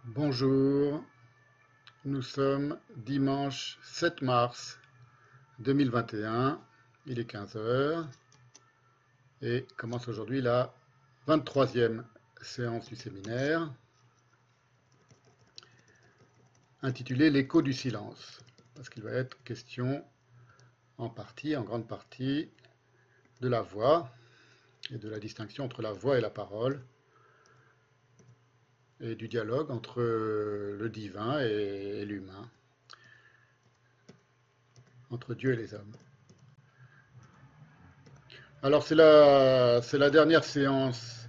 Bonjour, nous sommes dimanche 7 mars 2021, il est 15 heures et commence aujourd'hui la 23e séance du séminaire intitulée L'écho du silence, parce qu'il va être question en grande partie, de la voix et de la distinction entre la voix et la parole et du dialogue entre le divin et l'humain, entre Dieu et les hommes. Alors c'est la dernière séance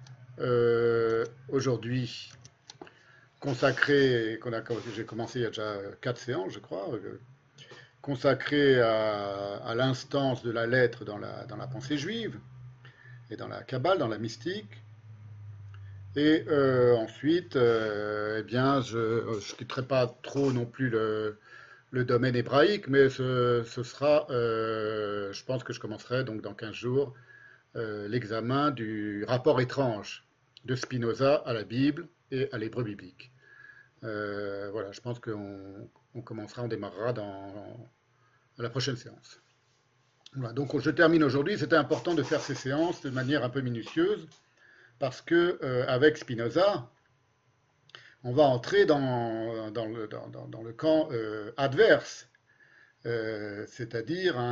aujourd'hui consacrée, j'ai commencé il y a déjà 4 séances je crois, consacrée à l'instance de la lettre dans la pensée juive et dans la Kabbale, dans la mystique. Et ensuite, eh bien, je ne quitterai pas trop non plus le domaine hébraïque, mais ce sera, je pense que je commencerai donc dans 15 jours, l'examen du rapport étrange de Spinoza à la Bible et à l'hébreu biblique. Voilà, je pense on démarrera à la prochaine séance. Voilà, donc je termine aujourd'hui. C'était important de faire ces séances de manière un peu minutieuse parce que avec Spinoza, on va entrer dans le camp adverse, c'est-à-dire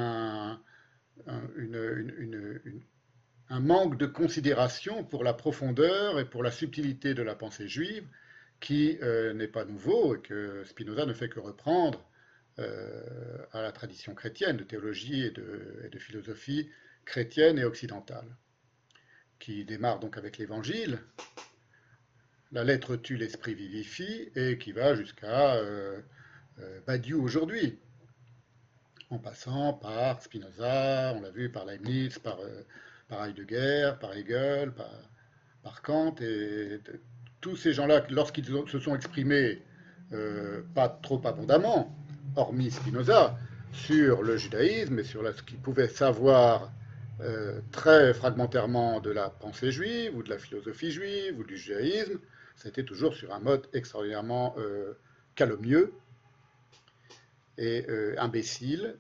un manque de considération pour la profondeur et pour la subtilité de la pensée juive qui n'est pas nouveau et que Spinoza ne fait que reprendre à la tradition chrétienne de théologie et de philosophie chrétienne et occidentale, qui démarre donc avec l'Évangile, la lettre tue, l'esprit vivifie, et qui va jusqu'à Badiou aujourd'hui, en passant par Spinoza, on l'a vu, par Leibniz, par Heidegger, par Hegel, par Kant, et tous ces gens-là, lorsqu'ils se sont exprimés pas trop abondamment, hormis Spinoza, sur le judaïsme et sur ce qu'ils pouvaient savoir très fragmentairement de la pensée juive ou de la philosophie juive ou du judaïsme, c'était toujours sur un mode extraordinairement calomnieux et imbécile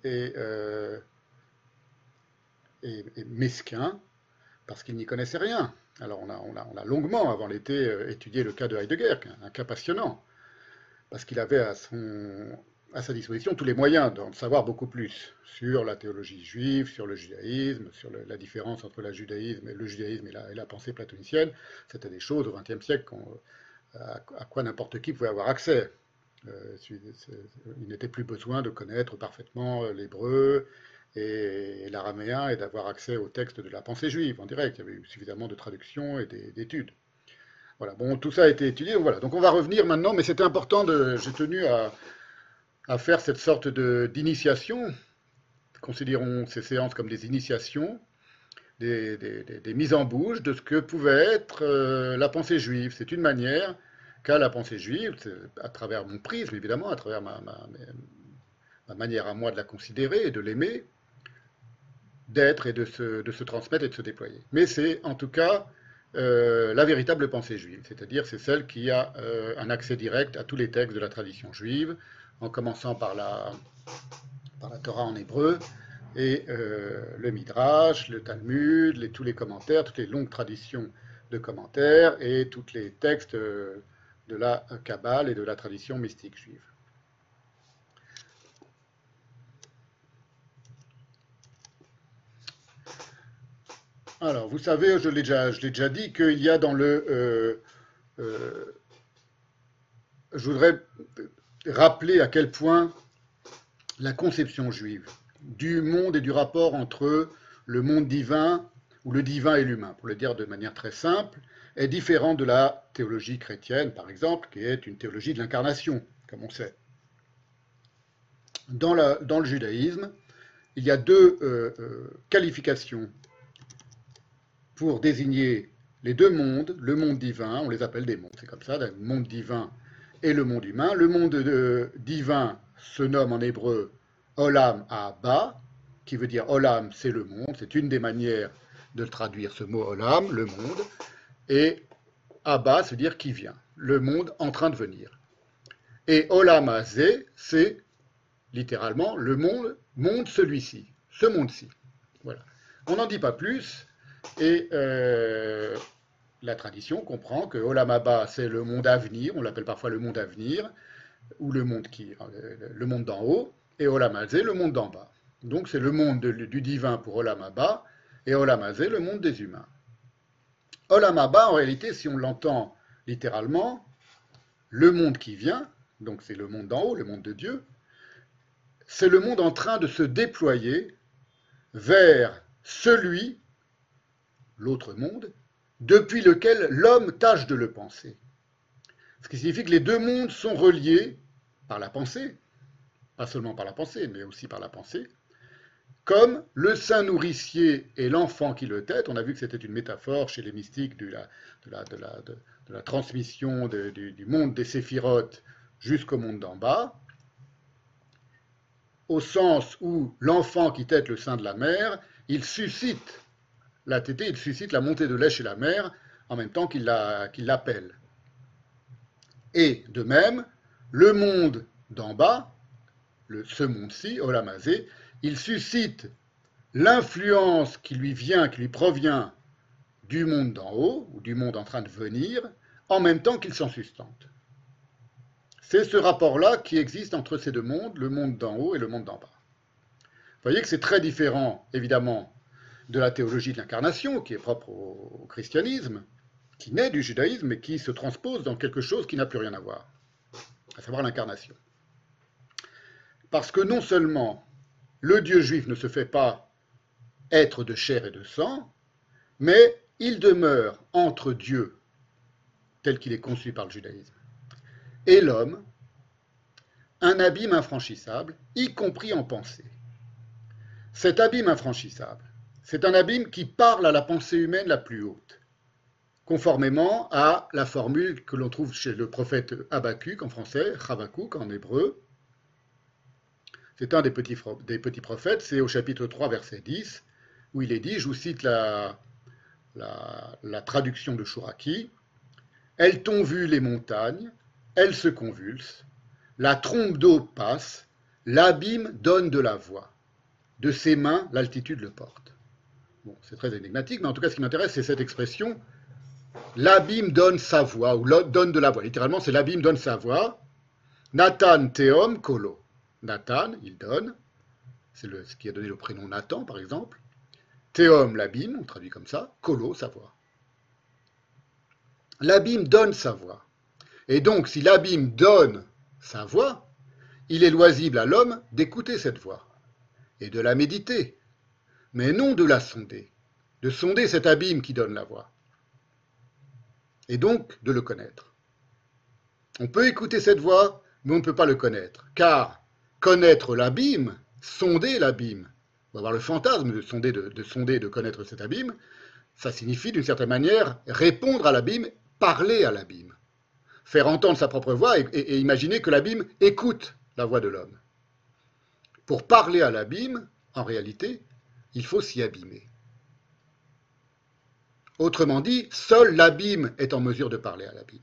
et mesquin, parce qu'ils n'y connaissaient rien. Alors on a longuement, avant l'été, étudié le cas de Heidegger, un cas passionnant, parce qu'il avait à sa disposition tous les moyens d'en savoir beaucoup plus sur la théologie juive, sur le judaïsme, sur la différence entre le judaïsme et la pensée platonicienne. C'était des choses au XXe siècle à quoi n'importe qui pouvait avoir accès. Il n'était plus besoin de connaître parfaitement l'hébreu et l'araméen et d'avoir accès aux textes de la pensée juive en direct. Il y avait eu suffisamment de traductions et d'études. Voilà, bon, tout ça a été étudié. Donc, voilà. Donc on va revenir maintenant, mais c'était important, j'ai tenu à faire cette sorte d'initiation. Considérons ces séances comme des initiations, des mises en bouche de ce que pouvait être la pensée juive. C'est une manière qu'a la pensée juive, à travers mon prisme évidemment, à travers ma manière à moi de la considérer et de l'aimer, d'être et de se transmettre et de se déployer. Mais c'est en tout cas la véritable pensée juive, c'est-à-dire c'est celle qui a un accès direct à tous les textes de la tradition juive, en commençant par la Torah en hébreu, et le Midrash, le Talmud, tous les commentaires, toutes les longues traditions de commentaires, et tous les textes de la Kabbale et de la tradition mystique juive. Alors, vous savez, je l'ai déjà dit, qu'il y a dans je voudrais rappeler à quel point la conception juive du monde et du rapport entre le monde divin, ou le divin et l'humain, pour le dire de manière très simple, est différente de la théologie chrétienne, par exemple, qui est une théologie de l'incarnation, comme on sait. Dans le judaïsme, il y a deux qualifications pour désigner les deux mondes, le monde divin, on les appelle des mondes, c'est comme ça, le monde divin et le monde humain. Le monde divin se nomme en hébreu Olam Abba, qui veut dire Olam, c'est le monde, c'est une des manières de traduire ce mot Olam, le monde, et Abba, ça veut dire qui vient. le monde en train de venir. Et Olam Hazé, c'est littéralement le monde celui-ci, ce monde-ci. Voilà. On n'en dit pas plus, et la tradition comprend que Olam Haba, c'est le monde à venir, on l'appelle parfois le monde à venir, ou le monde d'en haut, et Olam Hazé, le monde d'en bas. Donc c'est le monde du divin pour Olam Haba, et Olam Hazé, le monde des humains. Olam Haba, en réalité, si on l'entend littéralement, le monde qui vient, donc c'est le monde d'en haut, le monde de Dieu, c'est le monde en train de se déployer vers celui, l'autre monde, depuis lequel l'homme tâche de le penser. Ce qui signifie que les deux mondes sont reliés par la pensée, pas seulement par la pensée, mais aussi par la pensée, comme le sein nourricier et l'enfant qui le tète. On a vu que c'était une métaphore chez les mystiques de la transmission du monde des séphirotes jusqu'au monde d'en bas, au sens où l'enfant qui tète le sein de la mère, il suscite la tétée, il suscite la montée de lait chez la mère en même temps qu'il l'appelle. Et de même, le monde d'en bas, ce monde-ci, Olam Hazé, il suscite l'influence qui lui provient du monde d'en haut, ou du monde en train de venir, en même temps qu'il s'en sustente. C'est ce rapport-là qui existe entre ces deux mondes, le monde d'en haut et le monde d'en bas. Vous voyez que c'est très différent, évidemment, de la théologie de l'incarnation, qui est propre au christianisme, qui naît du judaïsme et qui se transpose dans quelque chose qui n'a plus rien à voir, à savoir l'incarnation. Parce que non seulement le Dieu juif ne se fait pas être de chair et de sang, mais il demeure entre Dieu, tel qu'il est conçu par le judaïsme, et l'homme, un abîme infranchissable, y compris en pensée. Cet abîme infranchissable, c'est un abîme qui parle à la pensée humaine la plus haute, conformément à la formule que l'on trouve chez le prophète Habakkuk en français, Habakkuk en hébreu. C'est un des petits prophètes, c'est au chapitre 3, verset 10, où il est dit, je vous cite la traduction de Chouraki, « Elles t'ont vu les montagnes, elles se convulsent, la trompe d'eau passe, l'abîme donne de la voix, de ses mains l'altitude le porte. » Bon, c'est très énigmatique, mais en tout cas ce qui m'intéresse c'est cette expression, l'abîme donne sa voix, ou donne de la voix. Littéralement c'est l'abîme donne sa voix, Nathan Theom Kolo. Nathan, il donne, c'est ce qui a donné le prénom Nathan par exemple, Théom, l'abîme, on traduit comme ça, Kolo, sa voix. L'abîme donne sa voix. Et donc, si l'abîme donne sa voix, il est loisible à l'homme d'écouter cette voix et de la méditer, mais non de la sonder, de sonder cet abîme qui donne la voix, et donc de le connaître. On peut écouter cette voix, mais on ne peut pas le connaître, car connaître l'abîme, sonder l'abîme, on va avoir le fantasme de sonder, de connaître cet abîme, ça signifie d'une certaine manière répondre à l'abîme, parler à l'abîme, faire entendre sa propre voix et imaginer que l'abîme écoute la voix de l'homme. Pour parler à l'abîme, en réalité, il faut s'y abîmer. Autrement dit, seul l'abîme est en mesure de parler à l'abîme.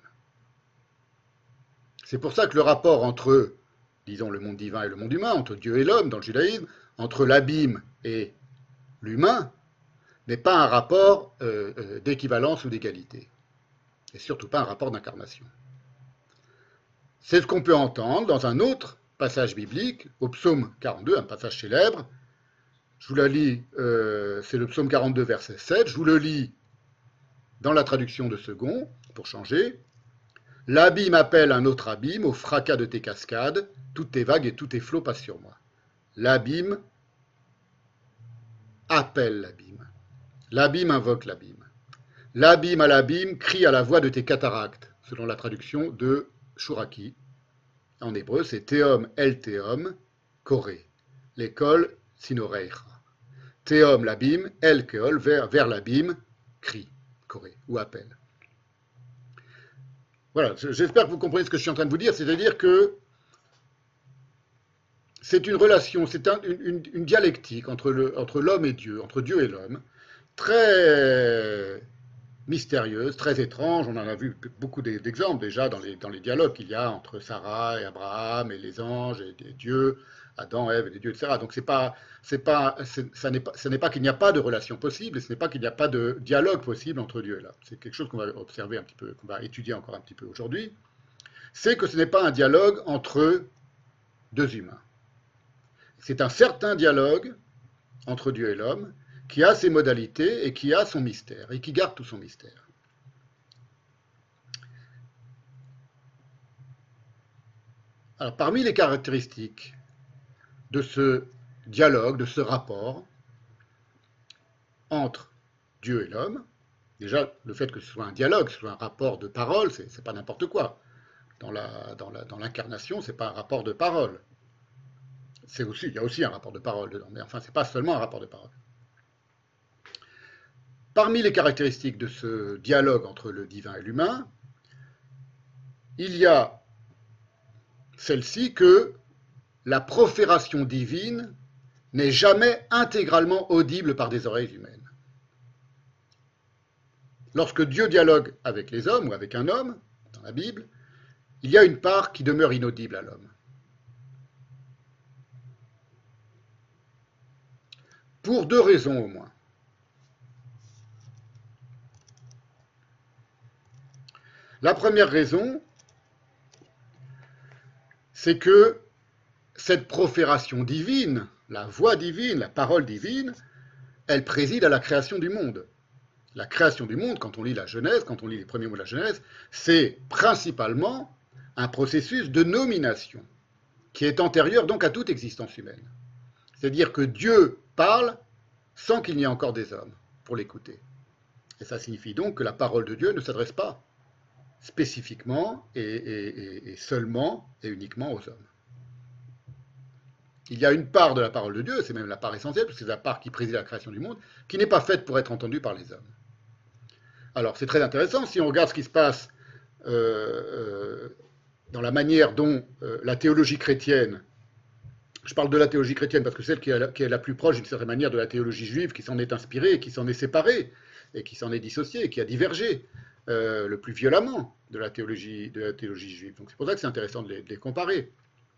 C'est pour ça que le rapport entre, disons, le monde divin et le monde humain, entre Dieu et l'homme dans le judaïsme, entre l'abîme et l'humain, n'est pas un rapport d'équivalence ou d'égalité, et surtout pas un rapport d'incarnation. C'est ce qu'on peut entendre dans un autre passage biblique, au psaume 42, un passage célèbre. Je vous la lis, c'est le psaume 42, verset 7, je vous le lis dans la traduction de Second, pour changer. L'abîme appelle un autre abîme, au fracas de tes cascades, toutes tes vagues et tous tes flots passent sur moi. L'abîme appelle l'abîme. L'abîme invoque l'abîme. L'abîme à l'abîme crie à la voix de tes cataractes, selon la traduction de Chouraki. En hébreu, c'est Théom el Théom, Koré. L'école Sinoreicha. Théom l'abîme, el Keol, vers l'abîme, crie, Koré, ou appelle. Voilà, j'espère que vous comprenez ce que je suis en train de vous dire, c'est-à-dire que c'est une relation, c'est une dialectique entre l'homme et Dieu, entre Dieu et l'homme, très mystérieuse, très étrange. On en a vu beaucoup d'exemples déjà dans les dialogues qu'il y a entre Sarah et Abraham et les anges et Dieu, Adam, Ève et les dieux, etc. Donc ce n'est pas qu'il n'y a pas de relation possible, et ce n'est pas qu'il n'y a pas de dialogue possible entre Dieu et l'homme. C'est quelque chose qu'on va observer un petit peu, qu'on va étudier encore un petit peu aujourd'hui. C'est que ce n'est pas un dialogue entre deux humains. C'est un certain dialogue entre Dieu et l'homme qui a ses modalités et qui a son mystère, et qui garde tout son mystère. Alors, parmi les caractéristiques de ce dialogue, de ce rapport entre Dieu et l'homme, déjà, le fait que ce soit un dialogue, que ce soit un rapport de parole, c'est pas n'importe quoi. Dans l'incarnation, c'est pas un rapport de parole. Il y a aussi un rapport de parole dedans, mais enfin, c'est pas seulement un rapport de parole. Parmi les caractéristiques de ce dialogue entre le divin et l'humain, il y a celle-ci que la profération divine n'est jamais intégralement audible par des oreilles humaines. Lorsque Dieu dialogue avec les hommes ou avec un homme, dans la Bible, il y a une part qui demeure inaudible à l'homme. Pour deux raisons au moins. La première raison, c'est que cette profération divine, la voix divine, la parole divine, elle préside à la création du monde. La création du monde, quand on lit la Genèse, quand on lit les premiers mots de la Genèse, c'est principalement un processus de nomination qui est antérieur donc à toute existence humaine. C'est-à-dire que Dieu parle sans qu'il n'y ait encore des hommes pour l'écouter. Et ça signifie donc que la parole de Dieu ne s'adresse pas spécifiquement et seulement et uniquement aux hommes. Il y a une part de la parole de Dieu, c'est même la part essentielle, parce que c'est la part qui préside à la création du monde, qui n'est pas faite pour être entendue par les hommes. Alors c'est très intéressant, si on regarde ce qui se passe dans la manière dont la théologie chrétienne, je parle de la théologie chrétienne parce que c'est celle qui est la plus proche d'une certaine manière de la théologie juive, qui s'en est inspirée, qui s'en est séparée, et qui s'en est dissociée, qui a divergé le plus violemment de la théologie juive. Donc c'est pour ça que c'est intéressant de les comparer.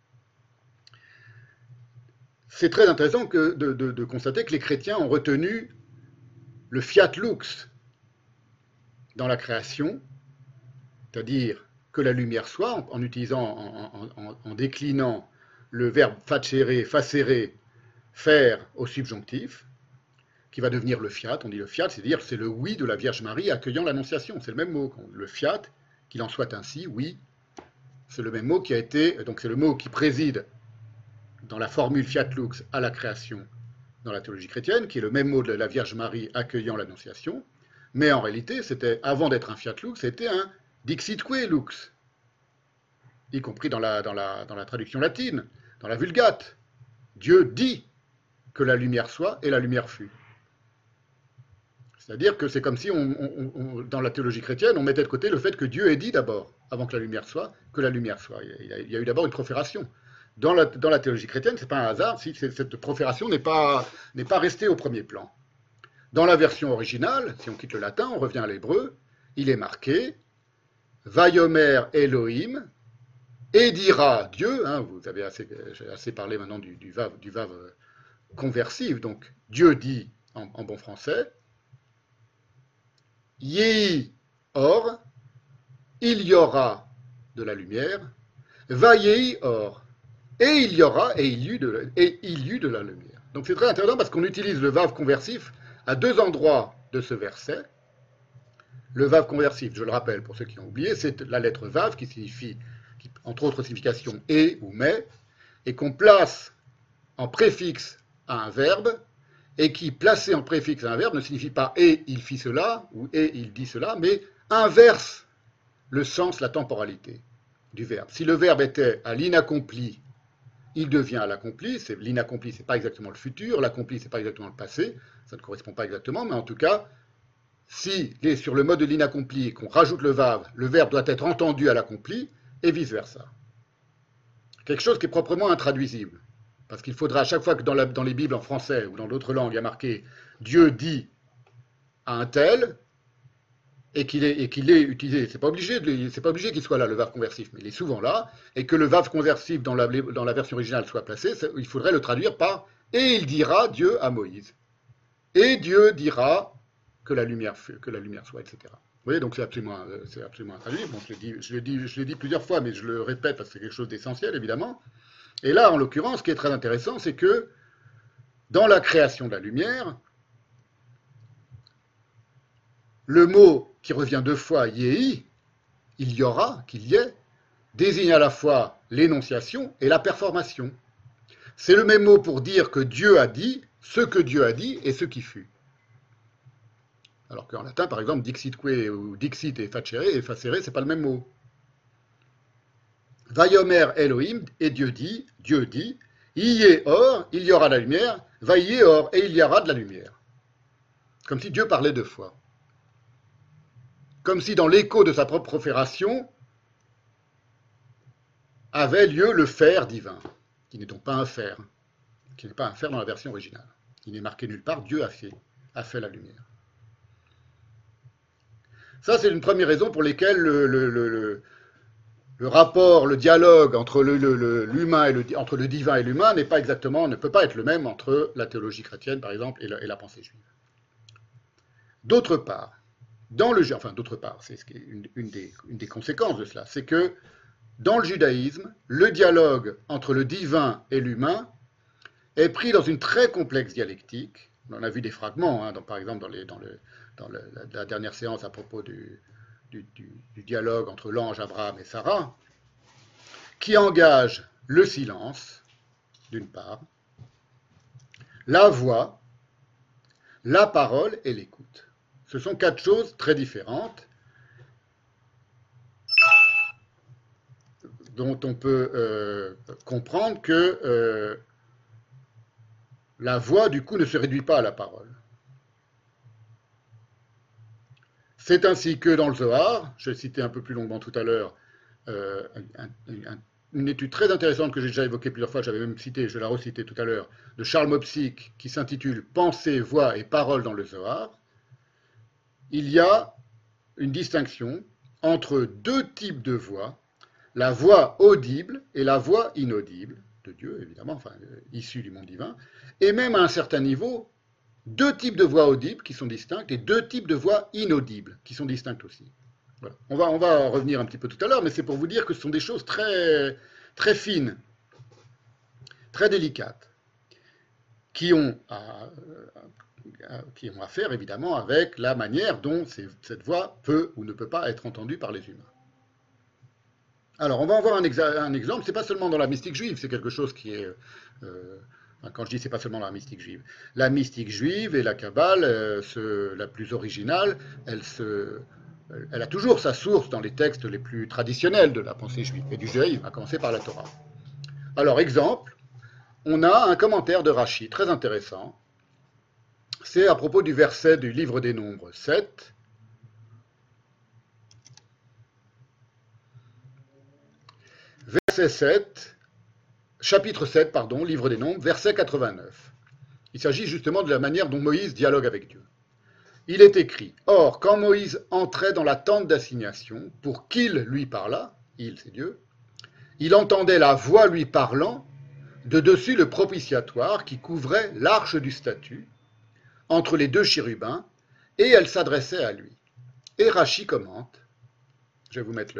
C'est très intéressant de constater que les chrétiens ont retenu le fiat lux dans la création, c'est-à-dire que la lumière soit, en utilisant, en déclinant le verbe facere, faire au subjonctif, qui va devenir le fiat. On dit le fiat, c'est-à-dire c'est le oui de la Vierge Marie accueillant l'Annonciation. C'est le même mot. Le fiat, qu'il en soit ainsi, oui, c'est le même mot qui a été, donc c'est le mot qui préside dans la formule fiat lux à la création dans la théologie chrétienne, qui est le même mot de la Vierge Marie accueillant l'Annonciation, mais en réalité, c'était, avant d'être un fiat lux, c'était un dixitque lux, y compris dans la traduction latine, dans la Vulgate. Dieu dit que la lumière soit, et la lumière fut. C'est-à-dire que c'est comme si, dans la théologie chrétienne, on mettait de côté le fait que Dieu ait dit d'abord, avant que la lumière soit, que la lumière soit. Il y a eu d'abord une profération. Dans la théologie chrétienne, ce n'est pas un hasard si cette profération n'est pas restée au premier plan. Dans la version originale, si on quitte le latin, on revient à l'hébreu, il est marqué « Vayomer Elohim » et dira Dieu, hein, vous avez assez parlé maintenant du vave conversif, donc Dieu dit en bon français, Yehi or, il y aura de la lumière, Vayehi or, et il y aura, et il y eut de la lumière. Donc c'est très intéressant parce qu'on utilise le vave conversif à deux endroits de ce verset. Le vave conversif, je le rappelle pour ceux qui ont oublié, c'est la lettre vave qui signifie, entre autres significations, et ou mais, et qu'on place en préfixe à un verbe, et qui, placé en préfixe à un verbe, ne signifie pas et il fit cela, ou et il dit cela, mais inverse le sens, la temporalité du verbe. Si le verbe était à l'inaccompli, il devient à l'accompli. L'inaccompli, ce n'est pas exactement le futur, l'accompli, ce n'est pas exactement le passé, ça ne correspond pas exactement, mais en tout cas, s'il est sur le mode de l'inaccompli et qu'on rajoute le verbe doit être entendu à l'accompli, et vice-versa. Quelque chose qui est proprement intraduisible. Parce qu'il faudra à chaque fois que dans les Bibles en français ou dans d'autres langues, il y a marqué « Dieu dit à un tel », et qu'il est utilisé. C'est pas obligé qu'il soit là, le verbe conversif, mais il est souvent là, et que le verbe conversif dans la version originale soit placé, il faudrait le traduire par « et il dira Dieu à Moïse ». Et Dieu dira que la lumière soit, etc. Vous voyez, donc c'est absolument intraduisible. Bon, je l'ai dit plusieurs fois, mais je le répète parce que c'est quelque chose d'essentiel, évidemment. Et là, en l'occurrence, ce qui est très intéressant, c'est que dans la création de la lumière, le mot qui revient deux fois, yéhi, il y aura, qu'il y ait, désigne à la fois l'énonciation et la performation. C'est le même mot pour dire que Dieu a dit, ce que Dieu a dit et ce qui fut. Alors qu'en latin, par exemple, dixitque ou dixit et facere, c'est pas le même mot. Vayomer Elohim, et Dieu dit, Yé or, il y aura la lumière, Vaïe or, et il y aura de la lumière. Comme si Dieu parlait deux fois. Comme si dans l'écho de sa propre profération avait lieu le faire divin, qui n'est donc pas un faire, qui n'est pas un faire dans la version originale. Il n'est marqué nulle part, Dieu a fait la lumière. Ça, c'est une première raison pour laquelle le rapport, le dialogue entre l'humain et entre le divin et l'humain ne peut pas être le même entre la théologie chrétienne, par exemple, et la pensée juive. D'autre part, c'est une des conséquences de cela, c'est que dans le judaïsme, le dialogue entre le divin et l'humain est pris dans une très complexe dialectique. On a vu des fragments, par exemple dans la dernière séance à propos du dialogue entre l'ange Abraham et Sarah, qui engage le silence, d'une part, la voix, la parole et l'écoute. Ce sont quatre choses très différentes dont on peut comprendre que la voix, du coup, ne se réduit pas à la parole. C'est ainsi que dans le Zohar, je l'ai cité un peu plus longuement tout à l'heure, une étude très intéressante que j'ai déjà évoquée plusieurs fois, j'avais même cité, je la recité tout à l'heure, de Charles Mopsic, qui s'intitule « Pensée, voix et parole dans le Zohar », il y a une distinction entre deux types de voix, la voix audible et la voix inaudible, de Dieu évidemment, issue du monde divin, et même à un certain niveau, deux types de voix audibles qui sont distinctes et deux types de voix inaudibles qui sont distinctes aussi. Voilà. On va en revenir un petit peu tout à l'heure, mais c'est pour vous dire que ce sont des choses très, très fines, très délicates, qui ont à faire évidemment avec la manière dont cette voix peut ou ne peut pas être entendue par les humains. Alors, on va en voir un exemple, c'est pas seulement dans la mystique juive, c'est quelque chose qui est... quand je dis c'est pas seulement la mystique juive et la Kabbale, la plus originale, elle a toujours sa source dans les textes les plus traditionnels de la pensée juive et du judaïsme, à commencer par la Torah. Alors, exemple, on a un commentaire de Rashi très intéressant. C'est à propos du verset du livre des Nombres 7. Verset 7, chapitre 7, pardon, livre des Nombres, verset 89. Il s'agit justement de la manière dont Moïse dialogue avec Dieu. Il est écrit, « Or, quand Moïse entrait dans la tente d'assignation, pour qu'il lui parlât, il, c'est Dieu, il entendait la voix lui parlant de dessus le propitiatoire qui couvrait l'arche du statut, entre les deux chérubins, et elle s'adressait à lui. » Et Rashi commente, je vais vous mettre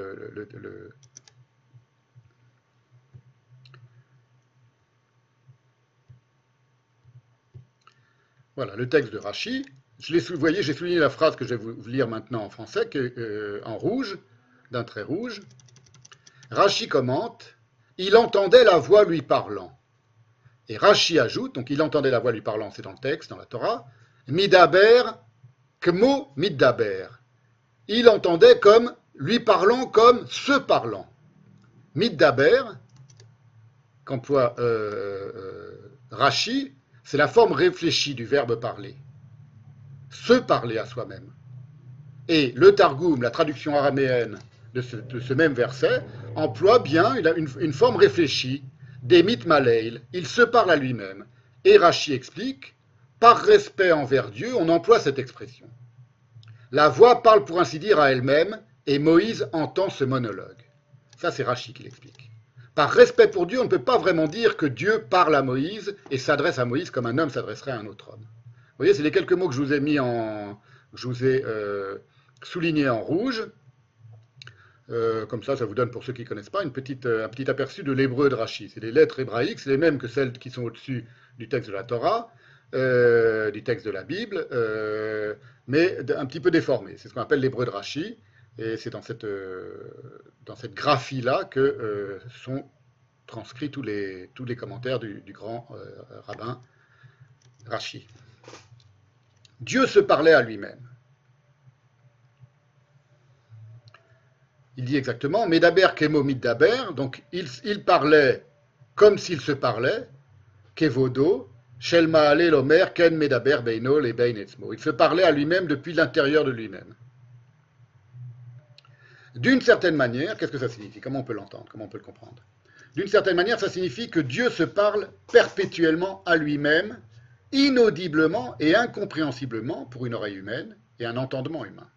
Voilà, le texte de Rashi. Vous voyez, j'ai souligné la phrase que je vais vous lire maintenant en français, en rouge, d'un trait rouge. Rashi commente, « Il entendait la voix lui parlant. » Et Rashi ajoute, donc il entendait la voix lui parlant, c'est dans le texte, dans la Torah, « Midaber kmo midaber. » Il entendait comme, lui parlant comme se parlant. Midaber, qu'emploie Rashi, c'est la forme réfléchie du verbe parler. Se parler à soi-même. Et le Targum, la traduction araméenne de ce même verset, emploie bien une forme réfléchie, des mitmaleil, il se parle à lui-même. Et Rashi explique, par respect envers Dieu, on emploie cette expression. La voix parle pour ainsi dire à elle-même, et Moïse entend ce monologue. Ça, c'est Rachi qui l'explique. Par respect pour Dieu, on ne peut pas vraiment dire que Dieu parle à Moïse et s'adresse à Moïse comme un homme s'adresserait à un autre homme. Vous voyez, c'est les quelques mots que je vous ai soulignés en rouge. Comme ça vous donne, pour ceux qui ne connaissent pas, un petit aperçu de l'hébreu de Rachi. C'est les lettres hébraïques, c'est les mêmes que celles qui sont au-dessus du texte de la Torah, du texte de la Bible, mais un petit peu déformé. C'est ce qu'on appelle l'hébreu de Rachi, et c'est dans cette graphie-là que sont transcrits tous les commentaires du grand rabbin Rachi. Dieu se parlait à lui-même. Il dit exactement, Medaber kemo middaber, donc il parlait comme s'il se parlait, kevodo, shel ma'ale l'omer ken medaber beino le bein etzmo. Il se parlait à lui-même depuis l'intérieur de lui-même. D'une certaine manière, qu'est-ce que ça signifie? Comment on peut l'entendre? Comment on peut le comprendre? D'une certaine manière, ça signifie que Dieu se parle perpétuellement à lui-même, inaudiblement et incompréhensiblement pour une oreille humaine et un entendement humain.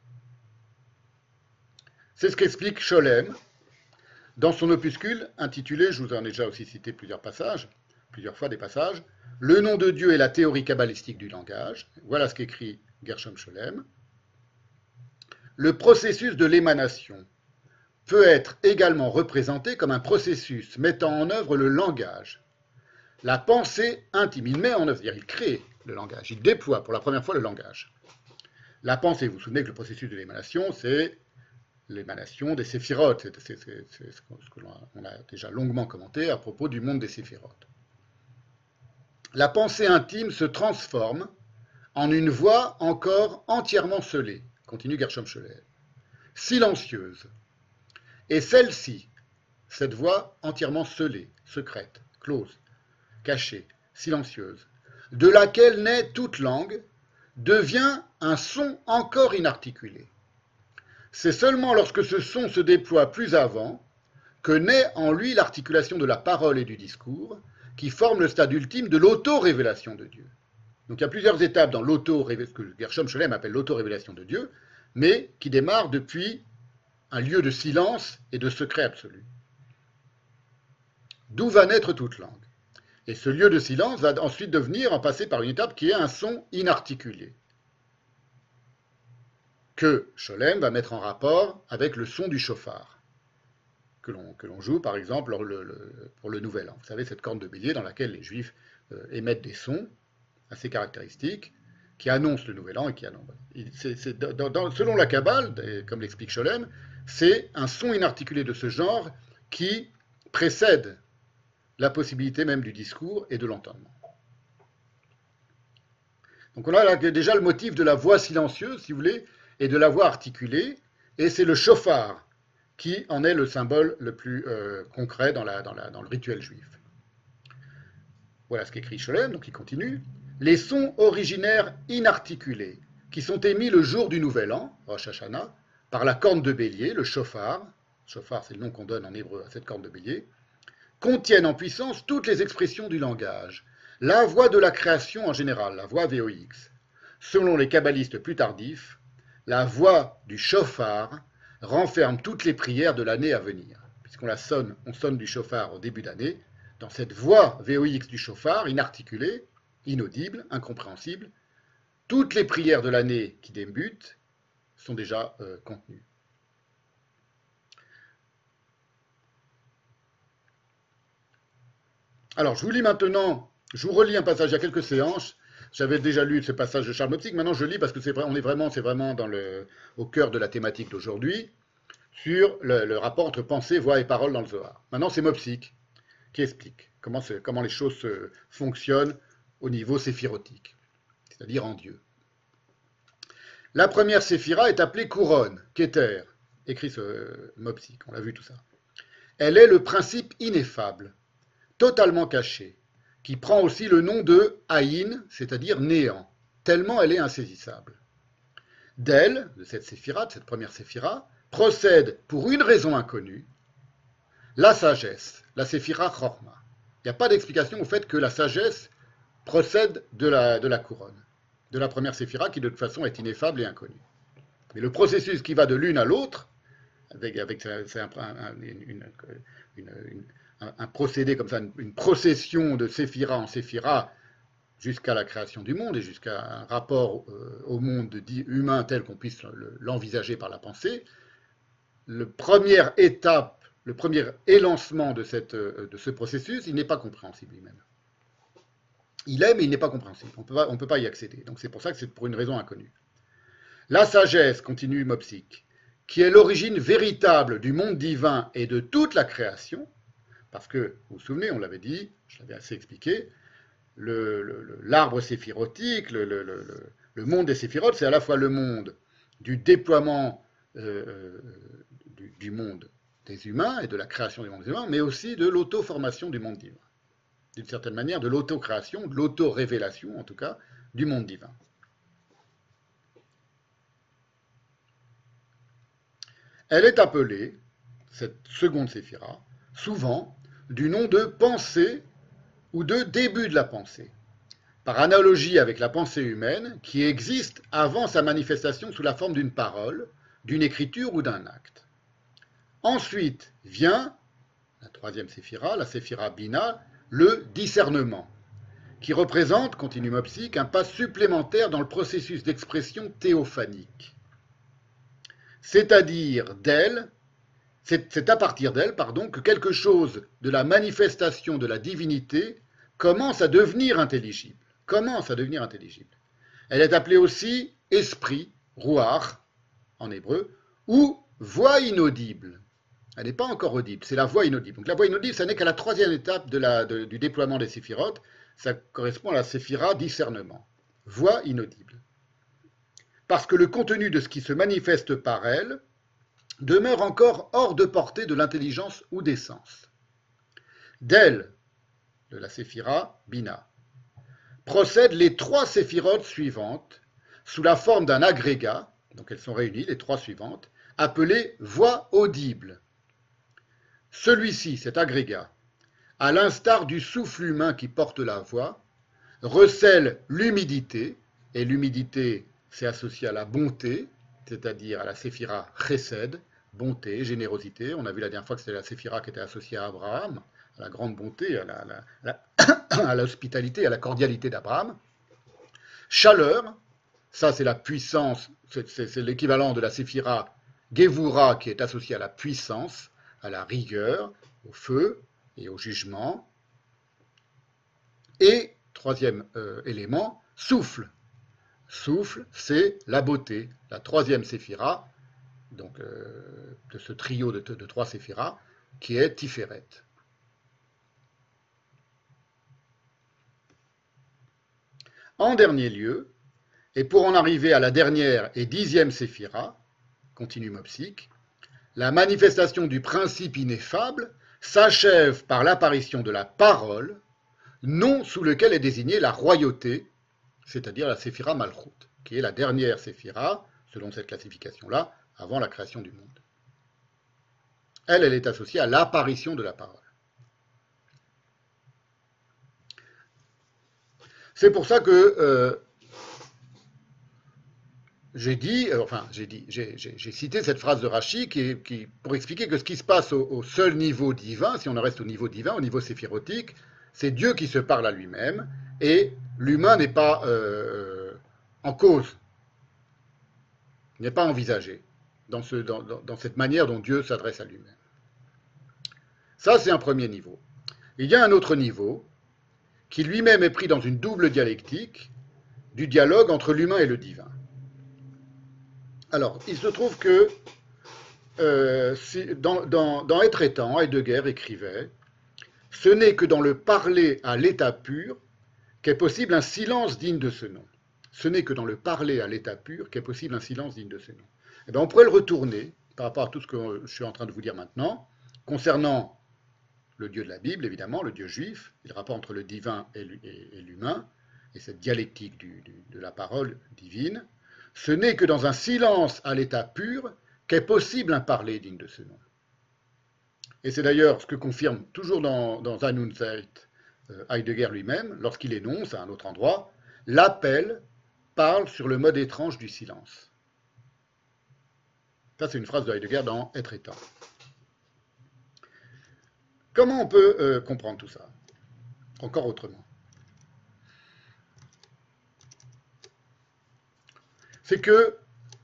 C'est ce qu'explique Scholem dans son opuscule intitulé, je vous en ai déjà aussi cité plusieurs fois des passages, Le nom de Dieu et la théorie kabbalistique du langage. Voilà ce qu'écrit Gershom Scholem. Le processus de l'émanation peut être également représenté comme un processus mettant en œuvre le langage, la pensée intime. Il met en œuvre, c'est-à-dire il crée le langage, il déploie pour la première fois le langage. La pensée, vous vous souvenez que le processus de l'émanation, c'est l'émanation des séphirotes. C'est ce qu'on a déjà longuement commenté à propos du monde des séphirotes. La pensée intime se transforme en une voix encore entièrement scellée, continue Gershom Scholem, silencieuse. Et celle-ci, cette voix entièrement scellée, secrète, close, cachée, silencieuse, de laquelle naît toute langue, devient un son encore inarticulé. C'est seulement lorsque ce son se déploie plus avant que naît en lui l'articulation de la parole et du discours, qui forme le stade ultime de l'auto-révélation de Dieu. Donc il y a plusieurs étapes dans ce que Gershom Scholem appelle l'auto-révélation de Dieu, mais qui démarre depuis un lieu de silence et de secret absolu. D'où va naître toute langue. Et ce lieu de silence va ensuite en passer par une étape qui est un son inarticulé, que Scholem va mettre en rapport avec le son du chauffard, que l'on joue par exemple pour le Nouvel An. Vous savez, cette corne de bélier dans laquelle les Juifs émettent des sons assez caractéristiques qui annoncent le Nouvel An et qui annoncent. Selon la Kabbale, comme l'explique Scholem, c'est un son inarticulé de ce genre qui précède la possibilité même du discours et de l'entendement. Donc on a là déjà le motif de la voix silencieuse, si vous voulez, et de la voix articulée, et c'est le chauffard qui en est le symbole le plus concret dans le rituel juif. Voilà ce qu'écrit Scholem, donc il continue. Les sons originaires inarticulés, qui sont émis le jour du Nouvel An, Rosh Hashanah, par la corne de bélier, le chauffard, c'est le nom qu'on donne en hébreu à cette corne de bélier, contiennent en puissance toutes les expressions du langage, la voix de la création en général, la voix VOX. Selon les kabbalistes plus tardifs, la voix du chauffard renferme toutes les prières de l'année à venir. Puisqu'on sonne du chauffard au début d'année, dans cette voix VOX du chauffard, inarticulée, inaudible, incompréhensible, toutes les prières de l'année qui débutent sont déjà contenues. Alors, je vous relis un passage il y a quelques séances. J'avais déjà lu ce passage de Charles Mopsik, maintenant je lis parce que c'est vraiment au cœur de la thématique d'aujourd'hui, sur le rapport entre pensée, voix et parole dans le Zohar. Maintenant, c'est Mopsik qui explique comment les choses fonctionnent au niveau séphirotique, c'est-à-dire en Dieu. La première séphira est appelée couronne, Keter, écrit ce Mopsik, on l'a vu tout ça. Elle est le principe ineffable, totalement caché, qui prend aussi le nom de Aïn, c'est-à-dire néant, tellement elle est insaisissable. D'elle, de cette séphira, de cette première séphira, procède, pour une raison inconnue, la sagesse, la séphira Chorma. Il n'y a pas d'explication au fait que la sagesse procède de la couronne, de la première séphira qui de toute façon est ineffable et inconnue. Mais le processus qui va de l'une à l'autre, c'est un procédé comme ça, une procession de séphira en séphira jusqu'à la création du monde et jusqu'à un rapport au monde dit humain tel qu'on puisse l'envisager par la pensée, le première étape, le premier élancement de ce processus, il n'est pas compréhensible lui-même. Il est, mais il n'est pas compréhensible. On ne peut pas y accéder. Donc c'est pour ça que c'est pour une raison inconnue. La sagesse, continue Mopsic, qui est l'origine véritable du monde divin et de toute la création, parce que, vous vous souvenez, on l'avait dit, je l'avais assez expliqué, l'arbre séphirotique, le monde des séphirotes, c'est à la fois le monde du déploiement du monde des humains et de la création du monde des humains, mais aussi de l'auto-formation du monde divin. D'une certaine manière, de l'auto-création, de l'auto-révélation, en tout cas, du monde divin. Elle est appelée, cette seconde séphira, souvent du nom de pensée ou de début de la pensée, par analogie avec la pensée humaine qui existe avant sa manifestation sous la forme d'une parole, d'une écriture ou d'un acte. Ensuite vient, la troisième séphira, la séphira Bina, le discernement, qui représente, continue Mopsic, un pas supplémentaire dans le processus d'expression théophanique. C'est-à-dire d'elle, c'est à partir d'elle, que quelque chose de la manifestation de la divinité commence à devenir intelligible. Elle est appelée aussi esprit, ruach, en hébreu, ou voix inaudible. Elle n'est pas encore audible, c'est la voix inaudible. Donc la voix inaudible, ça n'est qu'à la troisième étape du déploiement des séphirotes, ça correspond à la séphira discernement. Voix inaudible. Parce que le contenu de ce qui se manifeste par elle demeure encore hors de portée de l'intelligence ou des sens. D'elle, de la séphira Bina, procèdent les trois séphirotes suivantes sous la forme d'un agrégat, donc elles sont réunies, les trois suivantes, appelées voix audibles. Celui-ci, cet agrégat, à l'instar du souffle humain qui porte la voix, recèle l'humidité, et l'humidité c'est associé à la bonté, c'est-à-dire à la séphira chesed, bonté, générosité. On a vu la dernière fois que c'était la séphira qui était associée à Abraham, à la grande bonté, à l'hospitalité, à la cordialité d'Abraham. Chaleur, ça c'est la puissance, c'est l'équivalent de la séphira Gevura qui est associée à la puissance, à la rigueur, au feu et au jugement. Et, troisième élément, souffle. Souffle, c'est la beauté, la troisième séphira, donc de ce trio de trois séphiras, qui est Tiferet. En dernier lieu, et pour en arriver à la dernière et dixième séphira, continue Mopsic, la manifestation du principe ineffable s'achève par l'apparition de la parole, nom sous lequel est désignée la royauté, c'est-à-dire la séphira Malchut, qui est la dernière séphira, selon cette classification-là, avant la création du monde. Elle est associée à l'apparition de la parole. C'est pour ça que j'ai cité cette phrase de Rashi pour expliquer que ce qui se passe au seul niveau divin, si on en reste au niveau divin, au niveau séphirotique, c'est Dieu qui se parle à lui-même, et l'humain n'est pas en cause, n'est pas envisagé dans cette manière dont Dieu s'adresse à lui-même. Ça, c'est un premier niveau. Il y a un autre niveau qui lui-même est pris dans une double dialectique du dialogue entre l'humain et le divin. Alors, il se trouve que dans Être étant, Heidegger écrivait « Ce n'est que dans le parler à l'état pur qu'est possible un silence digne de ce nom. » Ce n'est que dans le parler à l'état pur qu'est possible un silence digne de ce nom. Eh bien, on pourrait le retourner par rapport à tout ce que je suis en train de vous dire maintenant, concernant le Dieu de la Bible, évidemment, le Dieu juif, et le rapport entre le divin et l'humain, et cette dialectique de la parole divine. Ce n'est que dans un silence à l'état pur qu'est possible un parler digne de ce nom. Et c'est d'ailleurs ce que confirme toujours dans Anunzeit Heidegger lui-même, lorsqu'il énonce à un autre endroit, l'appel parle sur le mode étrange du silence. Ça, c'est une phrase de Heidegger dans Être et temps. Comment on peut comprendre tout ça? Encore autrement. C'est que,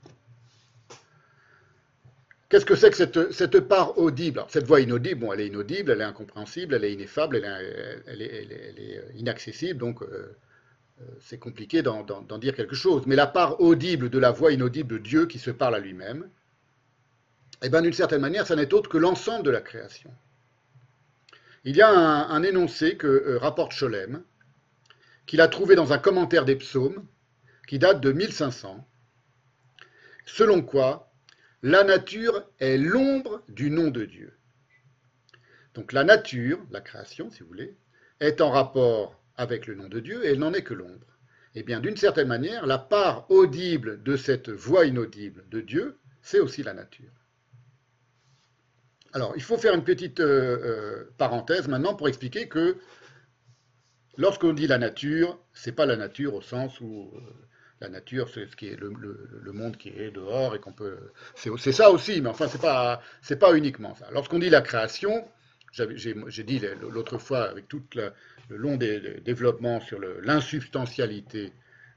qu'est-ce que c'est que cette part audible? Alors, cette voix inaudible, bon, elle est inaudible, elle est incompréhensible, elle est ineffable, elle est inaccessible, donc c'est compliqué d'en dire quelque chose. Mais la part audible de la voix inaudible de Dieu qui se parle à lui-même, eh bien, d'une certaine manière, ça n'est autre que l'ensemble de la création. Il y a un énoncé que rapporte Scholem, qu'il a trouvé dans un commentaire des psaumes, qui date de 1500, selon quoi la nature est l'ombre du nom de Dieu. Donc la nature, la création, si vous voulez, est en rapport avec le nom de Dieu et elle n'en est que l'ombre. Eh bien, d'une certaine manière, la part audible de cette voix inaudible de Dieu, c'est aussi la nature. Alors, il faut faire une petite parenthèse maintenant pour expliquer que lorsqu'on dit la nature, c'est pas la nature au sens où la nature, c'est ce qui est le monde qui est dehors et qu'on peut. C'est ça aussi, mais enfin, c'est pas uniquement ça. Lorsqu'on dit la création, j'ai dit l'autre fois avec tout le long des développements sur l'insubstantialité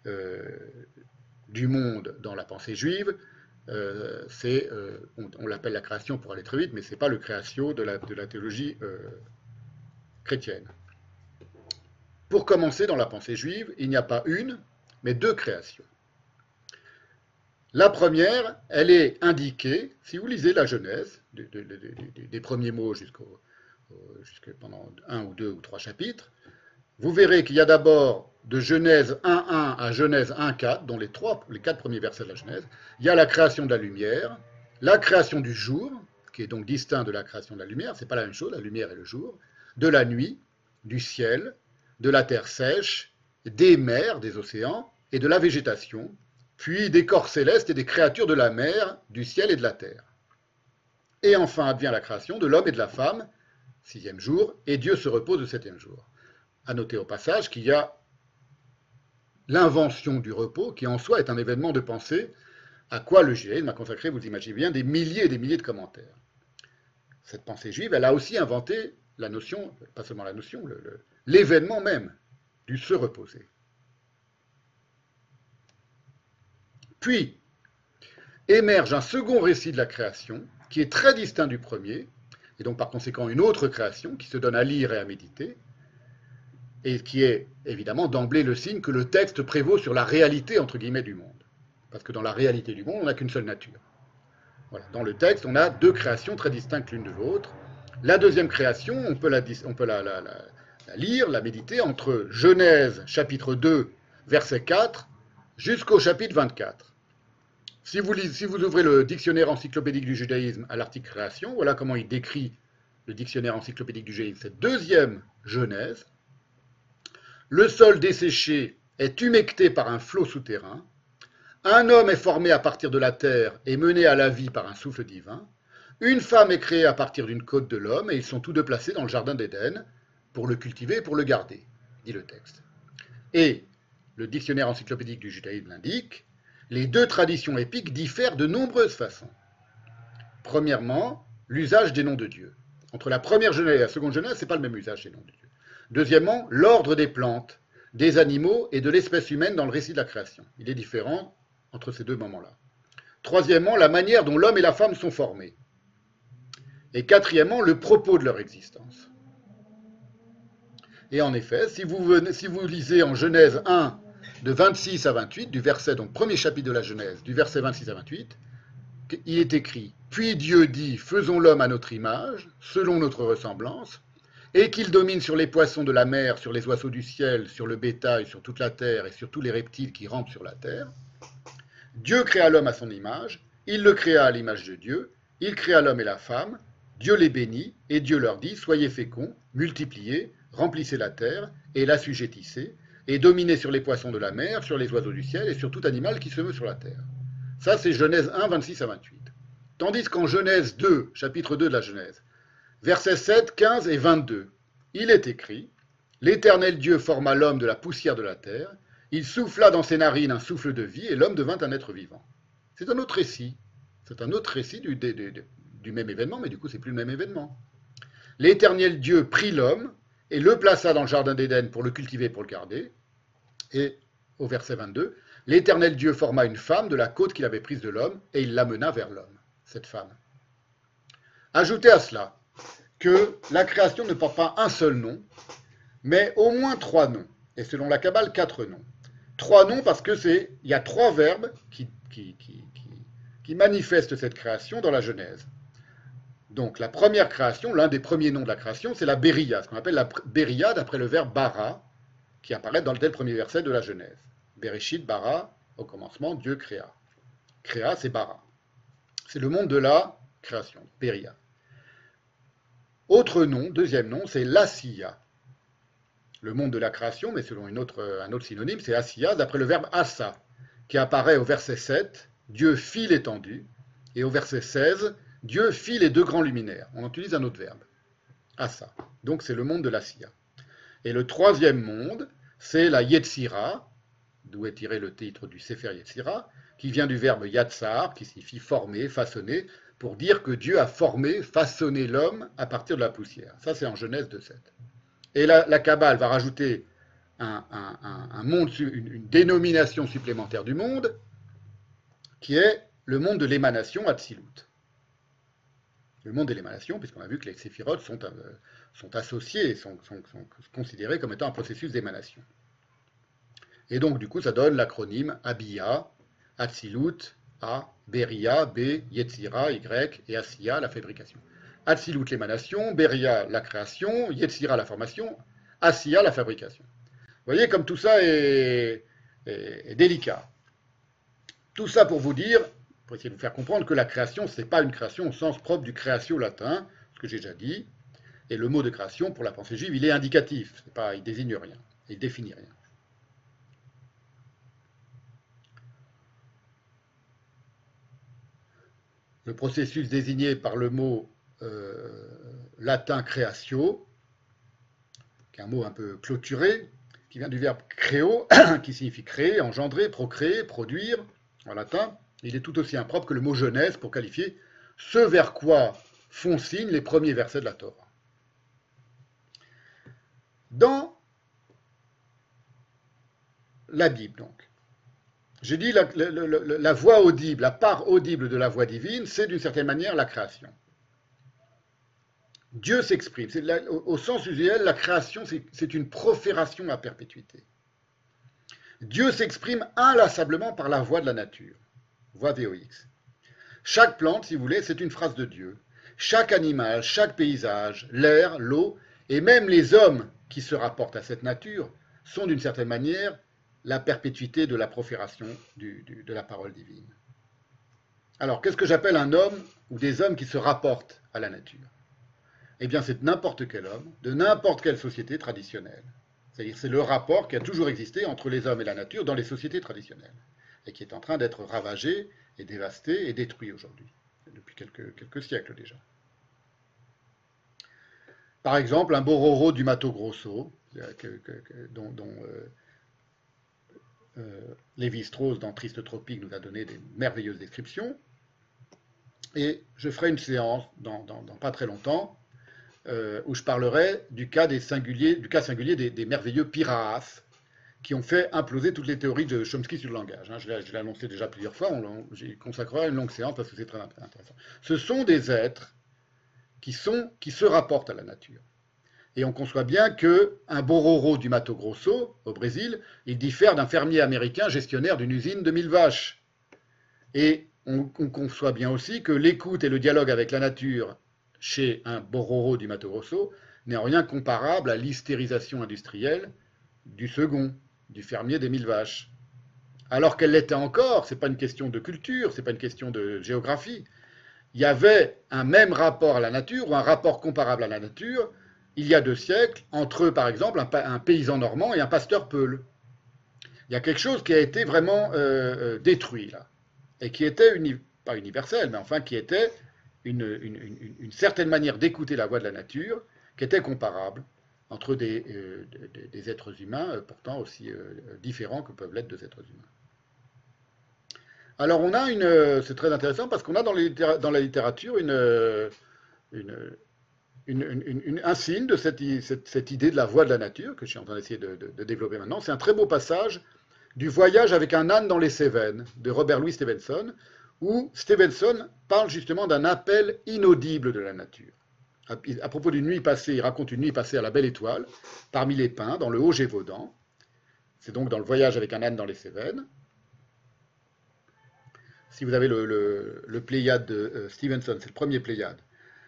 du monde dans la pensée juive, on l'appelle la création pour aller très vite, mais c'est pas le créatio de la théologie chrétienne. Pour commencer, dans la pensée juive, il n'y a pas une, mais deux créations. La première, elle est indiquée, si vous lisez la Genèse, des premiers mots jusqu'à pendant 1 ou 2 ou 3 chapitres, vous verrez qu'il y a d'abord de Genèse 1.1 à Genèse 1.4, dont les 4 premiers versets de la Genèse, il y a la création de la lumière, la création du jour, qui est donc distinct de la création de la lumière, c'est pas la même chose, la lumière et le jour, de la nuit, du ciel, de la terre sèche, des mers, des océans, et de la végétation, puis des corps célestes et des créatures de la mer, du ciel et de la terre. Et enfin advient la création de l'homme et de la femme, 6e jour, et Dieu se repose le 7e jour. À noter au passage qu'il y a l'invention du repos, qui en soi est un événement de pensée, à quoi le judaïsme a consacré, vous imaginez bien, des milliers et des milliers de commentaires. Cette pensée juive, elle a aussi inventé la notion, pas seulement la notion, l'événement même du se reposer. Puis, émerge un second récit de la création, qui est très distinct du premier, et donc par conséquent une autre création qui se donne à lire et à méditer, et qui est évidemment d'emblée le signe que le texte prévaut sur la réalité, entre guillemets, du monde. Parce que dans la réalité du monde, on n'a qu'une seule nature. Voilà. Dans le texte, on a deux créations très distinctes l'une de l'autre. La deuxième création, on peut la lire, la méditer entre Genèse, chapitre 2, verset 4, jusqu'au chapitre 24. Si vous ouvrez le dictionnaire encyclopédique du judaïsme à l'article création, voilà comment il décrit le dictionnaire encyclopédique du judaïsme, cette deuxième Genèse. Le sol desséché est humecté par un flot souterrain. Un homme est formé à partir de la terre et mené à la vie par un souffle divin. Une femme est créée à partir d'une côte de l'homme et ils sont tous deux placés dans le jardin d'Éden pour le cultiver et pour le garder, dit le texte. Et le dictionnaire encyclopédique du judaïsme l'indique, les deux traditions épiques diffèrent de nombreuses façons. Premièrement, l'usage des noms de Dieu. Entre la première Genèse et la seconde Genèse, ce n'est pas le même usage des noms de Dieu. Deuxièmement, l'ordre des plantes, des animaux et de l'espèce humaine dans le récit de la création. Il est différent entre ces deux moments-là. Troisièmement, la manière dont l'homme et la femme sont formés. Et quatrièmement, le propos de leur existence. Et en effet, si vous lisez en Genèse 1, de 26 à 28, du verset, donc premier chapitre de la Genèse, du verset 26 à 28, il est écrit « Puis Dieu dit, faisons l'homme à notre image, selon notre ressemblance, et qu'il domine sur les poissons de la mer, sur les oiseaux du ciel, sur le bétail, sur toute la terre et sur tous les reptiles qui rampent sur la terre. Dieu créa l'homme à son image, il le créa à l'image de Dieu, il créa l'homme et la femme, Dieu les bénit, et Dieu leur dit, soyez féconds, multipliez, remplissez la terre, et l'assujettissez, et dominez sur les poissons de la mer, sur les oiseaux du ciel, et sur tout animal qui se meut sur la terre. Ça, c'est Genèse 1, 26 à 28. Tandis qu'en Genèse 2, chapitre 2 de la Genèse, versets 7, 15 et 22, il est écrit « L'Éternel Dieu forma l'homme de la poussière de la terre, il souffla dans ses narines un souffle de vie, et l'homme devint un être vivant. » C'est un autre récit. C'est un autre récit du même événement, mais du coup, c'est plus le même événement. L'Éternel Dieu prit l'homme et le plaça dans le jardin d'Éden pour le cultiver, pour le garder. Et au verset 22, l'Éternel Dieu forma une femme de la côte qu'il avait prise de l'homme et il l'amena vers l'homme, cette femme. Ajoutez à cela que la création ne porte pas un seul nom, mais au moins 3 noms. Et selon la Kabbale, 4 noms. 3 noms parce que il y a 3 verbes qui manifestent cette création dans la Genèse. Donc la première création, l'un des premiers noms de la création, c'est la Béria, ce qu'on appelle la Béria d'après le verbe bara, qui apparaît dans le premier verset de la Genèse. Bereshit, bara, au commencement, Dieu créa. Créa, c'est bara. C'est le monde de la création, Béria. Autre nom, deuxième nom, c'est l'Asiya. Le monde de la création, mais selon un autre synonyme, c'est Asiya, d'après le verbe asa, qui apparaît au verset 7, Dieu fit l'étendue, et au verset 16, Dieu fit les 2 grands luminaires. On utilise un autre verbe, asa. Donc c'est le monde de l'Asiya. Et le troisième monde, c'est la Yetzira, d'où est tiré le titre du Sefer Yetzira, qui vient du verbe yatsar, qui signifie former, façonner, pour dire que Dieu a formé, façonné l'homme à partir de la poussière. Ça, c'est en Genèse 2.7. Et la Kabbale va rajouter un monde, une dénomination supplémentaire du monde, qui est le monde de l'émanation, Hatzilut. Le monde de l'émanation, puisqu'on a vu que les séphirotes sont associés, sont considérés comme étant un processus d'émanation. Et donc, du coup, ça donne l'acronyme Abia, Hatzilut, A, Beria, B, Yetzira, Y, et Asiya, la fabrication. Hatzilut, l'émanation, Beria, la création, Yetzira, la formation, Asiya, la fabrication. Vous voyez comme tout ça est délicat. Tout ça pour vous dire, pour essayer de vous faire comprendre que la création, ce n'est pas une création au sens propre du créatio latin, ce que j'ai déjà dit, et le mot de création, pour la pensée juive, il est indicatif, il ne désigne rien, il ne définit rien. Le processus désigné par le mot latin creatio, qui est un mot un peu clôturé, qui vient du verbe creo, qui signifie créer, engendrer, procréer, produire, en latin, il est tout aussi impropre que le mot Genèse pour qualifier ce vers quoi font signe les premiers versets de la Torah. Dans la Bible, donc, j'ai dit la voix audible, la part audible de la voix divine, c'est d'une certaine manière la création. Dieu s'exprime. Au sens usuel, la création, c'est une profération à perpétuité. Dieu s'exprime inlassablement par la voix de la nature, voix VOX. Chaque plante, si vous voulez, c'est une phrase de Dieu. Chaque animal, chaque paysage, l'air, l'eau, et même les hommes qui se rapportent à cette nature sont d'une certaine manière la perpétuité de la profération de la parole divine. Alors, qu'est-ce que j'appelle un homme ou des hommes qui se rapportent à la nature? Eh bien, c'est n'importe quel homme, de n'importe quelle société traditionnelle. C'est-à-dire, c'est le rapport qui a toujours existé entre les hommes et la nature dans les sociétés traditionnelles, et qui est en train d'être ravagé et dévasté et détruit aujourd'hui, depuis quelques siècles déjà. Par exemple, un bororo du Mato Grosso, dont Lévi-Strauss, dans Triste Tropique, nous a donné des merveilleuses descriptions. Et je ferai une séance dans pas très longtemps où je parlerai du cas singulier des merveilleux Piraas qui ont fait imploser toutes les théories de Chomsky sur le langage. Je l'ai annoncé déjà plusieurs fois, j'y consacrerai une longue séance parce que c'est très intéressant. Ce sont des êtres qui se rapportent à la nature. Et on conçoit bien qu'un bororo du Mato Grosso, au Brésil, il diffère d'un fermier américain gestionnaire d'une usine de 1000 vaches. Et on conçoit bien aussi que l'écoute et le dialogue avec la nature chez un bororo du Mato Grosso n'est en rien comparable à l'hystérisation industrielle du second, du fermier des 1000 vaches. Alors qu'elle l'était encore, ce n'est pas une question de culture, ce n'est pas une question de géographie. Il y avait un même rapport à la nature, ou un rapport comparable à la nature, il y a 2 siècles, entre, par exemple, un paysan normand et un pasteur peul. Il y a quelque chose qui a été vraiment détruit, là, et qui était, pas universel, mais enfin, qui était une certaine manière d'écouter la voix de la nature, qui était comparable entre des êtres humains, pourtant aussi différents que peuvent l'être 2 êtres humains. Alors on a c'est très intéressant parce qu'on a dans la littérature une, un signe de cette idée de la voix de la nature que je suis en train d'essayer de développer maintenant. C'est un très beau passage du Voyage avec un âne dans les Cévennes de Robert Louis Stevenson, où Stevenson parle justement d'un appel inaudible de la nature. À propos d'une nuit passée, il raconte une nuit passée à la Belle Étoile, parmi les pins, dans le Haut-Gévaudan. C'est donc dans le Voyage avec un âne dans les Cévennes. Si vous avez le Pléiade de Stevenson, c'est le premier Pléiade,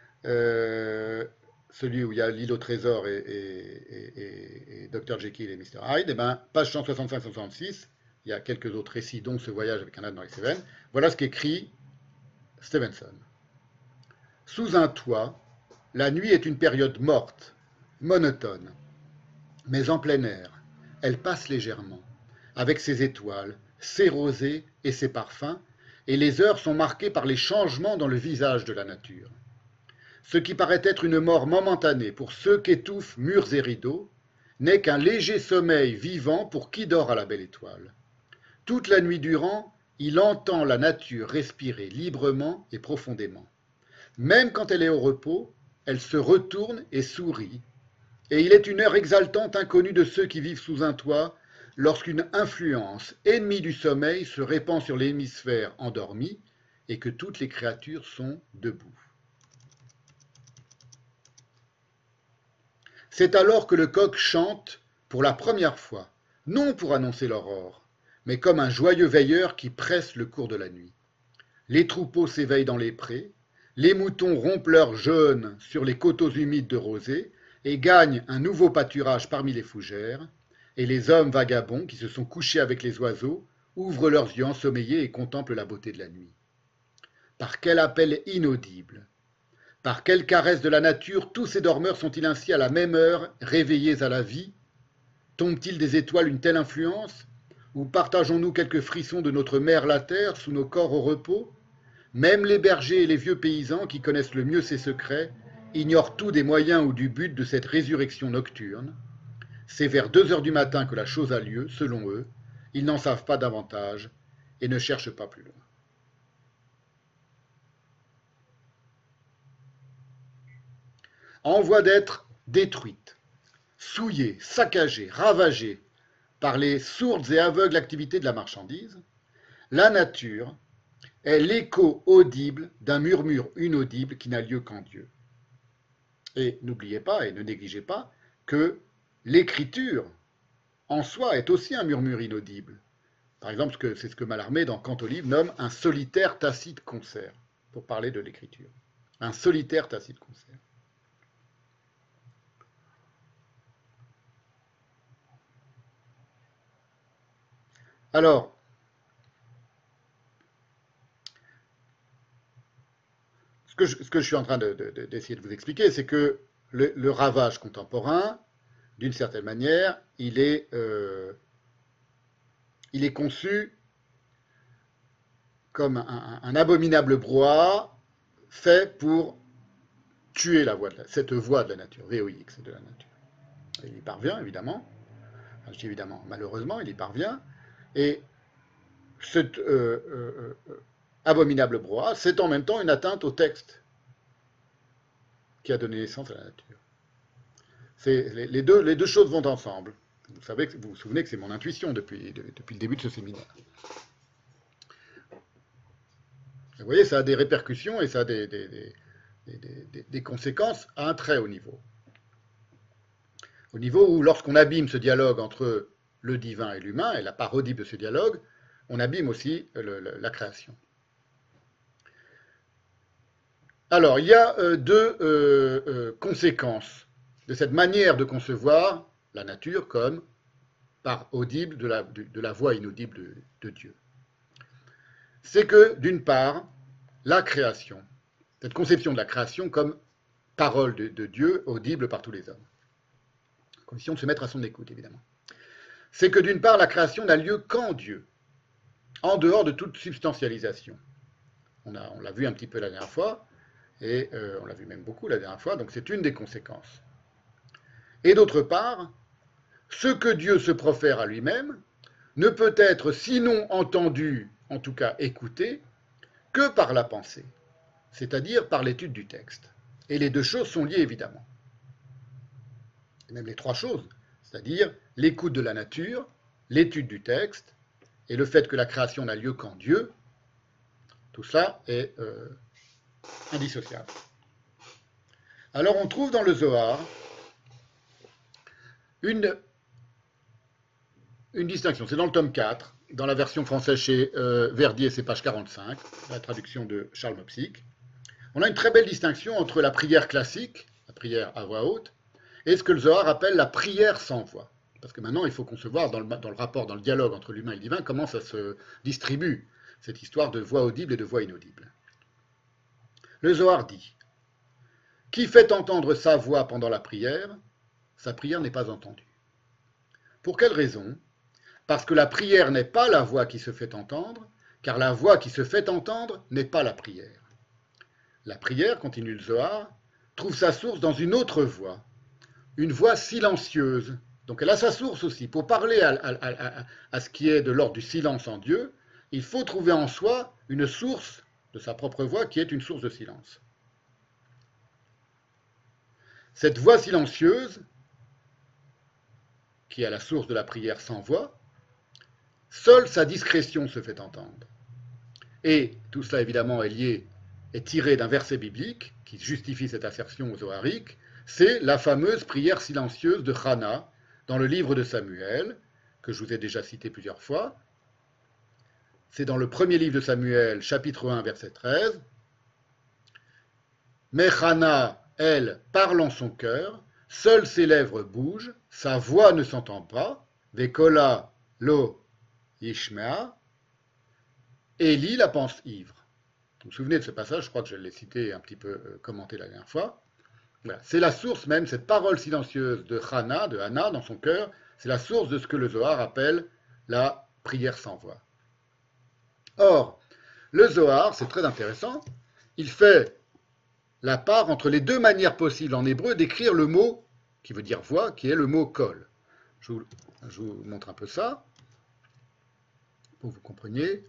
celui où il y a l'île au trésor et Dr. Jekyll et Mr. Hyde, et ben, page 165-166, il y a quelques autres récits, dont ce voyage avec un âne dans les Cévennes. Voilà ce qu'écrit Stevenson. Sous un toit, la nuit est une période morte, monotone, mais en plein air, elle passe légèrement, avec ses étoiles, ses rosées et ses parfums, et les heures sont marquées par les changements dans le visage de la nature. Ce qui paraît être une mort momentanée pour ceux qu'étouffent murs et rideaux, n'est qu'un léger sommeil vivant pour qui dort à la Belle Étoile. Toute la nuit durant, il entend la nature respirer librement et profondément. Même quand elle est au repos, elle se retourne et sourit. Et il est une heure exaltante inconnue de ceux qui vivent sous un toit, lorsqu'une influence ennemie du sommeil se répand sur l'hémisphère endormi et que toutes les créatures sont debout. C'est alors que le coq chante pour la première fois, non pour annoncer l'aurore, mais comme un joyeux veilleur qui presse le cours de la nuit. Les troupeaux s'éveillent dans les prés, les moutons rompent leur jeûne sur les coteaux humides de rosée et gagnent un nouveau pâturage parmi les fougères, et les hommes vagabonds qui se sont couchés avec les oiseaux ouvrent leurs yeux ensommeillés et contemplent la beauté de la nuit. Par quel appel inaudible, par quelle caresse de la nature tous ces dormeurs sont-ils ainsi à la même heure réveillés à la vie? Tombent-ils des étoiles une telle influence? Ou partageons-nous quelques frissons de notre mère la terre sous nos corps au repos? Même les bergers et les vieux paysans qui connaissent le mieux ses secrets ignorent tout des moyens ou du but de cette résurrection nocturne. C'est vers 2 heures du matin que la chose a lieu, selon eux. Ils n'en savent pas davantage et ne cherchent pas plus loin. En voie d'être détruite, souillée, saccagée, ravagée par les sourdes et aveugles activités de la marchandise, la nature est l'écho audible d'un murmure inaudible qui n'a lieu qu'en Dieu. Et n'oubliez pas et ne négligez pas que l'écriture en soi est aussi un murmure inaudible. Par exemple, c'est ce que Mallarmé dans Cantolive nomme un solitaire tacite concert, pour parler de l'écriture. Un solitaire tacite concert. Alors, ce que je suis en train d'essayer de vous expliquer, c'est que le ravage contemporain, d'une certaine manière, il est conçu comme un abominable brouhaha fait pour tuer cette voix de la nature, VOX de la nature. Et il y parvient, évidemment. Enfin, je dis évidemment, malheureusement, il y parvient. Et cet abominable brouhaha, c'est en même temps une atteinte au texte qui a donné naissance à la nature. Les deux choses vont ensemble. Vous vous souvenez que c'est mon intuition depuis le début de ce séminaire. Vous voyez, ça a des répercussions et ça a des conséquences à un très haut niveau. Au niveau où, lorsqu'on abîme ce dialogue entre le divin et l'humain, et la part audible de ce dialogue, on abîme aussi la création. Alors, il y a deux conséquences de cette manière de concevoir la nature comme part audible de la voix inaudible de Dieu. C'est que, d'une part, la création, cette conception de la création comme parole de Dieu audible par tous les hommes, à condition de se mettre à son écoute, évidemment. C'est que, d'une part, la création n'a lieu qu'en Dieu, en dehors de toute substantialisation. On l'a vu un petit peu la dernière fois, et on l'a vu même beaucoup la dernière fois, donc c'est une des conséquences. Et d'autre part, ce que Dieu se profère à lui-même ne peut être sinon entendu en tout cas écouté, que par la pensée, c'est-à-dire par l'étude du texte. Et les deux choses sont liées évidemment. Et même les trois choses, c'est-à-dire l'écoute de la nature, l'étude du texte, et le fait que la création n'a lieu qu'en Dieu, tout cela est indissociable. Alors on trouve dans le Zohar une distinction, c'est dans le tome 4, dans la version française chez Verdier, c'est page 45, la traduction de Charles Mopsic. On a une très belle distinction entre la prière classique, la prière à voix haute, et ce que le Zohar appelle la prière sans voix. Parce que maintenant, il faut concevoir dans le rapport, dans le dialogue entre l'humain et le divin, comment ça se distribue, cette histoire de voix audible et de voix inaudible. Le Zohar dit « Qui fait entendre sa voix pendant la prière, sa prière n'est pas entendue. » Pour quelle raison? Parce que la prière n'est pas la voix qui se fait entendre, car la voix qui se fait entendre n'est pas la prière. La prière, continue le Zohar, trouve sa source dans une autre voix, une voix silencieuse. Donc elle a sa source aussi. Pour parler à ce qui est de l'ordre du silence en Dieu, il faut trouver en soi une source de sa propre voix qui est une source de silence. Cette voix silencieuse, qui est à la source de la prière sans voix, seule sa discrétion se fait entendre. Et tout cela évidemment est tiré d'un verset biblique qui justifie cette assertion zoharique, c'est la fameuse prière silencieuse de Hana dans le livre de Samuel, que je vous ai déjà cité plusieurs fois. C'est dans le premier livre de Samuel, chapitre 1, verset 13. Mais Hana, elle, parle en son cœur, seules ses lèvres bougent, sa voix ne s'entend pas, Vekola lo yishmea, Élie la pense ivre. Vous vous souvenez de ce passage, je crois que je l'ai cité et un petit peu commenté la dernière fois. Voilà. C'est la source même, cette parole silencieuse de Hana dans son cœur, c'est la source de ce que le Zohar appelle la prière sans voix. Or, le Zohar, c'est très intéressant, il fait la part entre les deux manières possibles en hébreu d'écrire le mot qui veut dire voix, qui est le mot kol. Je vous montre un peu ça, pour que vous compreniez.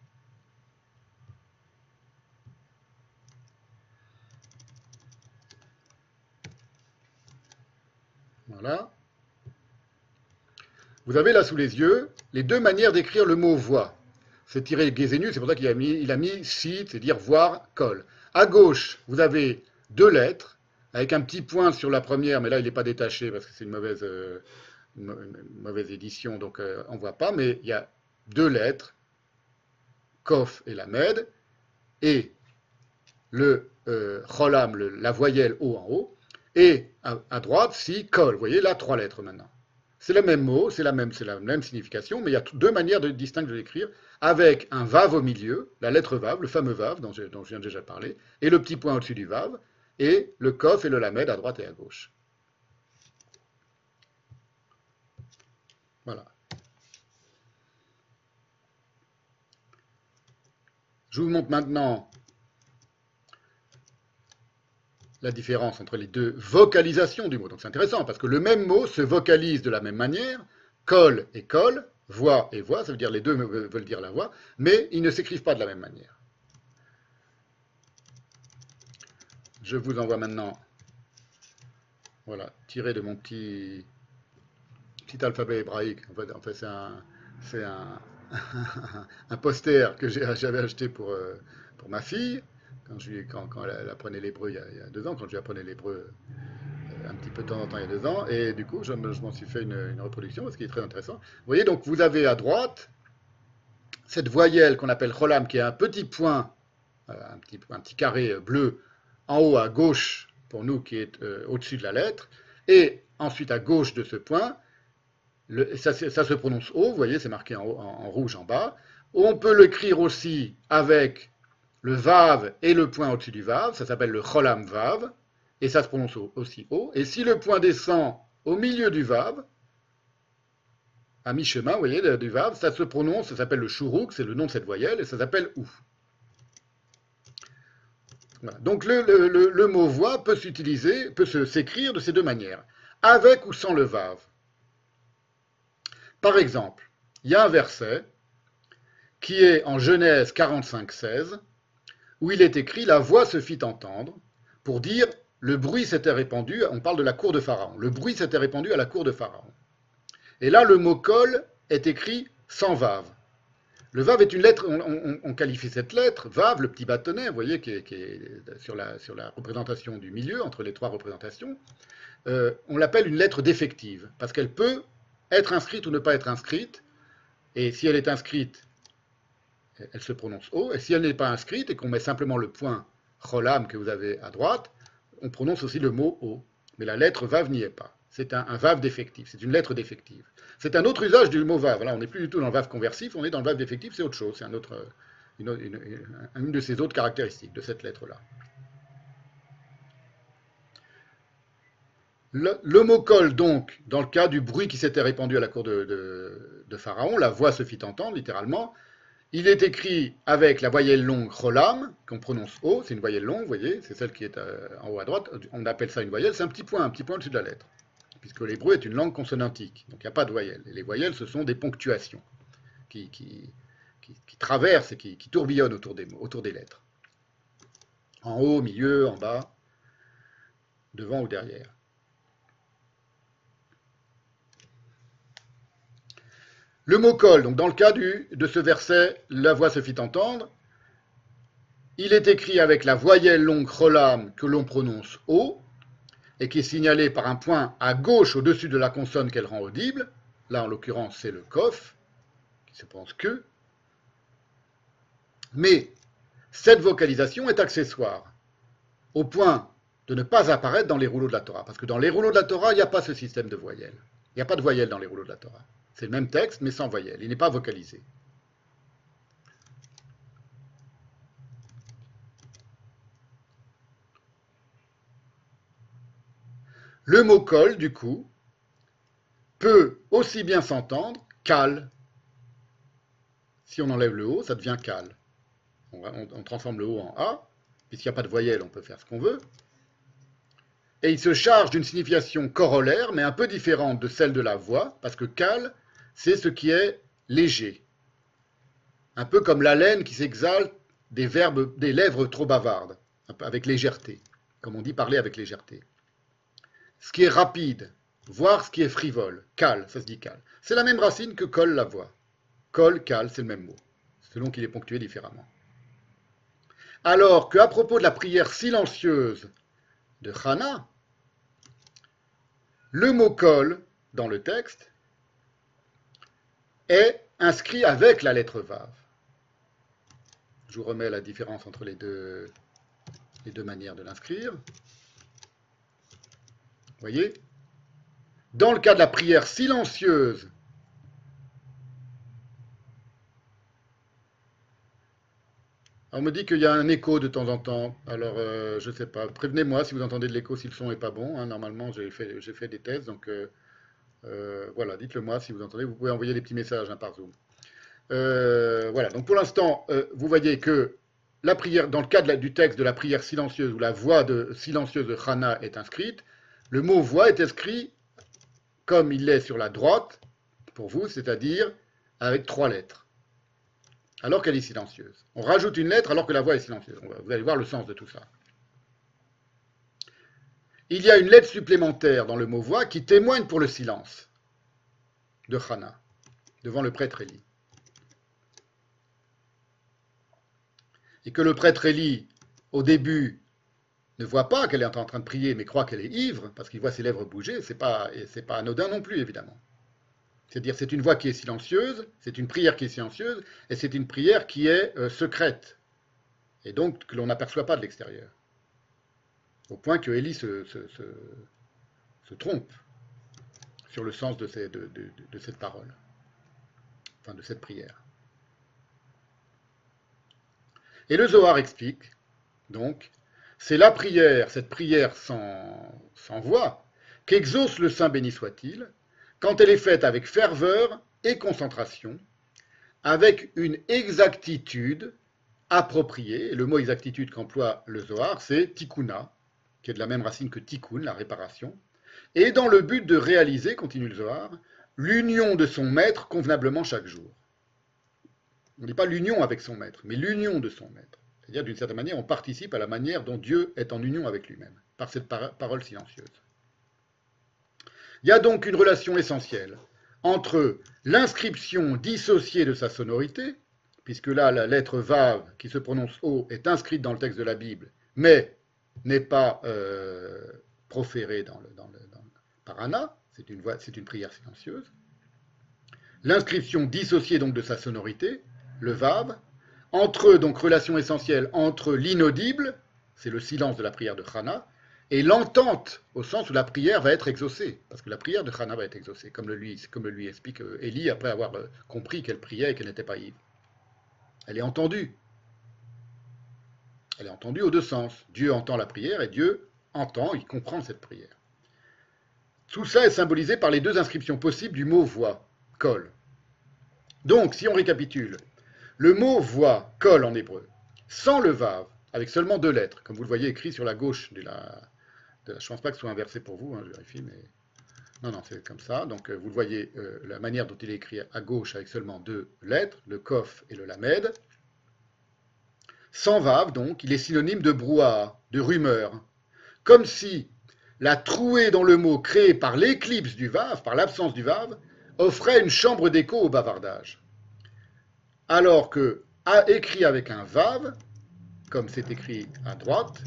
Voilà. Vous avez là sous les yeux les deux manières d'écrire le mot voix. C'est tiré Guézenu, c'est pour ça qu'il a mis shit, c'est-à-dire voir, kol. À gauche, vous avez deux lettres, avec un petit point sur la première, mais là il n'est pas détaché parce que c'est une mauvaise édition, donc on ne voit pas, mais il y a deux lettres, Kof et Lamed, et le Cholam, la voyelle O en haut, et à droite, si, Kol. Vous voyez là, trois lettres maintenant. C'est le même mot, c'est la même signification, mais il y a deux manières distinctes de l'écrire, avec un Vav au milieu, la lettre Vav, le fameux Vav dont je viens déjà de parler, et le petit point au-dessus du Vav, et le Kof et le Lamed à droite et à gauche. Voilà. Je vous montre maintenant la différence entre les deux vocalisations du mot. Donc c'est intéressant parce que le même mot se vocalise de la même manière, kol et kol, voix et voix, ça veut dire les deux veulent dire la voix, mais ils ne s'écrivent pas de la même manière. Je vous envoie maintenant, voilà, tiré de mon petit alphabet hébraïque. En fait c'est un poster que j'avais acheté pour ma fille. Quand elle apprenait l'hébreu il y a 2 ans, quand je lui apprenais l'hébreu un petit peu de temps en temps il y a 2 ans, et du coup je m'en suis fait une reproduction parce qu'il est très intéressant. Vous voyez, donc vous avez à droite cette voyelle qu'on appelle cholam, qui est un petit point, un petit carré bleu en haut à gauche pour nous, qui est au-dessus de la lettre, et ensuite à gauche de ce point, ça se prononce O, vous voyez, c'est marqué en rouge en bas. On peut l'écrire aussi avec le Vav et le point au-dessus du Vav, ça s'appelle le Cholam Vav, et ça se prononce aussi O. Et si le point descend au milieu du Vav, à mi-chemin, vous voyez, du Vav, ça se prononce, ça s'appelle le Shuruk, c'est le nom de cette voyelle, et ça s'appelle OU. Voilà. Donc le mot voix peut s'écrire de ces deux manières, avec ou sans le Vav. Par exemple, il y a un verset qui est en Genèse 45:16, où il est écrit « La voix se fit entendre » pour dire « Le bruit s'était répandu », on parle de la cour de Pharaon, « Le bruit s'était répandu à la cour de Pharaon ». Et là, le mot « kol » est écrit sans vav. Le vav est une lettre, on qualifie cette lettre, vav, le petit bâtonnet, vous voyez, qui est sur la représentation du milieu, entre les trois représentations, on l'appelle une lettre défective, parce qu'elle peut être inscrite ou ne pas être inscrite, et si elle est inscrite, elle se prononce O, et si elle n'est pas inscrite, et qu'on met simplement le point cholam que vous avez à droite, on prononce aussi le mot O, mais la lettre vav n'y est pas. C'est un vav défectif, c'est une lettre défective. C'est un autre usage du mot vav. Là, on n'est plus du tout dans le vav conversif, on est dans le vav défectif, c'est autre chose, c'est une de ces autres caractéristiques de cette lettre-là. Le mot kol, donc, dans le cas du bruit qui s'était répandu à la cour de Pharaon, la voix se fit entendre, littéralement, il est écrit avec la voyelle longue cholam, qu'on prononce O, c'est une voyelle longue, vous voyez, c'est celle qui est en haut à droite, on appelle ça une voyelle, c'est un petit point au-dessus de la lettre, puisque l'hébreu est une langue consonantique, donc il n'y a pas de voyelles. Et les voyelles, ce sont des ponctuations qui traversent et qui tourbillonnent autour des lettres. En haut, au milieu, en bas, devant ou derrière. Le mot kol, donc dans le cas de ce verset, la voix se fit entendre, il est écrit avec la voyelle longue cholam que l'on prononce O, et qui est signalée par un point à gauche au-dessus de la consonne qu'elle rend audible. Là, en l'occurrence, c'est le kof, qui se prononce que. Mais cette vocalisation est accessoire, au point de ne pas apparaître dans les rouleaux de la Torah. Parce que dans les rouleaux de la Torah, il n'y a pas ce système de voyelles. Il n'y a pas de voyelles dans les rouleaux de la Torah. C'est le même texte, mais sans voyelles. Il n'est pas vocalisé. Le mot kol, du coup, peut aussi bien s'entendre kal. Si on enlève le O, ça devient kal. On transforme le O en A, puisqu'il n'y a pas de voyelle, on peut faire ce qu'on veut. Et il se charge d'une signification corollaire, mais un peu différente de celle de la voix, parce que kal, c'est ce qui est léger. Un peu comme l'haleine qui s'exalte des lèvres trop bavardes, avec légèreté, comme on dit parler avec légèreté. Ce qui est rapide, voire ce qui est frivole, kal, ça se dit kal. C'est la même racine que kol, la voix. Kol, kal, c'est le même mot, selon qu'il est ponctué différemment. Alors qu'à propos de la prière silencieuse de Hana, le mot kol, dans le texte, est inscrit avec la lettre vav. Je vous remets la différence entre les deux manières de l'inscrire. Vous voyez? Dans le cas de la prière silencieuse, on me dit qu'il y a un écho de temps en temps. Alors, je ne sais pas. Prévenez-moi si vous entendez de l'écho, si le son n'est pas bon. Hein. Normalement, j'ai fait des tests, donc voilà, dites-le moi si vous entendez. Vous pouvez envoyer des petits messages hein, par Zoom. Voilà, donc pour l'instant, vous voyez que la prière, dans le cas du texte de la prière silencieuse, où la voix silencieuse de Hana est inscrite, le mot voix est inscrit comme il est sur la droite, pour vous, c'est-à-dire avec 3 lettres, alors qu'elle est silencieuse. On rajoute une lettre alors que la voix est silencieuse. Vous allez voir le sens de tout ça. Il y a une lettre supplémentaire dans le mot voix qui témoigne pour le silence de Hana, devant le prêtre Élie. Et que le prêtre Élie, au début, ne voit pas qu'elle est en train de prier, mais croit qu'elle est ivre, parce qu'il voit ses lèvres bouger, c'est pas anodin non plus, évidemment. C'est-à-dire, c'est une voix qui est silencieuse, c'est une prière qui est silencieuse, et c'est une prière qui est secrète, et donc que l'on n'aperçoit pas de l'extérieur. Au point que Élie se trompe sur le sens de cette parole, enfin de cette prière. Et le Zohar explique, donc, c'est la prière, cette prière sans voix, qu'exauce le Saint béni soit-il, quand elle est faite avec ferveur et concentration, avec une exactitude appropriée. Et le mot exactitude qu'emploie le Zohar, c'est tikkuna, qui est de la même racine que tikkun, la réparation, et dans le but de réaliser, continue le Zohar, l'union de son maître convenablement chaque jour. On ne dit pas l'union avec son maître, mais l'union de son maître. C'est-à-dire, d'une certaine manière, on participe à la manière dont Dieu est en union avec lui-même, par cette parole silencieuse. Il y a donc une relation essentielle entre l'inscription dissociée de sa sonorité, puisque là, la lettre Vav, qui se prononce O, est inscrite dans le texte de la Bible, mais n'est pas proférée par Anna, c'est une prière silencieuse. L'inscription dissociée donc de sa sonorité, le Vav, entre eux, donc relation essentielle entre l'inaudible, c'est le silence de la prière de Hana, et l'entente, au sens où la prière va être exaucée, parce que la prière de Hana va être exaucée, comme le lui explique Élie après avoir compris qu'elle priait et qu'elle n'était pas ivre. Elle est entendue. Elle est entendue aux deux sens. Dieu entend la prière et Dieu entend, il comprend cette prière. Tout ça est symbolisé par les deux inscriptions possibles du mot voix, kol. Donc, si on récapitule, le mot voix, kol en hébreu, sans le vav, avec seulement deux lettres, comme vous le voyez écrit sur la gauche de la je ne pense pas que ce soit inversé pour vous, je vérifie, mais non, c'est comme ça. Donc, vous le voyez, la manière dont il est écrit à gauche avec seulement deux lettres, le kof et le lamed. Sans vav, donc, il est synonyme de brouhaha, de rumeur. Comme si la trouée dans le mot créée par l'éclipse du vav, par l'absence du vav, offrait une chambre d'écho au bavardage. Alors que, écrit avec un vav, comme c'est écrit à droite,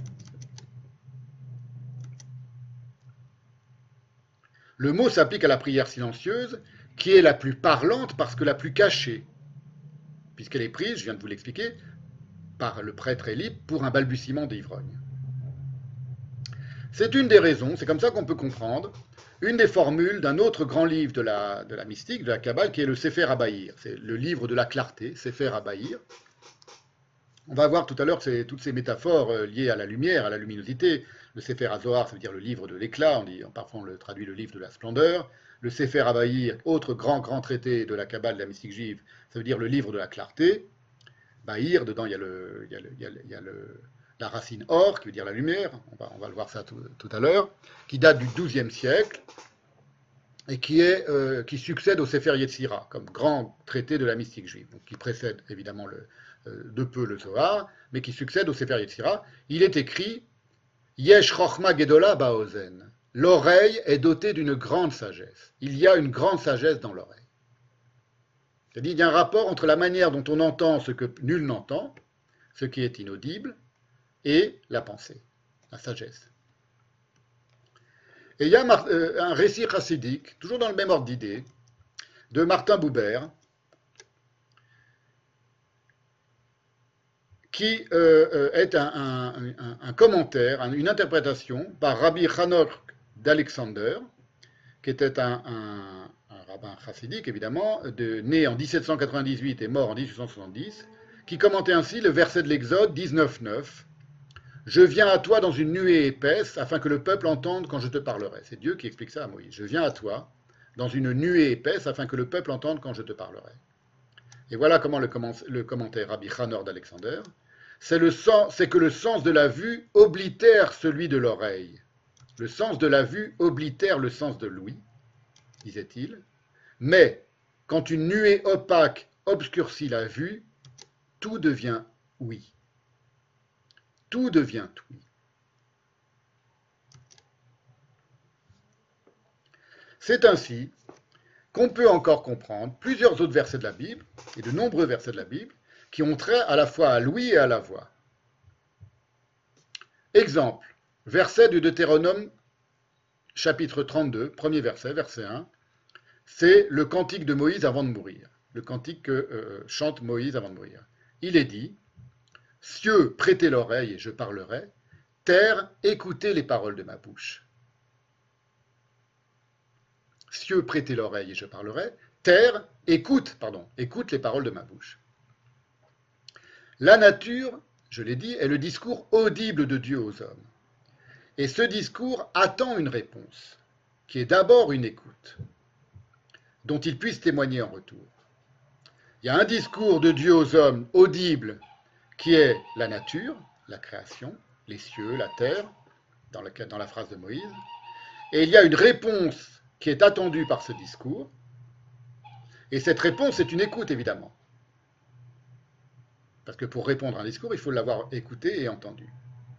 le mot s'applique à la prière silencieuse, qui est la plus parlante parce que la plus cachée, puisqu'elle est prise, je viens de vous l'expliquer, par le prêtre Élie pour un balbutiement d'ivrogne. C'est une des raisons, c'est comme ça qu'on peut comprendre, une des formules d'un autre grand livre de la mystique, de la Kabbale, qui est le Sefer Abaïr. C'est le livre de la clarté, Sefer Abaïr. On va voir tout à l'heure toutes ces métaphores liées à la lumière, à la luminosité. Le Sefer HaZohar, ça veut dire le livre de l'éclat, parfois on le traduit le livre de la splendeur. Le Sefer Abaïr, autre grand traité de la Kabbale, de la mystique juive, ça veut dire le livre de la clarté. Bahir, dedans il y a la racine or, qui veut dire la lumière, on va le voir ça tout à l'heure, qui date du XIIe siècle, et qui succède au Sefer Yetzira, comme grand traité de la mystique juive, donc qui précède évidemment de peu le Zohar, mais qui succède au Sefer Yetzira. Il est écrit Yesh Chochma Gedola Baozen. L'oreille est dotée d'une grande sagesse. Il y a une grande sagesse dans l'oreille. C'est-à-dire qu'il y a un rapport entre la manière dont on entend ce que nul n'entend, ce qui est inaudible, et la pensée, la sagesse. Et il y a un récit chassidique, toujours dans le même ordre d'idée, de Martin Buber, qui est un commentaire, une interprétation par Rabbi Hanok d'Alexander, qui était un rabbin chassidique, évidemment, né en 1798 et mort en 1870, qui commentait ainsi le verset de l'Exode 19.9. « Je viens à toi dans une nuée épaisse, afin que le peuple entende quand je te parlerai. » C'est Dieu qui explique ça à Moïse. « Je viens à toi dans une nuée épaisse, afin que le peuple entende quand je te parlerai. » Et voilà comment le commentait Rabbi Hanor d'Alexander. C'est que le sens de la vue oblitère celui de l'oreille. Le sens de la vue oblitère le sens de l'ouïe, disait-il. Mais quand une nuée opaque obscurcit la vue, tout devient ouïe. Tout devient ouïe. C'est ainsi qu'on peut encore comprendre plusieurs autres versets de la Bible, et de nombreux versets de la Bible, qui ont trait à la fois à l'ouïe et à la voix. Exemple, verset du Deutéronome, chapitre 32, premier verset, verset 1, c'est le cantique de Moïse avant de mourir, le cantique que chante Moïse avant de mourir. Il est dit, « Cieux, prêtez l'oreille et je parlerai, terre, écoutez les paroles de ma bouche. » Cieux, prêtez l'oreille et je parlerai, terre, écoute les paroles de ma bouche. La nature, je l'ai dit, est le discours audible de Dieu aux hommes. Et ce discours attend une réponse, qui est d'abord une écoute, dont ils puissent témoigner en retour. Il y a un discours de Dieu aux hommes audible, qui est la nature, la création, les cieux, la terre, dans la phrase de Moïse. Et il y a une réponse qui est attendue par ce discours. Et cette réponse est une écoute, évidemment. Parce que pour répondre à un discours, il faut l'avoir écouté et entendu.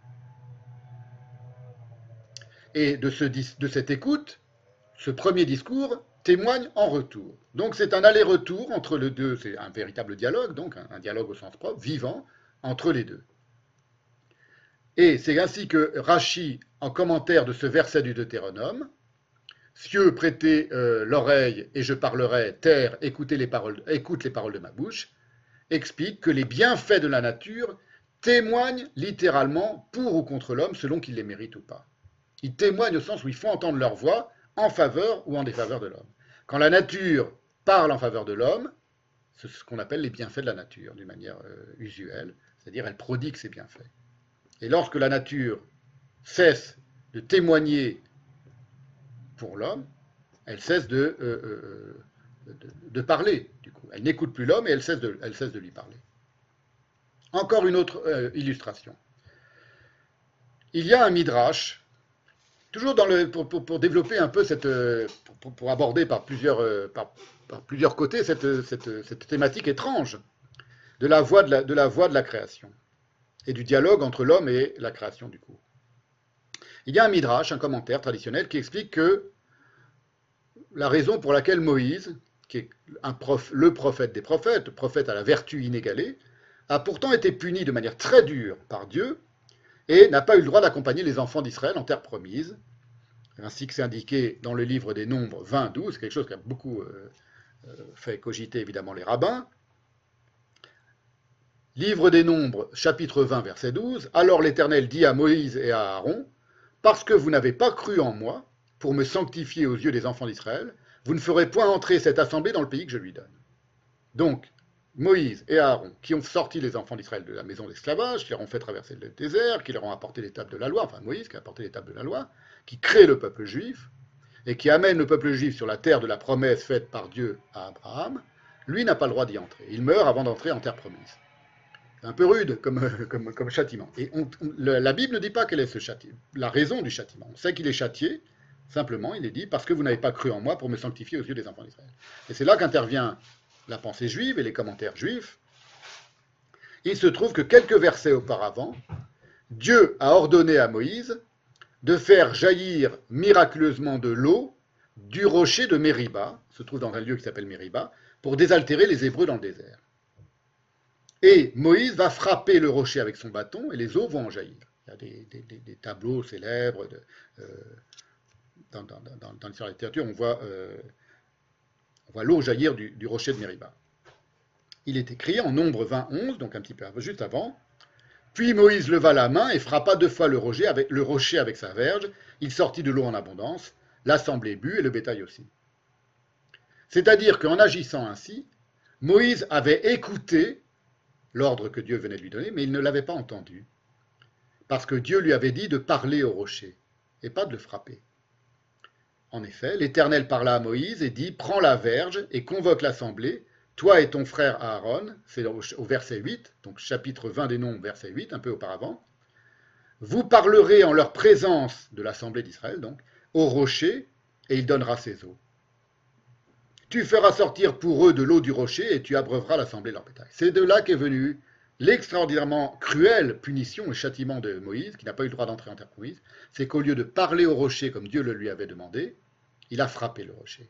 Et de cette écoute, ce premier discours témoigne en retour. Donc c'est un aller-retour entre les deux, c'est un véritable dialogue, donc un dialogue au sens propre, vivant, entre les deux. Et c'est ainsi que Rachi, en commentaire de ce verset du Deutéronome, cieux, prêtez l'oreille et je parlerai, terre, écoute les paroles de ma bouche, explique que les bienfaits de la nature témoignent littéralement pour ou contre l'homme selon qu'il les mérite ou pas. Ils témoignent au sens où ils font entendre leur voix en faveur ou en défaveur de l'homme. Quand la nature parle en faveur de l'homme, c'est ce qu'on appelle les bienfaits de la nature, d'une manière usuelle, c'est-à-dire elle prodigue ses bienfaits. Et lorsque la nature cesse de témoigner pour l'homme, elle cesse de parler, du coup. Elle n'écoute plus l'homme et elle cesse de lui parler. Encore une autre illustration. Il y a un midrash, toujours pour développer un peu pour aborder par plusieurs côtés cette thématique étrange de la voie de la création et du dialogue entre l'homme et la création du coup. Il y a un midrash, un commentaire traditionnel qui explique que la raison pour laquelle Moïse, qui est le prophète des prophètes, prophète à la vertu inégalée, a pourtant été puni de manière très dure par Dieu et n'a pas eu le droit d'accompagner les enfants d'Israël en terre promise, ainsi que c'est indiqué dans le livre des Nombres 20-12, quelque chose qui a beaucoup fait cogiter évidemment les rabbins. Livre des Nombres, chapitre 20, verset 12, « Alors l'Éternel dit à Moïse et à Aaron, « Parce que vous n'avez pas cru en moi, pour me sanctifier aux yeux des enfants d'Israël, vous ne ferez point entrer cette assemblée dans le pays que je lui donne. » Donc, Moïse et Aaron, qui ont sorti les enfants d'Israël de la maison d'esclavage, qui leur ont fait traverser le désert, qui leur ont apporté les tables de la loi, enfin Moïse qui a apporté les tables de la loi, qui crée le peuple juif, et qui amène le peuple juif sur la terre de la promesse faite par Dieu à Abraham, lui n'a pas le droit d'y entrer. Il meurt avant d'entrer en terre promise. C'est un peu rude comme châtiment. Et la Bible ne dit pas quelle est la raison du châtiment. On sait qu'il est châtié, simplement il est dit, parce que vous n'avez pas cru en moi pour me sanctifier aux yeux des enfants d'Israël. Et c'est là qu'intervient la pensée juive et les commentaires juifs. Il se trouve que quelques versets auparavant, Dieu a ordonné à Moïse de faire jaillir miraculeusement de l'eau du rocher de Mériba, se trouve dans un lieu qui s'appelle Mériba, pour désaltérer les Hébreux dans le désert. Et Moïse va frapper le rocher avec son bâton et les eaux vont en jaillir. Il y a des tableaux célèbres. Dans l'histoire de la littérature, on voit l'eau jaillir du rocher de Mériba. Il est écrit en Nombre 20-11, donc un petit peu juste avant. Puis Moïse leva la main et frappa 2 fois le rocher avec sa verge. Il sortit de l'eau en abondance. L'assemblée but et le bétail aussi. C'est-à-dire qu'en agissant ainsi, Moïse avait écouté l'ordre que Dieu venait de lui donner, mais il ne l'avait pas entendu. Parce que Dieu lui avait dit de parler au rocher, et pas de le frapper. En effet, l'Éternel parla à Moïse et dit « Prends la verge et convoque l'assemblée, toi et ton frère Aaron », c'est au verset 8, donc chapitre 20 des Nombres, verset 8, un peu auparavant, « Vous parlerez en leur présence de l'assemblée d'Israël, donc, au rocher, et il donnera ses eaux. Tu feras sortir pour eux de l'eau du rocher et tu abreuveras l'assemblée de leur bétail. » C'est de là qu'est venue l'extraordinairement cruelle punition et châtiment de Moïse, qui n'a pas eu le droit d'entrer en terre promise. C'est qu'au lieu de parler au rocher comme Dieu le lui avait demandé, il a frappé le rocher.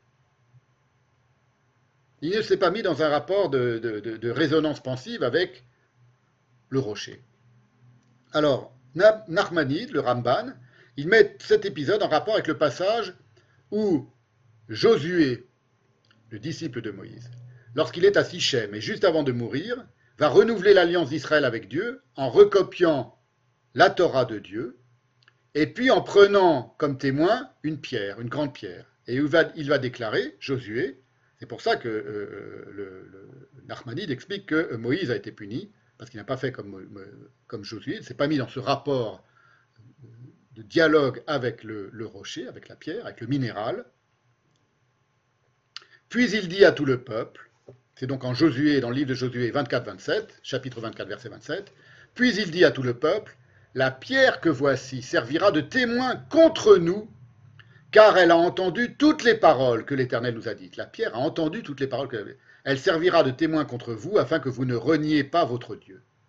Il ne s'est pas mis dans un rapport de résonance pensive avec le rocher. Alors, Nachmanide, le Ramban, il met cet épisode en rapport avec le passage où Josué, le disciple de Moïse, lorsqu'il est à Sichem et juste avant de mourir, va renouveler l'alliance d'Israël avec Dieu en recopiant la Torah de Dieu et puis en prenant comme témoin une pierre, une grande pierre. Et il va déclarer, Josué, c'est pour ça que Nachmanide explique que Moïse a été puni, parce qu'il n'a pas fait comme Josué, il ne s'est pas mis dans ce rapport de dialogue avec le rocher, avec la pierre, avec le minéral. Puis il dit à tout le peuple, c'est donc en Josué, dans le livre de Josué 24-27, chapitre 24, verset 27, puis il dit à tout le peuple, la pierre que voici servira de témoin contre nous, car elle a entendu toutes les paroles que l'Éternel nous a dites. La pierre a entendu toutes les paroles elle servira de témoin contre vous, afin que vous ne reniez pas votre Dieu.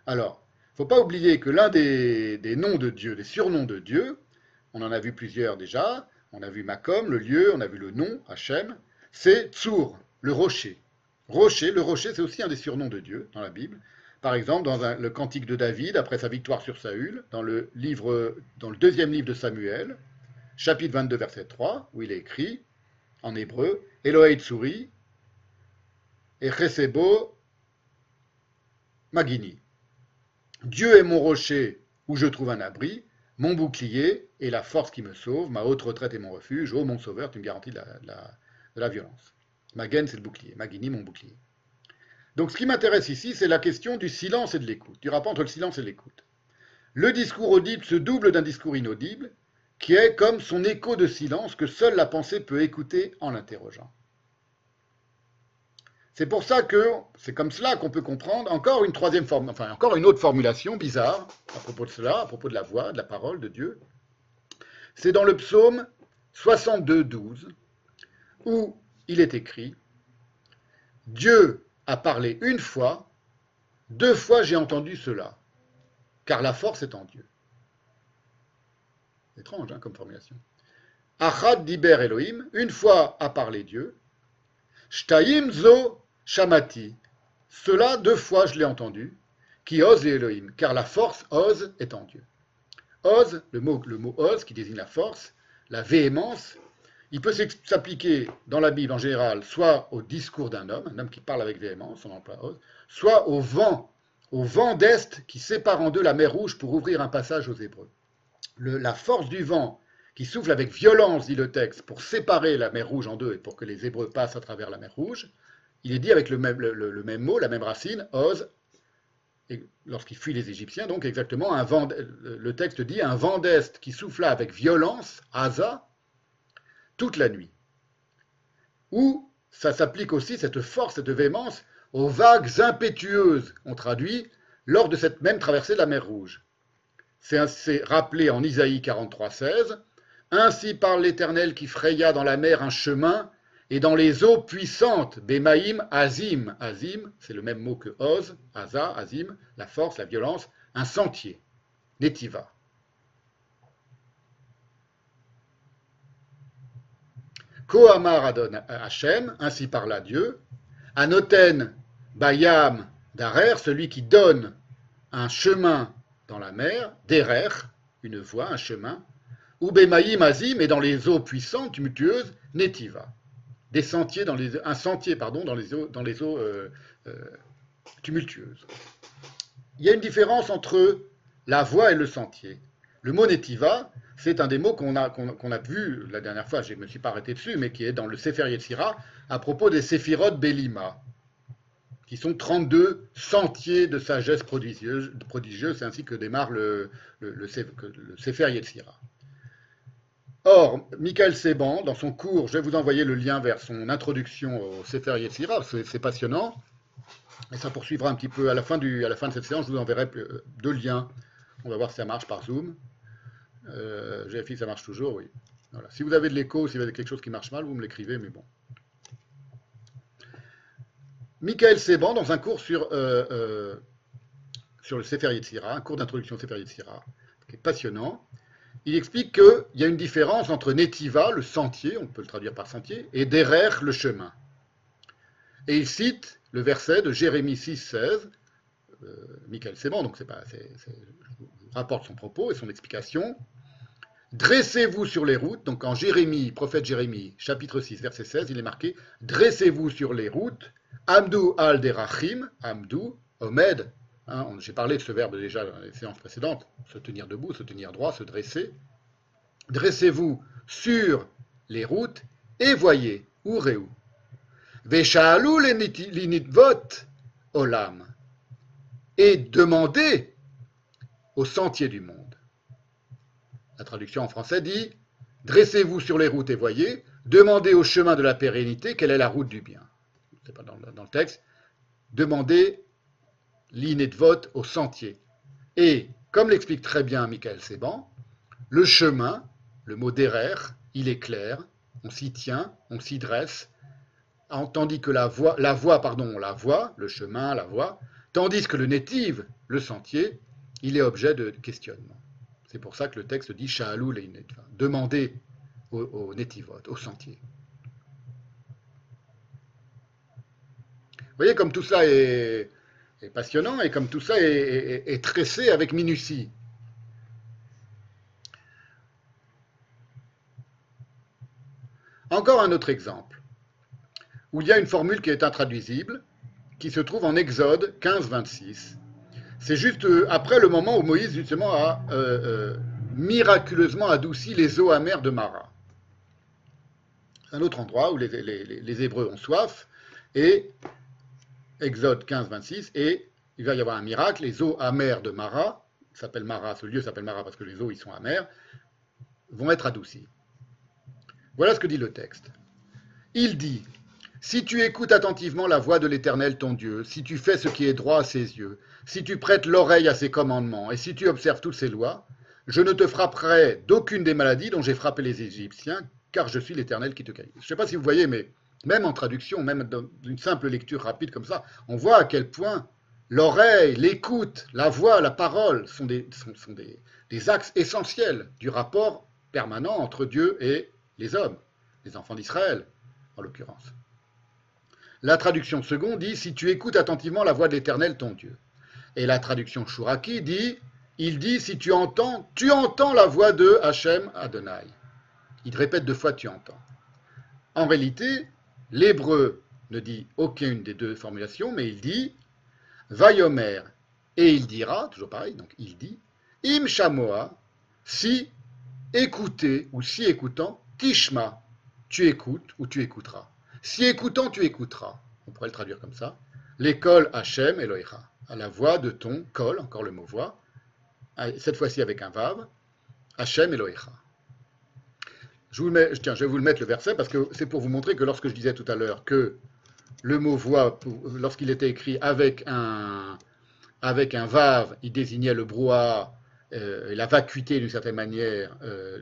Alors, il ne faut pas oublier que l'un des noms de Dieu, des surnoms de Dieu, on en a vu plusieurs déjà, on a vu Makom, le lieu, on a vu le nom, Hachem, c'est Tsour, le rocher. Le rocher, c'est aussi un des surnoms de Dieu dans la Bible. Par exemple, dans le cantique de David, après sa victoire sur Saül, dans le deuxième livre de Samuel, chapitre 22, verset 3, où il est écrit, en hébreu, Elohei Tsuri, et Chesebo Magini. Dieu est mon rocher où je trouve un abri, mon bouclier et la force qui me sauve, ma haute retraite et mon refuge. Ô mon sauveur, tu me garantis de la violence. Magen, c'est le bouclier. Magini, mon bouclier. Donc ce qui m'intéresse ici, c'est la question du silence et de l'écoute, du rapport entre le silence et l'écoute. Le discours audible se double d'un discours inaudible, qui est comme son écho de silence que seule la pensée peut écouter en l'interrogeant. C'est pour ça que c'est comme cela qu'on peut comprendre encore une troisième forme, enfin encore une autre formulation bizarre à propos de cela, à propos de la voix, de la parole de Dieu. C'est dans le psaume 62, 12, où il est écrit « Dieu a parlé une fois, 2 fois j'ai entendu cela, car la force est en Dieu. » Étrange comme formulation. « Achad diber Elohim, une fois a parlé Dieu, Shtayim zo shamati, cela 2 fois je l'ai entendu, qui ose les Elohim, car la force ose est en Dieu. » Ose, le mot ose qui désigne la force, la véhémence, il peut s'appliquer dans la Bible en général, soit au discours d'un homme, un homme qui parle avec véhémence, on emploie ose, soit au vent d'Est qui sépare en deux la mer Rouge pour ouvrir un passage aux Hébreux. La force du vent qui souffle avec violence, dit le texte, pour séparer la mer Rouge en deux et pour que les Hébreux passent à travers la mer Rouge, il est dit avec le même mot, la même racine, ose, lorsqu'il fuit les Égyptiens, donc exactement, le texte dit un vent d'Est qui souffla avec violence, Asa, toute la nuit. Ou ça s'applique aussi, cette force, cette véhémence, aux vagues impétueuses, on traduit, lors de cette même traversée de la mer Rouge. C'est rappelé en Isaïe 43, 16, « Ainsi parle l'Éternel qui fraya dans la mer un chemin, et dans les eaux puissantes, Bemaïm, Azim. » Azim, c'est le même mot que Oz, Asa, Azim, la force, la violence, un sentier, Netiva. Kohamar Adon Hachem, ainsi parla Dieu, Anoten Bayam Darer, celui qui donne un chemin dans la mer, Derer, une voie, un chemin, ou Bemaïm Azim, et dans les eaux puissantes, tumultueuses, Netiva. Un sentier dans les eaux tumultueuses. Il y a une différence entre la voie et le sentier. Le mot Netiva, c'est un des mots qu'on a vu la dernière fois, je ne me suis pas arrêté dessus, mais qui est dans le Sefer Yetzira, à propos des Séphirot Belima, qui sont 32 sentiers de sagesse prodigieuse, c'est ainsi que démarre le Sefer Yetzira. Or, Michael Seban, dans son cours, je vais vous envoyer le lien vers son introduction au Sefer Yetzira, c'est passionnant, et ça poursuivra un petit peu à la fin de cette séance, je vous enverrai 2 liens, on va voir si ça marche par Zoom. Je vérifie que ça marche toujours, oui. Voilà. Si vous avez de l'écho, si vous avez quelque chose qui marche mal, vous me l'écrivez, mais bon. Michael Seban, dans un cours sur le Sefer Yetzira, un cours d'introduction au Sefer Yetzira, qui est passionnant, il explique qu'il y a une différence entre Netiva, le sentier, on peut le traduire par sentier, et Derer, le chemin. Et il cite le verset de Jérémie 6, 16, Michael Seban, donc je vous rapporte son propos et son explication. Dressez-vous sur les routes, donc en Jérémie, prophète Jérémie, chapitre 6, verset 16, il est marqué « Dressez-vous sur les routes, Amdou al-derachim, Amdou, Omed ». J'ai parlé de ce verbe déjà dans les séances précédentes, se tenir debout, se tenir droit, se dresser. Dressez-vous sur les routes et voyez, Uréou. Vesha'alou l'initvot olam. Et demandez au sentier du monde. La traduction en français dit « Dressez-vous sur les routes et voyez, demandez au chemin de la pérennité quelle est la route du bien. » C'est pas dans le texte. Demandez l'inetvot au sentier. Et, comme l'explique très bien Michael Seban, le chemin, le mot derer, il est clair, on s'y tient, on s'y dresse, tandis que la voie, le chemin, la voie, Tandis que le netiv, le sentier, il est objet de questionnement. C'est pour ça que le texte dit Sha'alou le'inetva, demandez au netivot, au sentier. Vous voyez comme tout cela est passionnant et comme tout ça est tressé avec minutie. Encore un autre exemple, où il y a une formule qui est intraduisible, qui se trouve en Exode 15-26. C'est juste après le moment où Moïse justement a miraculeusement adouci les eaux amères de Mara. C'est un autre endroit où les Hébreux ont soif, et Exode 15-26, et il va y avoir un miracle, les eaux amères de Mara, s'appelle Mara, ce lieu s'appelle Mara parce que les eaux y sont amères, vont être adoucies. Voilà ce que dit le texte. Il dit, si tu écoutes attentivement la voix de l'Éternel ton Dieu, si tu fais ce qui est droit à ses yeux, si tu prêtes l'oreille à ses commandements, et si tu observes toutes ses lois, je ne te frapperai d'aucune des maladies dont j'ai frappé les Égyptiens, car je suis l'Éternel qui te guérit. Je ne sais pas si vous voyez, mais même en traduction, même dans une simple lecture rapide comme ça, on voit à quel point l'oreille, l'écoute, la voix, la parole sont des axes essentiels du rapport permanent entre Dieu et les hommes, les enfants d'Israël, en l'occurrence. La traduction seconde dit « Si tu écoutes attentivement la voix de l'Éternel, ton Dieu ». Et la traduction Shuraki dit « Il dit, si tu entends la voix de Hachem Adonai ». Il répète 2 fois « tu entends ». En réalité, l'hébreu ne dit aucune des 2 formulations, mais il dit « Vayomer » et il dira, toujours pareil, donc il dit « Im shamoa » si écouté ou si écoutant, Tishma, tu écoutes ou tu écouteras. Si écoutant, tu écouteras. On pourrait le traduire comme ça. L'école Hachem Elohecha, à la voix de ton kol, encore le mot voix, cette fois-ci avec un vav, Hachem Elohecha. Je vais vous le mettre le verset parce que c'est pour vous montrer que lorsque je disais tout à l'heure que le mot voix, lorsqu'il était écrit avec un vav, il désignait le brouhaha, la vacuité d'une certaine manière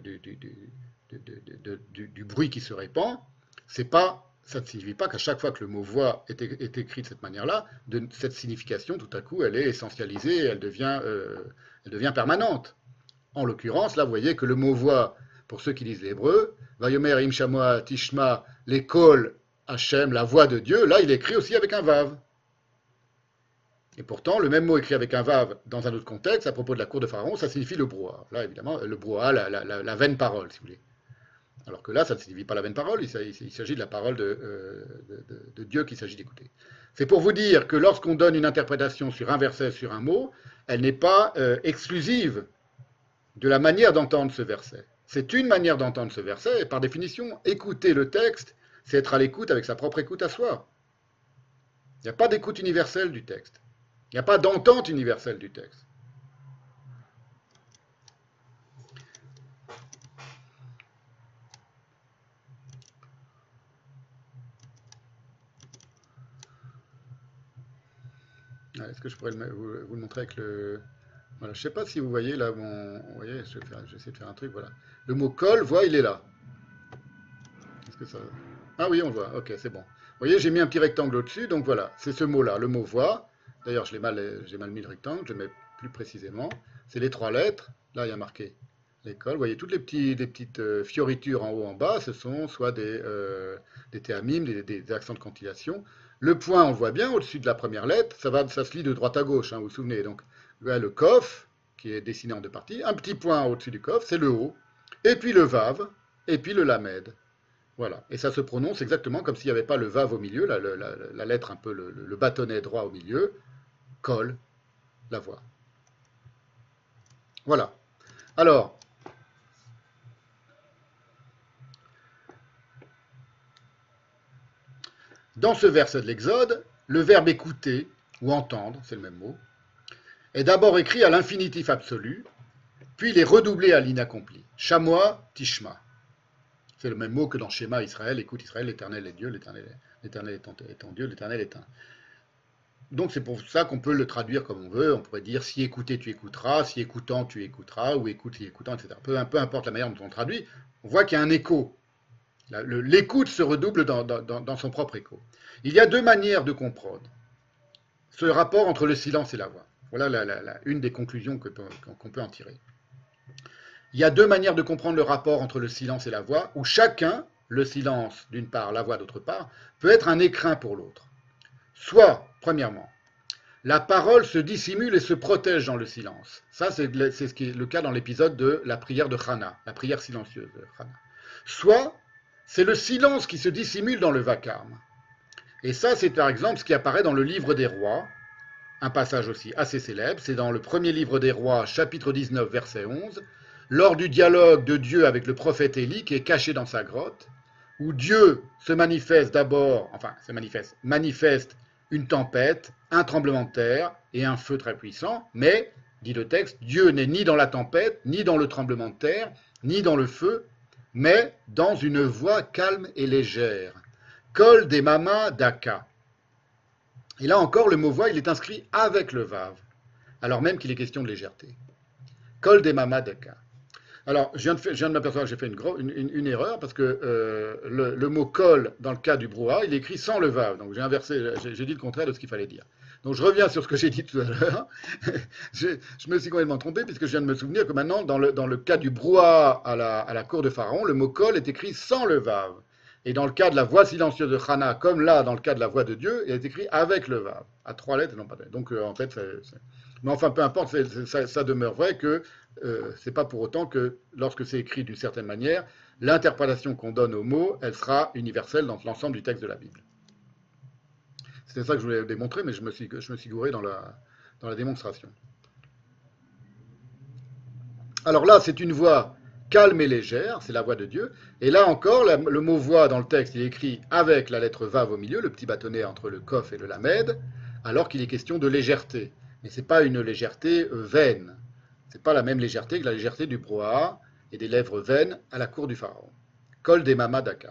du bruit qui se répand, ça ne signifie pas qu'à chaque fois que le mot voix est écrit de cette manière-là, cette signification, tout à coup, elle est essentialisée, elle devient permanente. En l'occurrence, là, vous voyez que le mot voix, pour ceux qui lisent l'hébreu, Vayomer im shamoa tishma, l'école Hachem, la voix de Dieu, là, il est écrit aussi avec un vav. Et pourtant, le même mot écrit avec un vav dans un autre contexte, à propos de la cour de Pharaon, ça signifie le brouhaha. Là, évidemment, le brouhaha, la vaine parole, si vous voulez. Alors que là, ça ne signifie pas la vaine parole, il s'agit de la parole de Dieu qu'il s'agit d'écouter. C'est pour vous dire que lorsqu'on donne une interprétation sur un verset, sur un mot, elle n'est pas exclusive de la manière d'entendre ce verset. C'est une manière d'entendre ce verset, et par définition, écouter le texte, c'est être à l'écoute avec sa propre écoute à soi. Il n'y a pas d'écoute universelle du texte. Il n'y a pas d'entente universelle du texte. Est-ce que je pourrais vous le montrer avec le... Voilà, je ne sais pas si vous voyez là, vous voyez, j'essaie de faire un truc, voilà. Le mot colle, voix, il est là. Est-ce que ça... Ah oui, on le voit, ok, c'est bon. Vous voyez, j'ai mis un petit rectangle au-dessus, donc voilà, c'est ce mot-là, le mot voix. D'ailleurs, j'ai mal mis le rectangle, je le mets plus précisément. C'est les 3 lettres, là il y a marqué l'école. Vous voyez, toutes les petites fioritures en haut, en bas, ce sont soit des théamim, des accents de cantillation. Le point, on le voit bien, au-dessus de la première lettre, ça se lit de droite à gauche, hein, vous vous souvenez. Donc, le kof, qui est dessiné en 2 parties, un petit point au-dessus du kof, c'est le haut, et puis le vav, et puis le lamed. Voilà, et ça se prononce exactement comme s'il n'y avait pas le vav au milieu, la lettre un peu, le bâtonnet droit au milieu, kol, la voix. Voilà. Alors, dans ce verset de l'Exode, le verbe écouter, ou entendre, c'est le même mot, est d'abord écrit à l'infinitif absolu, puis il est redoublé à l'inaccompli. Shamoa, tishma. C'est le même mot que dans Shema Israël, écoute Israël, l'Éternel est Dieu, l'Éternel est en Dieu, l'Éternel est un. Donc c'est pour ça qu'on peut le traduire comme on veut, on pourrait dire si écouter tu écouteras, si écoutant tu écouteras, ou écoute si écoutant, etc. Peu importe la manière dont on traduit, on voit qu'il y a un écho. L'écoute se redouble dans son propre écho. Il y a 2 manières de comprendre ce rapport entre le silence et la voix. Voilà une des conclusions qu'on peut en tirer. Il y a deux manières de comprendre le rapport entre le silence et la voix, où chacun, le silence d'une part, la voix d'autre part, peut être un écrin pour l'autre. Soit, premièrement, la parole se dissimule et se protège dans le silence. Ça, c'est ce qui est le cas dans l'épisode de la prière de Hannah, la prière silencieuse de Hannah. Soit, c'est le silence qui se dissimule dans le vacarme. Et ça, c'est par exemple ce qui apparaît dans le livre des rois, un passage aussi assez célèbre, c'est dans le premier livre des rois, chapitre 19, verset 11, lors du dialogue de Dieu avec le prophète Élie, qui est caché dans sa grotte, où Dieu se manifeste d'abord, manifeste une tempête, un tremblement de terre et un feu très puissant, mais, dit le texte, Dieu n'est ni dans la tempête, ni dans le tremblement de terre, ni dans le feu, mais dans une voix calme et légère. Kol demama daka. Et là encore, le mot voix, il est inscrit avec le vav, alors même qu'il est question de légèreté. Kol demama daka. Alors, je viens de m'apercevoir que j'ai fait une erreur, parce que le mot kol, dans le cas du brouhaha, il est écrit sans le vav. Donc j'ai inversé, j'ai dit le contraire de ce qu'il fallait dire. Donc je reviens sur ce que j'ai dit tout à l'heure. Je me suis complètement trompé, puisque je viens de me souvenir que maintenant, dans le cas du brouhaha à la cour de Pharaon, le mot kol est écrit sans le vav. Et dans le cas de la voix silencieuse de Hannah, comme là, dans le cas de la voix de Dieu, il est écrit avec le vav, à 3 lettres et non pas 2. Donc en fait, mais enfin, peu importe, ça demeure vrai que c'est pas pour autant que, lorsque c'est écrit d'une certaine manière, l'interprétation qu'on donne aux mots, elle sera universelle dans l'ensemble du texte de la Bible. C'était ça que je voulais démontrer, mais je me suis gouré dans la démonstration. Alors là, c'est une voix calme et légère, c'est la voix de Dieu. Et là encore, le mot voix dans le texte, il est écrit avec la lettre vav au milieu, le petit bâtonnet entre le kof et le lamed, alors qu'il est question de légèreté. Mais ce n'est pas une légèreté vaine. Ce n'est pas la même légèreté que la légèreté du brouhaha et des lèvres vaines à la cour du pharaon. Kol demama daka.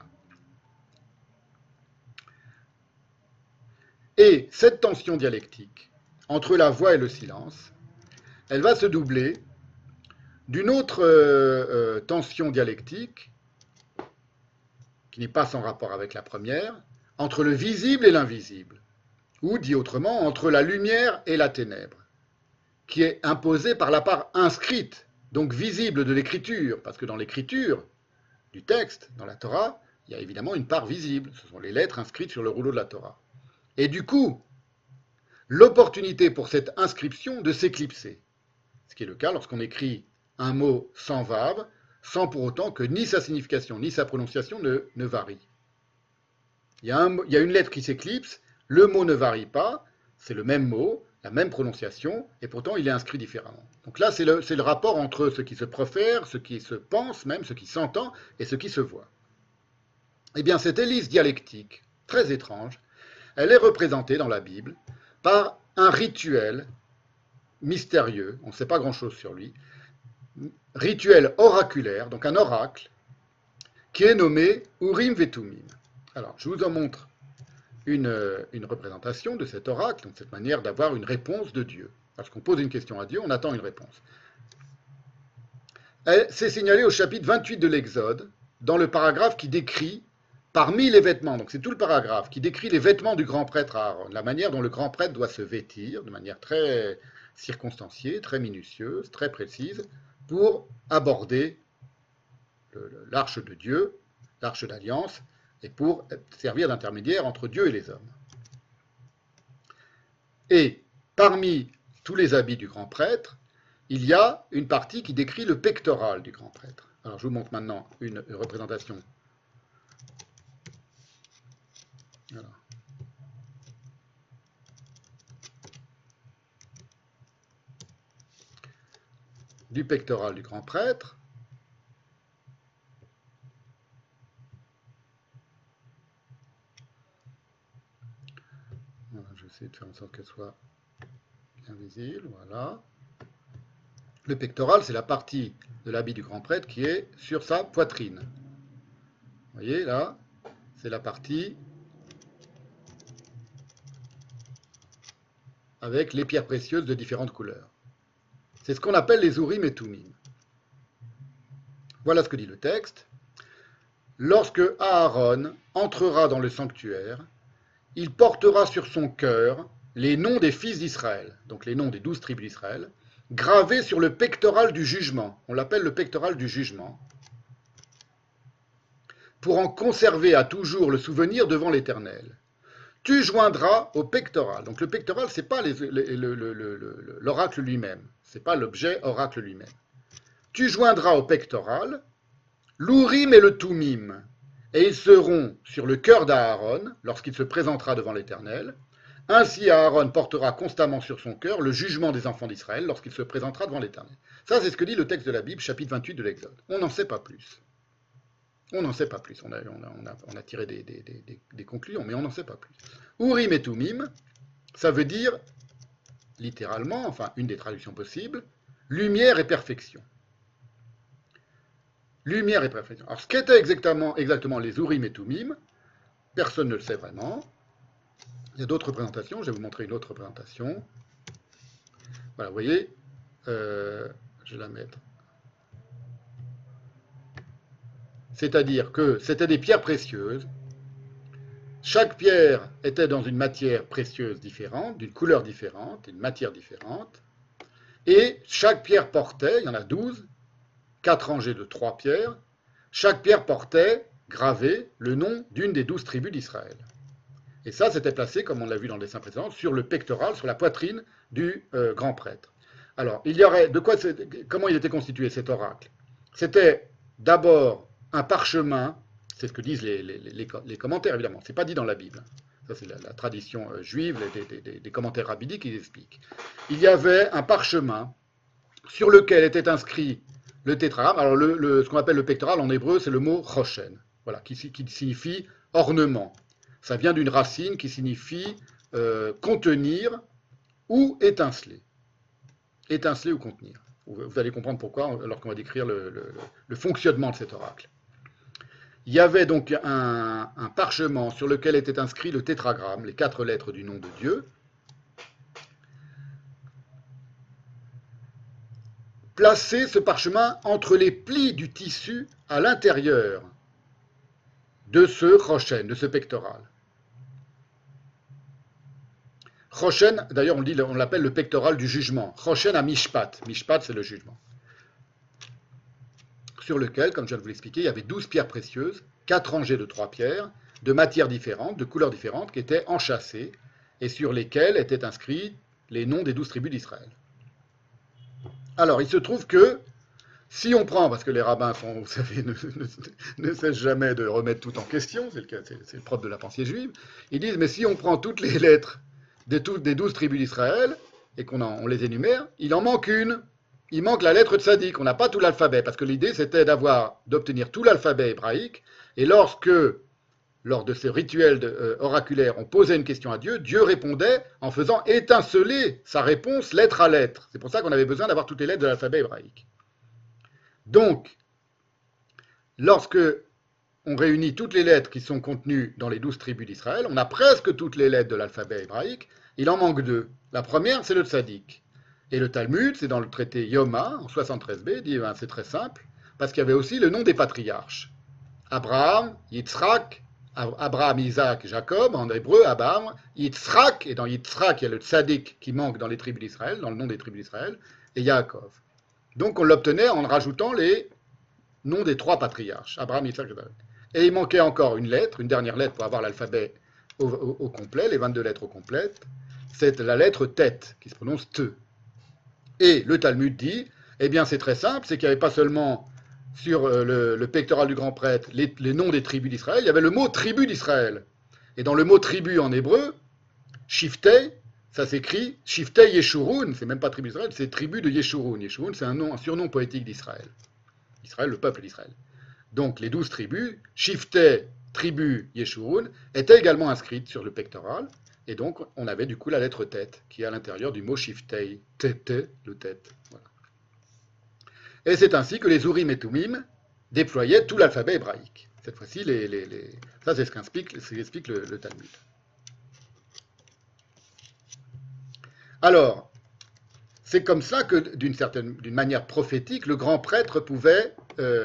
Et cette tension dialectique entre la voix et le silence, elle va se doubler d'une autre tension dialectique, qui n'est pas sans rapport avec la première, entre le visible et l'invisible, ou dit autrement, entre la lumière et la ténèbre, qui est imposée par la part inscrite, donc visible de l'écriture, parce que dans l'écriture du texte, dans la Torah, il y a évidemment une part visible, ce sont les lettres inscrites sur le rouleau de la Torah. Et du coup, l'opportunité pour cette inscription de s'éclipser, ce qui est le cas lorsqu'on écrit un mot sans vav, sans pour autant que ni sa signification ni sa prononciation ne varient. Il y a une lettre qui s'éclipse, le mot ne varie pas, c'est le même mot, la même prononciation, et pourtant il est inscrit différemment. Donc là, c'est le rapport entre ce qui se profère, ce qui se pense, même ce qui s'entend, et ce qui se voit. Eh bien, cette hélice dialectique, très étrange, elle est représentée dans la Bible par un rituel mystérieux, on ne sait pas grand-chose sur lui, rituel oraculaire, donc un oracle, qui est nommé Urim Vetumim. Alors, je vous en montre une représentation de cet oracle, donc cette manière d'avoir une réponse de Dieu. Lorsqu'on pose une question à Dieu, on attend une réponse. C'est signalé au chapitre 28 de l'Exode, dans le paragraphe qui décrit, parmi les vêtements, donc c'est tout le paragraphe, qui décrit les vêtements du grand prêtre Aaron, la manière dont le grand prêtre doit se vêtir, de manière très circonstanciée, très minutieuse, très précise, pour aborder l'arche de Dieu, l'arche d'alliance, et pour servir d'intermédiaire entre Dieu et les hommes. Et parmi tous les habits du grand prêtre, il y a une partie qui décrit le pectoral du grand prêtre. Alors je vous montre maintenant une représentation. Voilà. Du pectoral du grand prêtre. Voilà, je vais essayer de faire en sorte qu'elle soit bien visible. Voilà. Le pectoral, c'est la partie de l'habit du grand prêtre qui est sur sa poitrine. Vous voyez, là, c'est la partie avec les pierres précieuses de différentes couleurs. C'est ce qu'on appelle les Urim et Tumim. Voilà ce que dit le texte. Lorsque Aaron entrera dans le sanctuaire, il portera sur son cœur les noms des fils d'Israël, donc les noms des 12 tribus d'Israël, gravés sur le pectoral du jugement. On l'appelle le pectoral du jugement. Pour en conserver à toujours le souvenir devant l'Éternel. Tu joindras au pectoral. Donc le pectoral, ce n'est pas l'oracle lui-même. Ce n'est pas l'objet oracle lui-même. Tu joindras au pectoral l'Urim et le Tumim. Et ils seront sur le cœur d'Aaron lorsqu'il se présentera devant l'Éternel. Ainsi Aaron portera constamment sur son cœur le jugement des enfants d'Israël lorsqu'il se présentera devant l'Éternel. Ça, c'est ce que dit le texte de la Bible, chapitre 28 de l'Exode. On n'en sait pas plus. On n'en sait pas plus. On a tiré des conclusions, mais on n'en sait pas plus. Urim et Tumim, ça veut dire, littéralement, enfin, une des traductions possibles, lumière et perfection. Lumière et perfection. Alors, ce qu'étaient exactement les Urim et Tumim, personne ne le sait vraiment. Il y a d'autres représentations. Je vais vous montrer une autre représentation. Voilà, vous voyez, je vais la mettre. C'est-à-dire que c'était des pierres précieuses. Chaque pierre était dans une matière précieuse différente, d'une couleur différente, d'une matière différente. Et chaque pierre portait, il y en a 12, 4 rangées de 3 pierres. Chaque pierre portait, gravé, le nom d'une des 12 tribus d'Israël. Et ça, c'était placé, comme on l'a vu dans le dessin précédent, sur le pectoral, sur la poitrine du grand prêtre. Alors, comment il était constitué cet oracle? C'était d'abord un parchemin, c'est ce que disent les commentaires, évidemment, c'est pas dit dans la Bible. Ça, c'est la tradition juive, des commentaires rabbiniques qui expliquent. Il y avait un parchemin sur lequel était inscrit le tétragramme. Alors, ce qu'on appelle le pectoral en hébreu, c'est le mot choshen, voilà, qui signifie ornement. Ça vient d'une racine qui signifie contenir ou étinceler. Étinceler ou contenir. Vous allez comprendre pourquoi lorsqu'on va décrire le fonctionnement de cet oracle. Il y avait donc un parchemin sur lequel était inscrit le tétragramme, les 4 lettres du nom de Dieu. Placez ce parchemin entre les plis du tissu à l'intérieur de ce choshen, de ce pectoral. Choshen, d'ailleurs on l'appelle le pectoral du jugement. Choshen à mishpat. Mishpat, c'est le jugement. Sur lequel, comme je viens de vous l'expliquer, il y avait 12 pierres précieuses, 4 rangées de 3 pierres, de matières différentes, de couleurs différentes, qui étaient enchâssées, et sur lesquelles étaient inscrits les noms des 12 tribus d'Israël. Alors, il se trouve que, si on prend, parce que les rabbins sont, vous savez, ne cessent jamais de remettre tout en question, c'est le propre de la pensée juive, ils disent, mais si on prend toutes les lettres des 12 tribus d'Israël, et qu'on les énumère, il en manque une. Il manque la lettre tzaddik, on n'a pas tout l'alphabet, parce que l'idée c'était d'obtenir tout l'alphabet hébraïque, et lors de ce rituel oraculaire, on posait une question à Dieu, Dieu répondait en faisant étinceler sa réponse lettre à lettre. C'est pour ça qu'on avait besoin d'avoir toutes les lettres de l'alphabet hébraïque. Donc, lorsque on réunit toutes les lettres qui sont contenues dans les 12 tribus d'Israël, on a presque toutes les lettres de l'alphabet hébraïque, il en manque 2. La première, c'est le tzaddik. Et le Talmud, c'est dans le traité Yoma, en 73b, dit c'est très simple, parce qu'il y avait aussi le nom des patriarches. Abraham, Yitzhak, Isaac, Jacob, en hébreu, Abraham, Yitzhak, et dans Yitzhak, il y a le tzaddik qui manque dans les tribus d'Israël, dans le nom des tribus d'Israël, et Yaakov. Donc on l'obtenait en rajoutant les noms des 3 patriarches, Abraham, Yitzhak, Jacob. Et il manquait encore une lettre, une dernière lettre pour avoir l'alphabet au complet, les 22 lettres au complet, c'est la lettre Tet, qui se prononce Te. Et le Talmud dit, eh bien c'est très simple, c'est qu'il n'y avait pas seulement sur le pectoral du grand prêtre les noms des tribus d'Israël, il y avait le mot tribu d'Israël. Et dans le mot tribu en hébreu, Shiftei, ça s'écrit Shiftei Yeshurun, c'est même pas tribu d'Israël, c'est tribu de Yeshurun. Yeshurun, c'est un surnom poétique d'Israël. Israël, le peuple d'Israël. Donc les 12 tribus, Shiftei, tribu Yeshurun, étaient également inscrites sur le pectoral. Et donc, on avait du coup la lettre tête, qui est à l'intérieur du mot shiftei, tete, le tête. Voilà. Et c'est ainsi que les Urim et Tumim déployaient tout l'alphabet hébraïque. Cette fois-ci, ça c'est ce qu'explique le Talmud. Alors, c'est comme ça que, d'une manière prophétique, le grand prêtre pouvait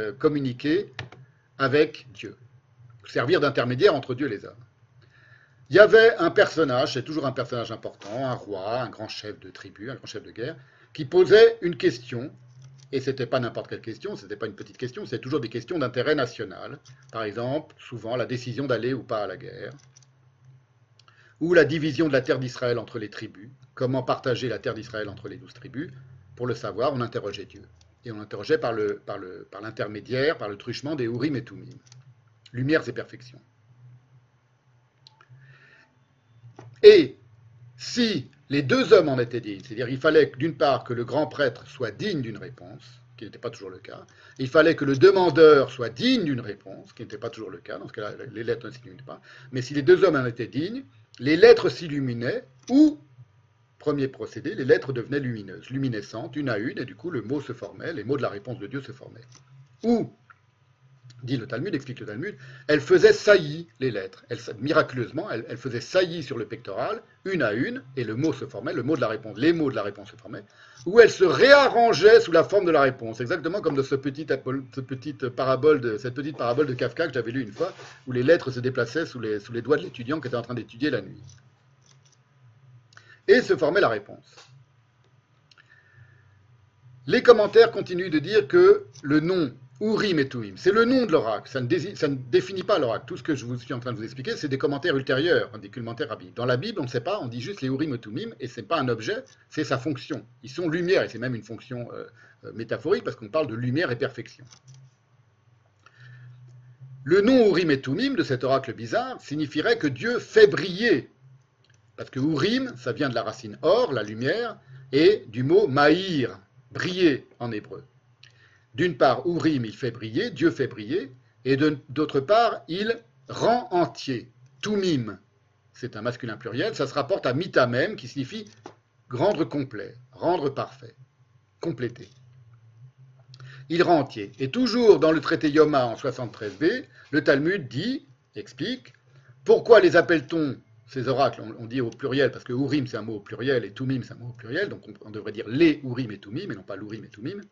communiquer avec Dieu, servir d'intermédiaire entre Dieu et les hommes. Il y avait un personnage, c'est toujours un personnage important, un roi, un grand chef de tribu, un grand chef de guerre, qui posait une question, et ce n'était pas n'importe quelle question, ce n'était pas une petite question, c'était toujours des questions d'intérêt national. Par exemple, souvent la décision d'aller ou pas à la guerre, ou la division de la terre d'Israël entre les tribus, comment partager la terre d'Israël entre les 12 tribus. Pour le savoir, on interrogeait Dieu. Et on interrogeait par l'intermédiaire, par le truchement des Urim et Tumim. Lumières et perfections. Et si les deux hommes en étaient dignes, c'est-à-dire il fallait d'une part que le grand prêtre soit digne d'une réponse, ce qui n'était pas toujours le cas, il fallait que le demandeur soit digne d'une réponse, ce qui n'était pas toujours le cas, dans ce cas-là les lettres ne s'illuminaient pas, mais si les deux hommes en étaient dignes, les lettres s'illuminaient, ou, premier procédé, les lettres devenaient lumineuses, luminescentes, une à une, et du coup le mot se formait, les mots de la réponse de Dieu se formaient. Ou, dit le Talmud, explique le Talmud, elle faisait saillie les lettres. Miraculeusement, elle faisait saillie sur le pectoral, une à une, et le mot se formait, le mot de la réponse, les mots de la réponse se formaient, ou elle se réarrangeait sous la forme de la réponse, exactement comme dans cette petite parabole de Kafka que j'avais lue une fois, où les lettres se déplaçaient sous les doigts de l'étudiant qui était en train d'étudier la nuit. Et se formait la réponse. Les commentaires continuent de dire que le nom Urim et Tumim, c'est le nom de l'oracle, ça ne définit pas l'oracle. Tout ce que je vous suis en train de vous expliquer, c'est des commentaires ultérieurs, des commentaires rabbiniques. Dans la Bible, on ne sait pas, on dit juste les Urim et Tumim, et ce n'est pas un objet, c'est sa fonction. Ils sont lumière, et c'est même une fonction métaphorique, parce qu'on parle de lumière et perfection. Le nom Urim et Tumim de cet oracle bizarre signifierait que Dieu fait briller, parce que Urim, ça vient de la racine or, la lumière, et du mot maïr, briller en hébreu. D'une part, Urim, il fait briller, Dieu fait briller, et d'autre part, il rend entier. Tumim, c'est un masculin pluriel, ça se rapporte à mitamem, qui signifie rendre complet, rendre parfait, compléter. Il rend entier. Et toujours dans le traité Yoma en 73b, le Talmud dit, explique, pourquoi les appelle-t-on ces oracles, on dit au pluriel, parce que Urim c'est un mot au pluriel, et Tumim c'est un mot au pluriel, donc on devrait dire les Urim et Tumim, et non pas l'Urim et Tumim.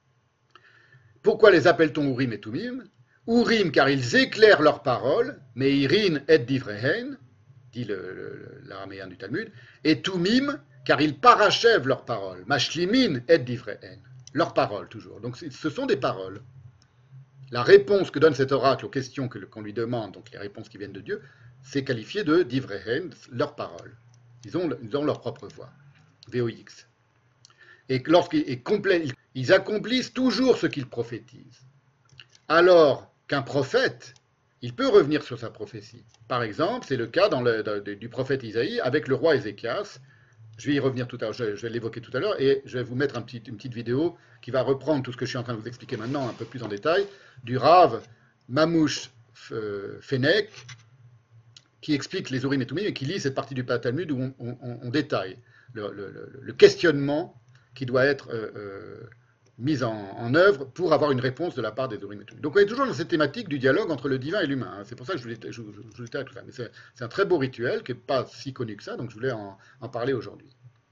Pourquoi les appelle-t-on Urim et Tumim? Urim, car ils éclairent leurs paroles, mais Irin et Divrehen, dit l'araméen du Talmud, et Tumim, car ils parachèvent leurs paroles, Mashlimin et Divrehen, leurs paroles toujours. Donc ce sont des paroles. La réponse que donne cet oracle aux questions qu'on lui demande, donc les réponses qui viennent de Dieu, c'est qualifié de Divrehen, leurs paroles. Ils ont leur propre voix, VOX. Et ils accomplissent toujours ce qu'ils prophétisent. Alors qu'un prophète, il peut revenir sur sa prophétie. Par exemple, c'est le cas du prophète Isaïe avec le roi Ézéchias. Je vais y revenir tout à l'heure, je vais l'évoquer tout à l'heure, et je vais vous mettre une petite vidéo qui va reprendre tout ce que je suis en train de vous expliquer maintenant un peu plus en détail, du Rav Mamouche Fenech, qui explique les Urim et Tumim et qui lit cette partie du Talmud où on détaille le questionnement qui doit être mise en œuvre pour avoir une réponse de la part des Urim et Tumim. Donc on est toujours dans cette thématique du dialogue entre le divin et l'humain. Hein. C'est pour ça que je voulais tout ça. Mais c'est un très beau rituel qui n'est pas si connu que ça, donc je voulais en parler aujourd'hui.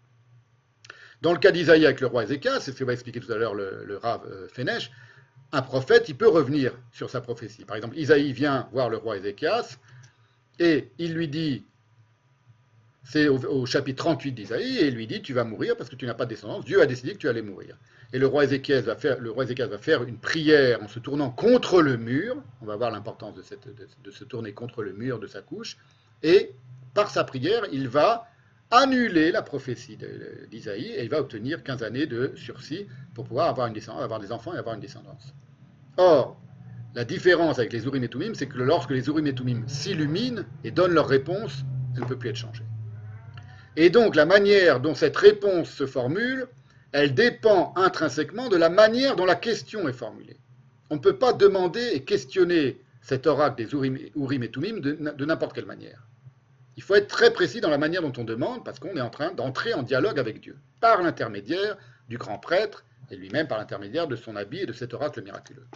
Dans le cas d'Isaïe avec le roi Ézéchias, c'est ce que va expliquer tout à l'heure le Rav Fenech, un prophète, il peut revenir sur sa prophétie. Par exemple, Isaïe vient voir le roi Ézéchias et il lui dit, c'est au chapitre 38 d'Isaïe, et il lui dit, tu vas mourir parce que tu n'as pas de descendance, Dieu a décidé que tu allais mourir. Et le roi Ézéchias va faire une prière en se tournant contre le mur, on va voir l'importance de se tourner contre le mur de sa couche, et par sa prière, il va annuler la prophétie d'Isaïe, et il va obtenir 15 années de sursis pour pouvoir avoir des enfants et avoir une descendance. Or, la différence avec les Urim et Tumim, c'est que lorsque les Urim et Tumim s'illuminent et donnent leur réponse, elle ne peut plus être changée. Et donc, la manière dont cette réponse se formule, elle dépend intrinsèquement de la manière dont la question est formulée. On ne peut pas demander et questionner cet oracle des Urim et Tumim de n'importe quelle manière. Il faut être très précis dans la manière dont on demande, parce qu'on est en train d'entrer en dialogue avec Dieu, par l'intermédiaire du grand prêtre, et lui-même par l'intermédiaire de son habit et de cet oracle miraculeux.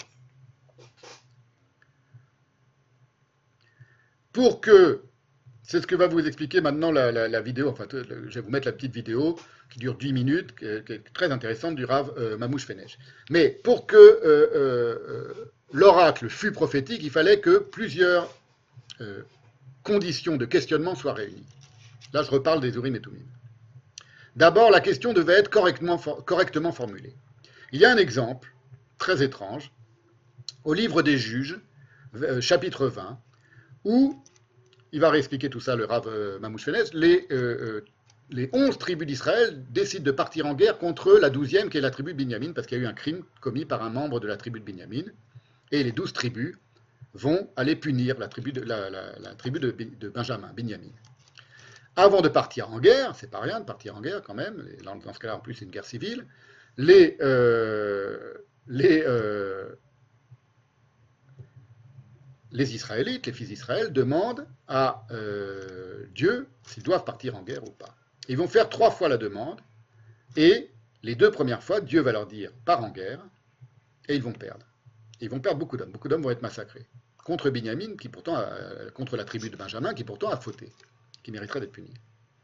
Pour que, c'est ce que va vous expliquer maintenant la vidéo, enfin je vais vous mettre la petite vidéo qui dure 10 minutes, qui est très intéressante, du Rav Mamouche Fenech. Mais pour que l'oracle fût prophétique, il fallait que plusieurs conditions de questionnement soient réunies. Là, je reparle des Urim et Tumim. D'abord, la question devait être correctement formulée. Il y a un exemple très étrange au livre des Juges, chapitre 20, où il va réexpliquer tout ça, le Rav Mamouche Fenech, les 11 tribus d'Israël décident de partir en guerre contre la 12e, qui est la tribu de Binyamin, parce qu'il y a eu un crime commis par un membre de la tribu de Binyamin, et les 12 tribus vont aller punir la tribu de Benjamin, Binyamin. Avant de partir en guerre, c'est pas rien de partir en guerre quand même, dans ce cas-là en plus c'est une guerre civile, les Israélites, les fils d'Israël, demandent à Dieu s'ils doivent partir en guerre ou pas. Ils vont faire 3 fois la demande, et les 2 premières fois, Dieu va leur dire « pars en guerre », et ils vont perdre. Ils vont perdre beaucoup d'hommes vont être massacrés, contre Binyamin, contre la tribu de Benjamin, qui pourtant a fauté, qui mériterait d'être puni.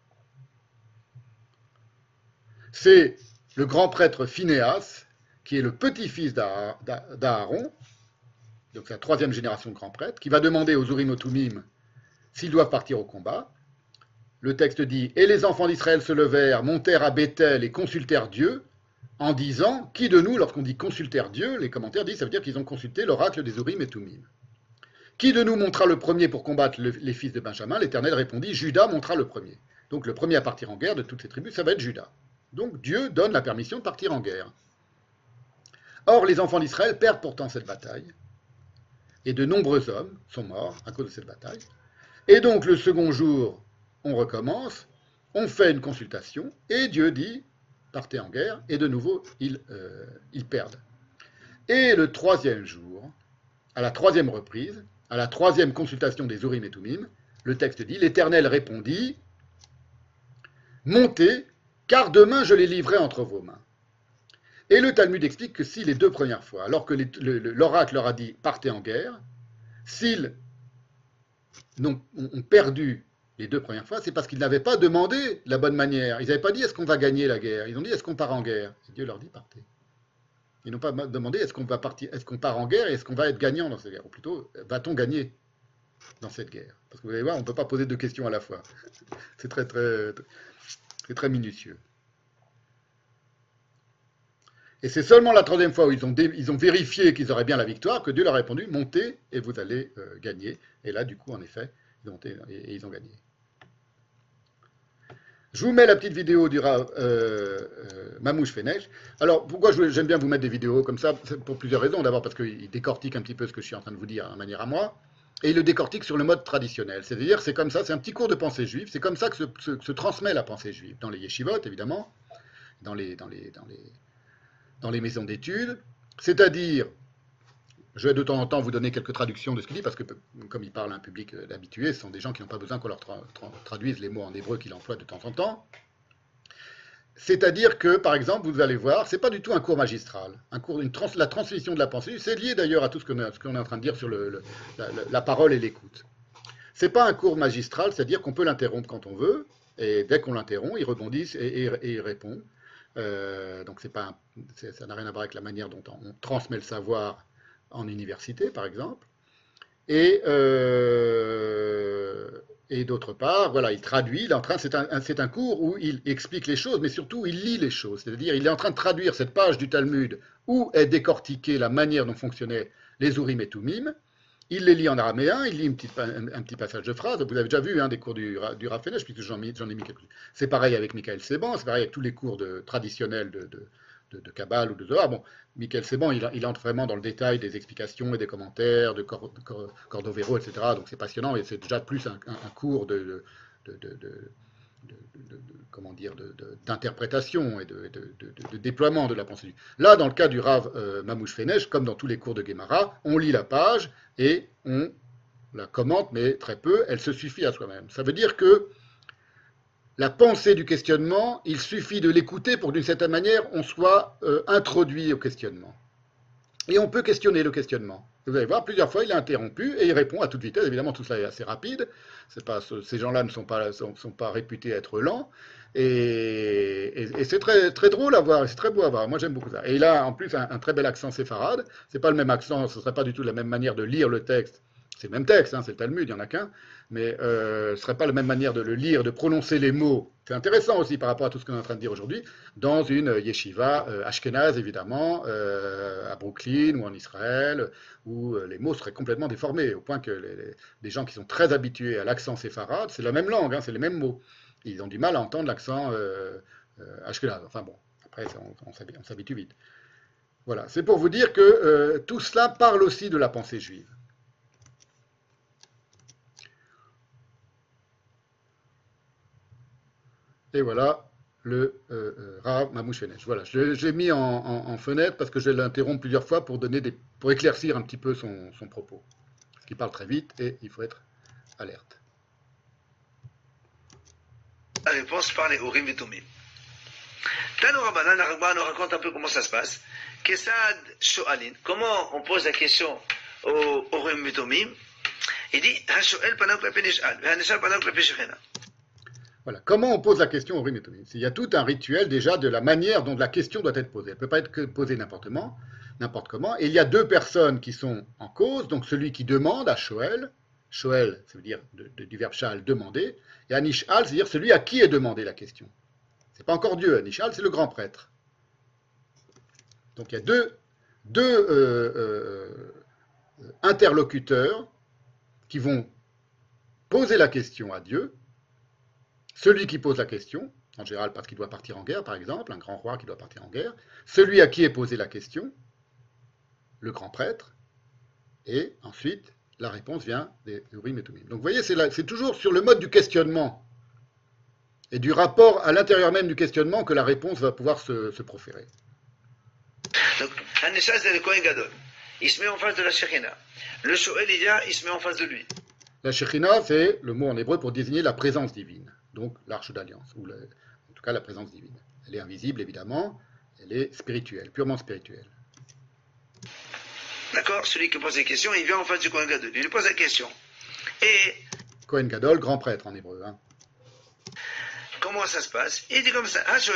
C'est le grand prêtre Phinéas, qui est le petit-fils d'Aaron, donc la 3e génération de grands prêtres, qui va demander aux Urim et Tumim s'ils doivent partir au combat. Le texte dit « Et les enfants d'Israël se levèrent, montèrent à Béthel et consultèrent Dieu, en disant, qui de nous, lorsqu'on dit consultèrent Dieu, les commentaires disent, ça veut dire qu'ils ont consulté l'oracle des Urim et Tumim. Qui de nous montera le premier pour combattre les fils de Benjamin? L'Éternel répondit, Judas montera le premier. Donc le premier à partir en guerre de toutes ces tribus, ça va être Judas. Donc Dieu donne la permission de partir en guerre. Or, les enfants d'Israël perdent pourtant cette bataille, et de nombreux hommes sont morts à cause de cette bataille. Et donc le second jour, on recommence, on fait une consultation, et Dieu dit, partez en guerre, et de nouveau, ils perdent. Et le 3e jour, à la 3e reprise, à la 3e consultation des Urim et Tumim, le texte dit, l'Éternel répondit, montez, car demain je les livrerai entre vos mains. Et le Talmud explique que si les 2 premières fois, alors que l'oracle leur a dit, partez en guerre, s'ils ont perdu les 2 premières fois, c'est parce qu'ils n'avaient pas demandé la bonne manière. Ils n'avaient pas dit, est-ce qu'on va gagner la guerre? Ils ont dit, est-ce qu'on part en guerre? Et Dieu leur dit, partez. Ils n'ont pas demandé, est-ce qu'on part en guerre et est-ce qu'on va être gagnant dans cette guerre? Ou plutôt, va-t-on gagner dans cette guerre? Parce que vous allez voir, on ne peut pas poser 2 questions à la fois. C'est très minutieux. Et c'est seulement la 3e fois où ils ont vérifié qu'ils auraient bien la victoire que Dieu leur a répondu, montez et vous allez gagner. Et là, du coup, en effet, ils ont gagné. Je vous mets la petite vidéo du Mamouche Fenech. Alors, pourquoi j'aime bien vous mettre des vidéos comme ça? Pour plusieurs raisons. D'abord parce qu'il décortique un petit peu ce que je suis en train de vous dire à manière à moi. Et il le décortique sur le mode traditionnel. C'est-à-dire, c'est comme ça, c'est un petit cours de pensée juive. C'est comme ça que se transmet la pensée juive. Dans les yeshivot, évidemment. Dans les maisons d'études. C'est-à-dire, je vais de temps en temps vous donner quelques traductions de ce qu'il dit, parce que comme il parle à un public habitué, ce sont des gens qui n'ont pas besoin qu'on leur traduise les mots en hébreu qu'il emploie de temps en temps. C'est-à-dire que, par exemple, vous allez voir, ce n'est pas du tout un cours magistral, la transmission de la pensée, c'est lié d'ailleurs à tout ce qu'on est en train de dire sur la parole et l'écoute. Ce n'est pas un cours magistral, c'est-à-dire qu'on peut l'interrompre quand on veut, et dès qu'on l'interrompt, il rebondit et il répond. Donc ça n'a rien à voir avec la manière dont on transmet le savoir en université, par exemple. Et d'autre part, voilà, il traduit, c'est un cours où il explique les choses, mais surtout il lit les choses. C'est-à-dire, il est en train de traduire cette page du Talmud où est décortiquée la manière dont fonctionnaient les Urim et Tumim. Il les lit en araméen, il lit un petit passage de phrase. Vous avez déjà vu des cours du Rav Fenech, puisque j'en ai mis quelques-uns. C'est pareil avec Michael Seban, c'est pareil avec tous les cours traditionnels de Kabbale ou de Zohar. Bon, Michael Seban, il entre vraiment dans le détail des explications et des commentaires de Cordovero, etc. Donc c'est passionnant, et c'est déjà plus un cours comment dire, d'interprétation et de déploiement de la pensée. Là, dans le cas du Rav Mamouche Fenech, comme dans tous les cours de Guémara, on lit la page et on la commente, mais très peu, elle se suffit à soi-même. Ça veut dire que la pensée du questionnement, il suffit de l'écouter pour que d'une certaine manière, on soit introduit au questionnement. Et on peut questionner le questionnement. Vous allez voir, plusieurs fois, il est interrompu et il répond à toute vitesse. Évidemment, tout cela est assez rapide. Ces gens-là ne sont pas réputés être lents. Et c'est très, très drôle à voir, c'est très beau à voir. Moi, j'aime beaucoup ça. Et il a en plus un très bel accent séfarade. Ce n'est pas le même accent, ce ne serait pas du tout la même manière de lire le texte C'est le même texte, hein, c'est le Talmud, il n'y en a qu'un, mais ce ne serait pas la même manière de le lire, de prononcer les mots. C'est intéressant aussi par rapport à tout ce qu'on est en train de dire aujourd'hui, dans une yeshiva ashkénaze, évidemment, à Brooklyn ou en Israël, où les mots seraient complètement déformés, au point que les gens qui sont très habitués à l'accent séfarade, c'est la même langue, hein, c'est les mêmes mots. Ils ont du mal à entendre l'accent ashkénaze. Enfin bon, après, on s'habitue vite. Voilà, c'est pour vous dire que tout cela parle aussi de la pensée juive. Et voilà le Rav Mamouche Fenesh. Voilà, je l'ai mis en fenêtre parce que je l'interromps plusieurs fois pour éclaircir un petit peu son propos. Parce qu'il parle très vite et il faut être alerte. La réponse par les Urim et Tumim. Tano Rabbanan, Arba nous raconte un peu comment ça se passe. Kesad Shoalin, comment on pose la question aux Urim et Tumim. Il dit Hashoel panav klapi nish'al, v'hanish'al panav klapi shechina. Voilà. Comment on pose la question au Urim et Tumim? Il y a tout un rituel déjà de la manière dont la question doit être posée. Elle ne peut pas être posée n'importe comment. Et il y a deux personnes qui sont en cause, donc celui qui demande à Shoel, Shoel, ça veut dire du verbe shal, demander, et Anishal, c'est-à-dire celui à qui est demandée la question. Ce n'est pas encore Dieu, Anishal, c'est le grand prêtre. Donc il y a deux interlocuteurs qui vont poser la question à Dieu. Celui qui pose la question, en général parce qu'il doit partir en guerre, par exemple, un grand roi qui doit partir en guerre, celui à qui est posée la question, le grand prêtre, et ensuite la réponse vient des Urim et Tumim. Donc vous voyez, c'est toujours sur le mode du questionnement et du rapport à l'intérieur même du questionnement que la réponse va pouvoir se proférer. Donc, Hanishal, c'est le Kohen Gadol. Il se met en face de la Shekhinah. Le Shoel, il se met en face de lui. La Shekhinah, c'est le mot en hébreu pour désigner la présence divine. Donc l'arche d'alliance, ou en tout cas la présence divine. Elle est invisible, évidemment, elle est spirituelle, purement spirituelle. D'accord? Celui qui pose les questions, il vient en face du Kohen Gadol. Il lui pose la question. Et Kohen Gadol, grand prêtre en hébreu. Hein. Comment ça se passe? Il dit comme ça. Par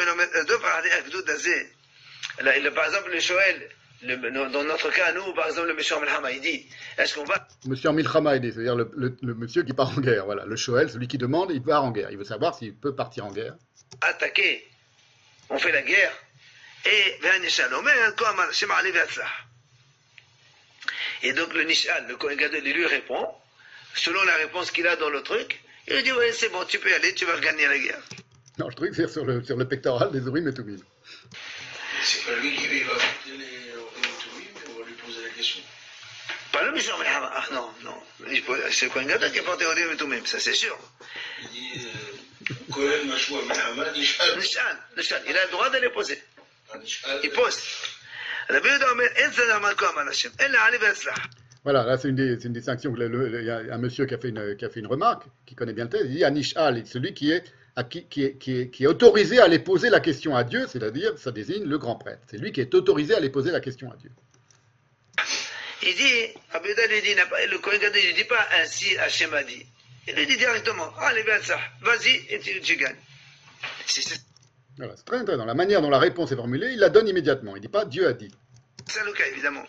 exemple, le Shoel, dans notre cas, nous, par exemple, le Monsieur Milchama, il dit, est-ce qu'on va... Monsieur Milchama, c'est-à-dire le monsieur qui part en guerre. Voilà. Le Shoel, celui qui demande, il part en guerre. Il veut savoir s'il peut partir en guerre. Attaquer, on fait la guerre, et donc le Nishal, le Kohen Gadol, il lui répond, selon la réponse qu'il a dans le truc, il lui dit, ouais, c'est bon, tu peux y aller, tu vas gagner la guerre. Non, le truc, c'est sur le pectoral des Urim et Tumim. C'est pas lui qui va porter les Urim et Tumim, mais on va lui poser la question. Pas le Monsieur Milchama. Ah non. C'est le Kohen Gadol qui a porté Urim et Tumim, ça c'est sûr. Il dit, Kohen Mashua Milchama, Nishal. Nishal, il a le droit de les poser. Il pose. Voilà, là c'est une distinction. Il y a un monsieur qui a fait une remarque, qui connaît bien le texte, il dit Anishal, celui qui est autorisé à aller poser la question à Dieu, c'est-à-dire, ça désigne le grand prêtre. C'est lui qui est autorisé à aller poser la question à Dieu. Il dit, le Kohen Gadol ne dit pas ainsi, Hachem a dit. Il lui dit directement, allez, vas-y et tu gagnes. Voilà, c'est très intéressant. La manière dont la réponse est formulée, il la donne immédiatement. Il ne dit pas Dieu a dit. C'est le cas, évidemment.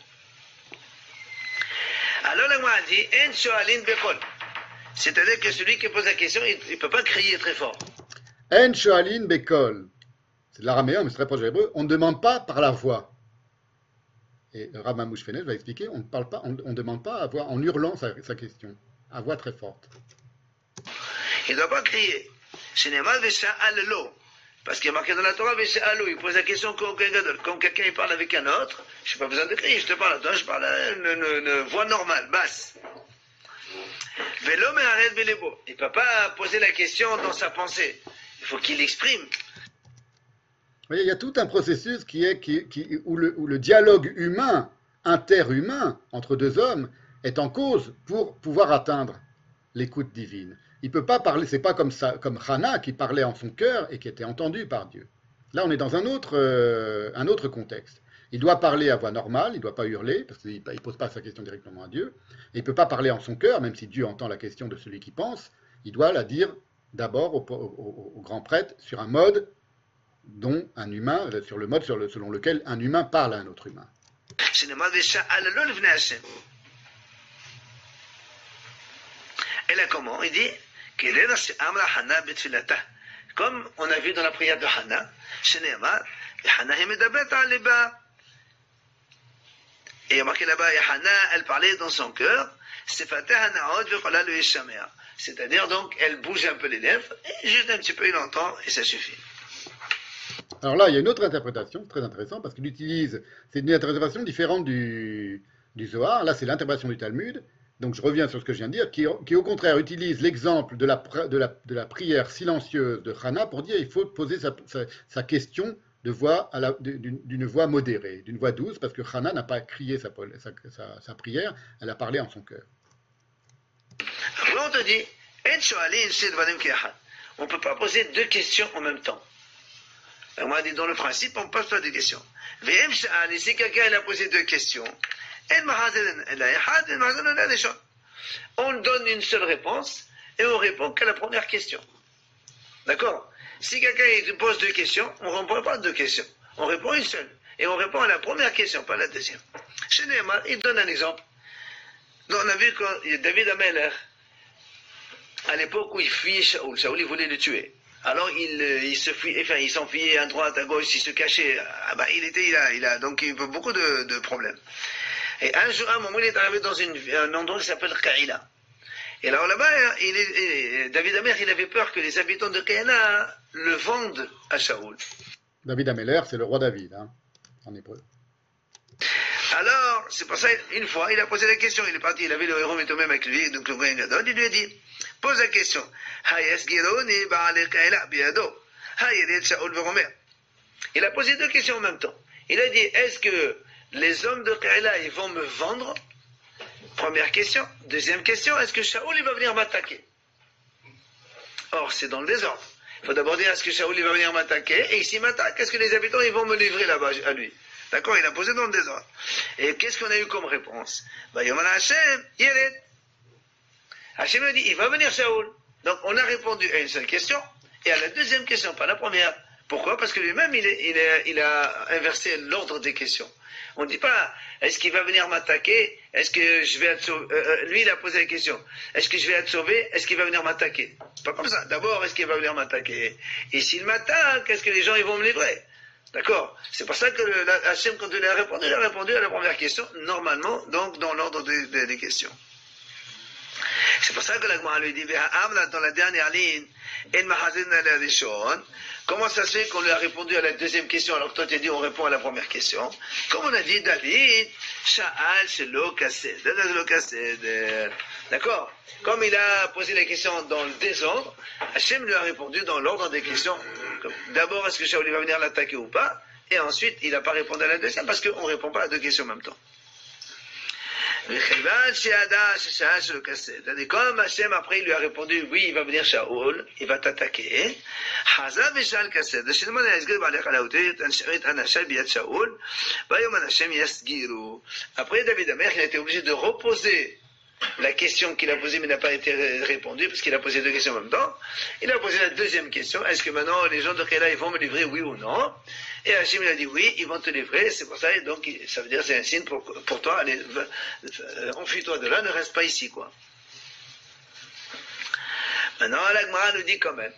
Alors, la Gemara dit, En shoalin bekol. C'est-à-dire que celui qui pose la question, il ne peut pas crier très fort. En shoalin bekol. C'est de l'araméen, mais c'est très proche de l'hébreu. On ne demande pas par la voix. Et Rav Mamouche Fenesh va expliquer, on ne demande pas à voix, en hurlant sa question, à voix très forte. Il ne doit pas crier. Shenemal vesha'al lo. Parce qu'il y a marqué dans la Torah, il pose la question comme quelqu'un il parle avec un autre, je n'ai pas besoin de crier, je te parle à toi, je parle à une voix normale, basse. Il ne peut pas poser la question dans sa pensée, il faut qu'il l'exprime. Il y a tout un processus où le dialogue humain, interhumain, entre deux hommes, est en cause pour pouvoir atteindre l'écoute divine. Il ne peut pas parler, c'est pas comme Hannah qui parlait en son cœur et qui était entendue par Dieu. Là, on est dans un autre contexte. Il doit parler à voix normale, il ne doit pas hurler, parce qu'il ne pose pas sa question directement à Dieu. Et il ne peut pas parler en son cœur, même si Dieu entend la question de celui qui pense. Il doit la dire d'abord au grand prêtre sur un mode dont un humain, sur le mode selon lequel un humain parle à un autre humain. Et là, comment? Il dit, comme on a vu dans la prière de Hannah, et il y a marqué là-bas, Hannah, elle parlait dans son cœur, c'est-à-dire donc, elle bouge un peu les lèvres, et juste un petit peu, il entend, et ça suffit. Alors là, il y a une autre interprétation, très intéressante, parce qu'il utilise, c'est une interprétation différente du Zohar. Là, c'est l'interprétation du Talmud. Donc, je reviens sur ce que je viens de dire, qui au contraire utilise l'exemple de la prière silencieuse de Hannah pour dire qu'il faut poser sa question d'une voix modérée, d'une voix douce, parce que Hannah n'a pas crié sa prière, elle a parlé en son cœur. Après, on te dit, on ne peut pas poser deux questions en même temps. On m'a dit, dans le principe, on ne pose pas deux questions. Si quelqu'un a posé deux questions, on donne une seule réponse et on répond qu'à la première question. D'accord? Si quelqu'un pose deux questions, on ne répond pas à deux questions. On répond une seule. Et on répond à la première question, pas à la deuxième. Chez Neymar, il donne un exemple. Donc, on a vu que David Ameller, à l'époque où il fuyait Shaoul, il voulait le tuer. Alors il s'enfuyait à droite, à gauche, il se cachait. Donc il a beaucoup de problèmes. Et un jour, à un moment, il est arrivé dans un endroit qui s'appelle Kaïla. Et alors là-bas, David Amer, il avait peur que les habitants de Kaïla le vendent à Shaoul. David Ameller, c'est le roi David, en hébreu. Alors, c'est pour ça, une fois, il a posé la question, il est parti, il avait le héros même avec lui, donc le Kohen Gadol, il lui a dit, pose la question, il a posé deux questions en même temps. Il a dit, est-ce que les hommes de Kaïla, ils vont me vendre? Première question. Deuxième question, est-ce que Shaoul, il va venir m'attaquer? Or, c'est dans le désordre. Il faut d'abord dire, est-ce que Shaoul, il va venir m'attaquer? Et s'il m'attaque, est-ce que les habitants, ils vont me livrer là-bas à lui? D'accord, il a posé dans le désordre. Et qu'est-ce qu'on a eu comme réponse? Yomana Hashem, Yered. Hashem a dit, il va venir Shaoul. Donc on a répondu à une seule question, et à la deuxième question, pas la première. Pourquoi? Parce que lui-même, il a inversé l'ordre des questions. On ne dit pas, est-ce qu'il va venir m'attaquer? Est-ce que je vais être sauvé? Lui, il a posé la question. Est-ce que je vais être sauvé? Est-ce qu'il va venir m'attaquer? Pas comme ça. D'abord, est-ce qu'il va venir m'attaquer? Et s'il m'attaque, est-ce que les gens ils vont me livrer? D'accord? C'est pour ça que Hachem, quand il a répondu à la première question, normalement, donc dans l'ordre des questions. C'est pour ça que la Gemara lui dit, dans la dernière ligne, comment ça se fait qu'on lui a répondu à la deuxième question alors que toi tu as dit on répond à la première question? Comme on a dit, David, Sha'al Shelo Kased. D'accord? Comme il a posé la question dans le désordre, Hachem lui a répondu dans l'ordre des questions. D'abord, est-ce que Shaoul va venir l'attaquer ou pas? Et ensuite, il n'a pas répondu à la deuxième parce qu'on ne répond pas à deux questions en même temps. Comme Hachem après il lui a répondu oui il va venir Shaoul, il va t'attaquer. Après David Amer il a été obligé de reposer la question qu'il a posée mais n'a pas été répondue parce qu'il a posé deux questions en même temps. Il a posé la deuxième question, est-ce que maintenant les gens de Kéla ils vont me livrer oui ou non? Et Hachem il a dit oui, ils vont te livrer, c'est pour ça, et donc ça veut dire c'est un signe pour toi, allez, enfuis-toi de là, ne reste pas ici quoi. Maintenant la Gemara nous dit quand même,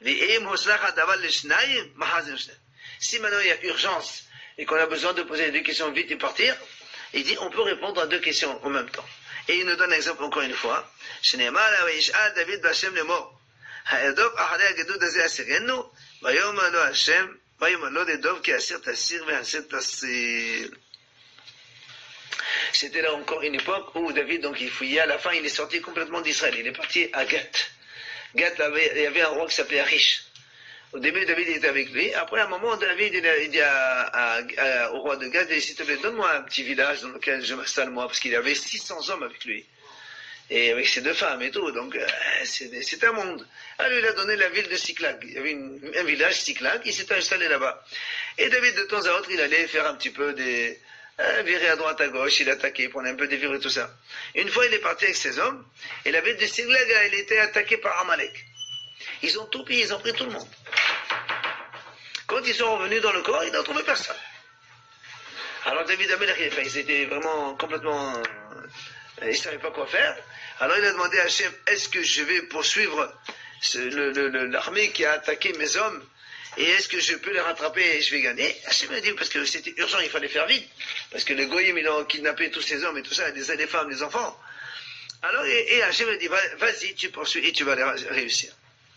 si maintenant il y a urgence et qu'on a besoin de poser deux questions vite et partir, il dit on peut répondre à deux questions en même temps. Et il nous donne un exemple encore une fois. David B'Hashem lemor. Ha'edov acharei hagedud hazeh asirenu, vayomer lo Hashem, vayomer lo ledov ki asir tasir ve'asir tasir. C'était là encore une époque où David, donc il fouillait, à la fin il est sorti complètement d'Israël. Il est parti à Gath. Gath, il y avait un roi qui s'appelait Achish. Au début, David était avec lui. Après, à un moment, David il dit au roi de Gath, s'il te plaît, donne-moi un petit village dans lequel je m'installe moi, parce qu'il avait 600 hommes avec lui. Et avec ses deux femmes et tout, donc c'est un monde. Alors il a donné la ville de Siklag. Il y avait un village Siklag, il s'est installé là-bas. Et David, de temps à autre, il allait faire un petit peu virer à droite, à gauche, il attaquait, il prenait un peu des vires et tout ça. Une fois, il est parti avec ses hommes, et la ville de Siklag, elle était attaquée par Amalek. Ils ont tout pris, ils ont pris tout le monde. Quand ils sont revenus dans le corps, ils n'ont trouvé personne. Alors David Amelech, ils étaient vraiment complètement... ils ne savaient pas quoi faire. Alors il a demandé à Hachem, est-ce que je vais poursuivre l'armée qui a attaqué mes hommes, et est-ce que je peux les rattraper et je vais gagner? Hachem a dit, parce que c'était urgent, il fallait faire vite, parce que les goyim, ils ont kidnappé tous ces hommes et tout ça, les femmes, les enfants. Alors, et Hachem a dit, vas-y, tu poursuis et tu vas les réussir.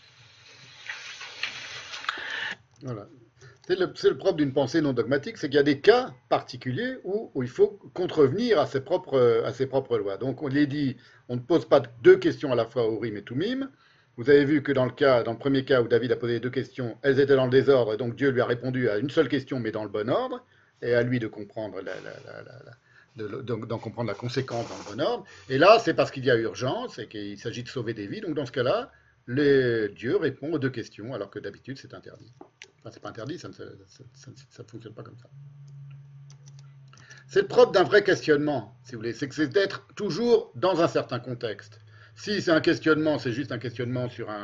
Voilà. C'est le propre d'une pensée non dogmatique, c'est qu'il y a des cas particuliers où il faut contrevenir à ses propres lois. Donc on l'a dit, on ne pose pas deux questions à la fois, Urim et Tumim. Vous avez vu que dans le premier cas où David a posé deux questions, elles étaient dans le désordre, et donc Dieu lui a répondu à une seule question, mais dans le bon ordre, et à lui de comprendre d'en comprendre la conséquence dans le bon ordre. Et là, c'est parce qu'il y a urgence et qu'il s'agit de sauver des vies. Donc dans ce cas-là, Dieu répond aux deux questions, alors que d'habitude c'est interdit. Enfin, c'est pas interdit, ça ne fonctionne pas comme ça. C'est le propre d'un vrai questionnement, si vous voulez, c'est d'être toujours dans un certain contexte. Si c'est un questionnement, c'est juste un questionnement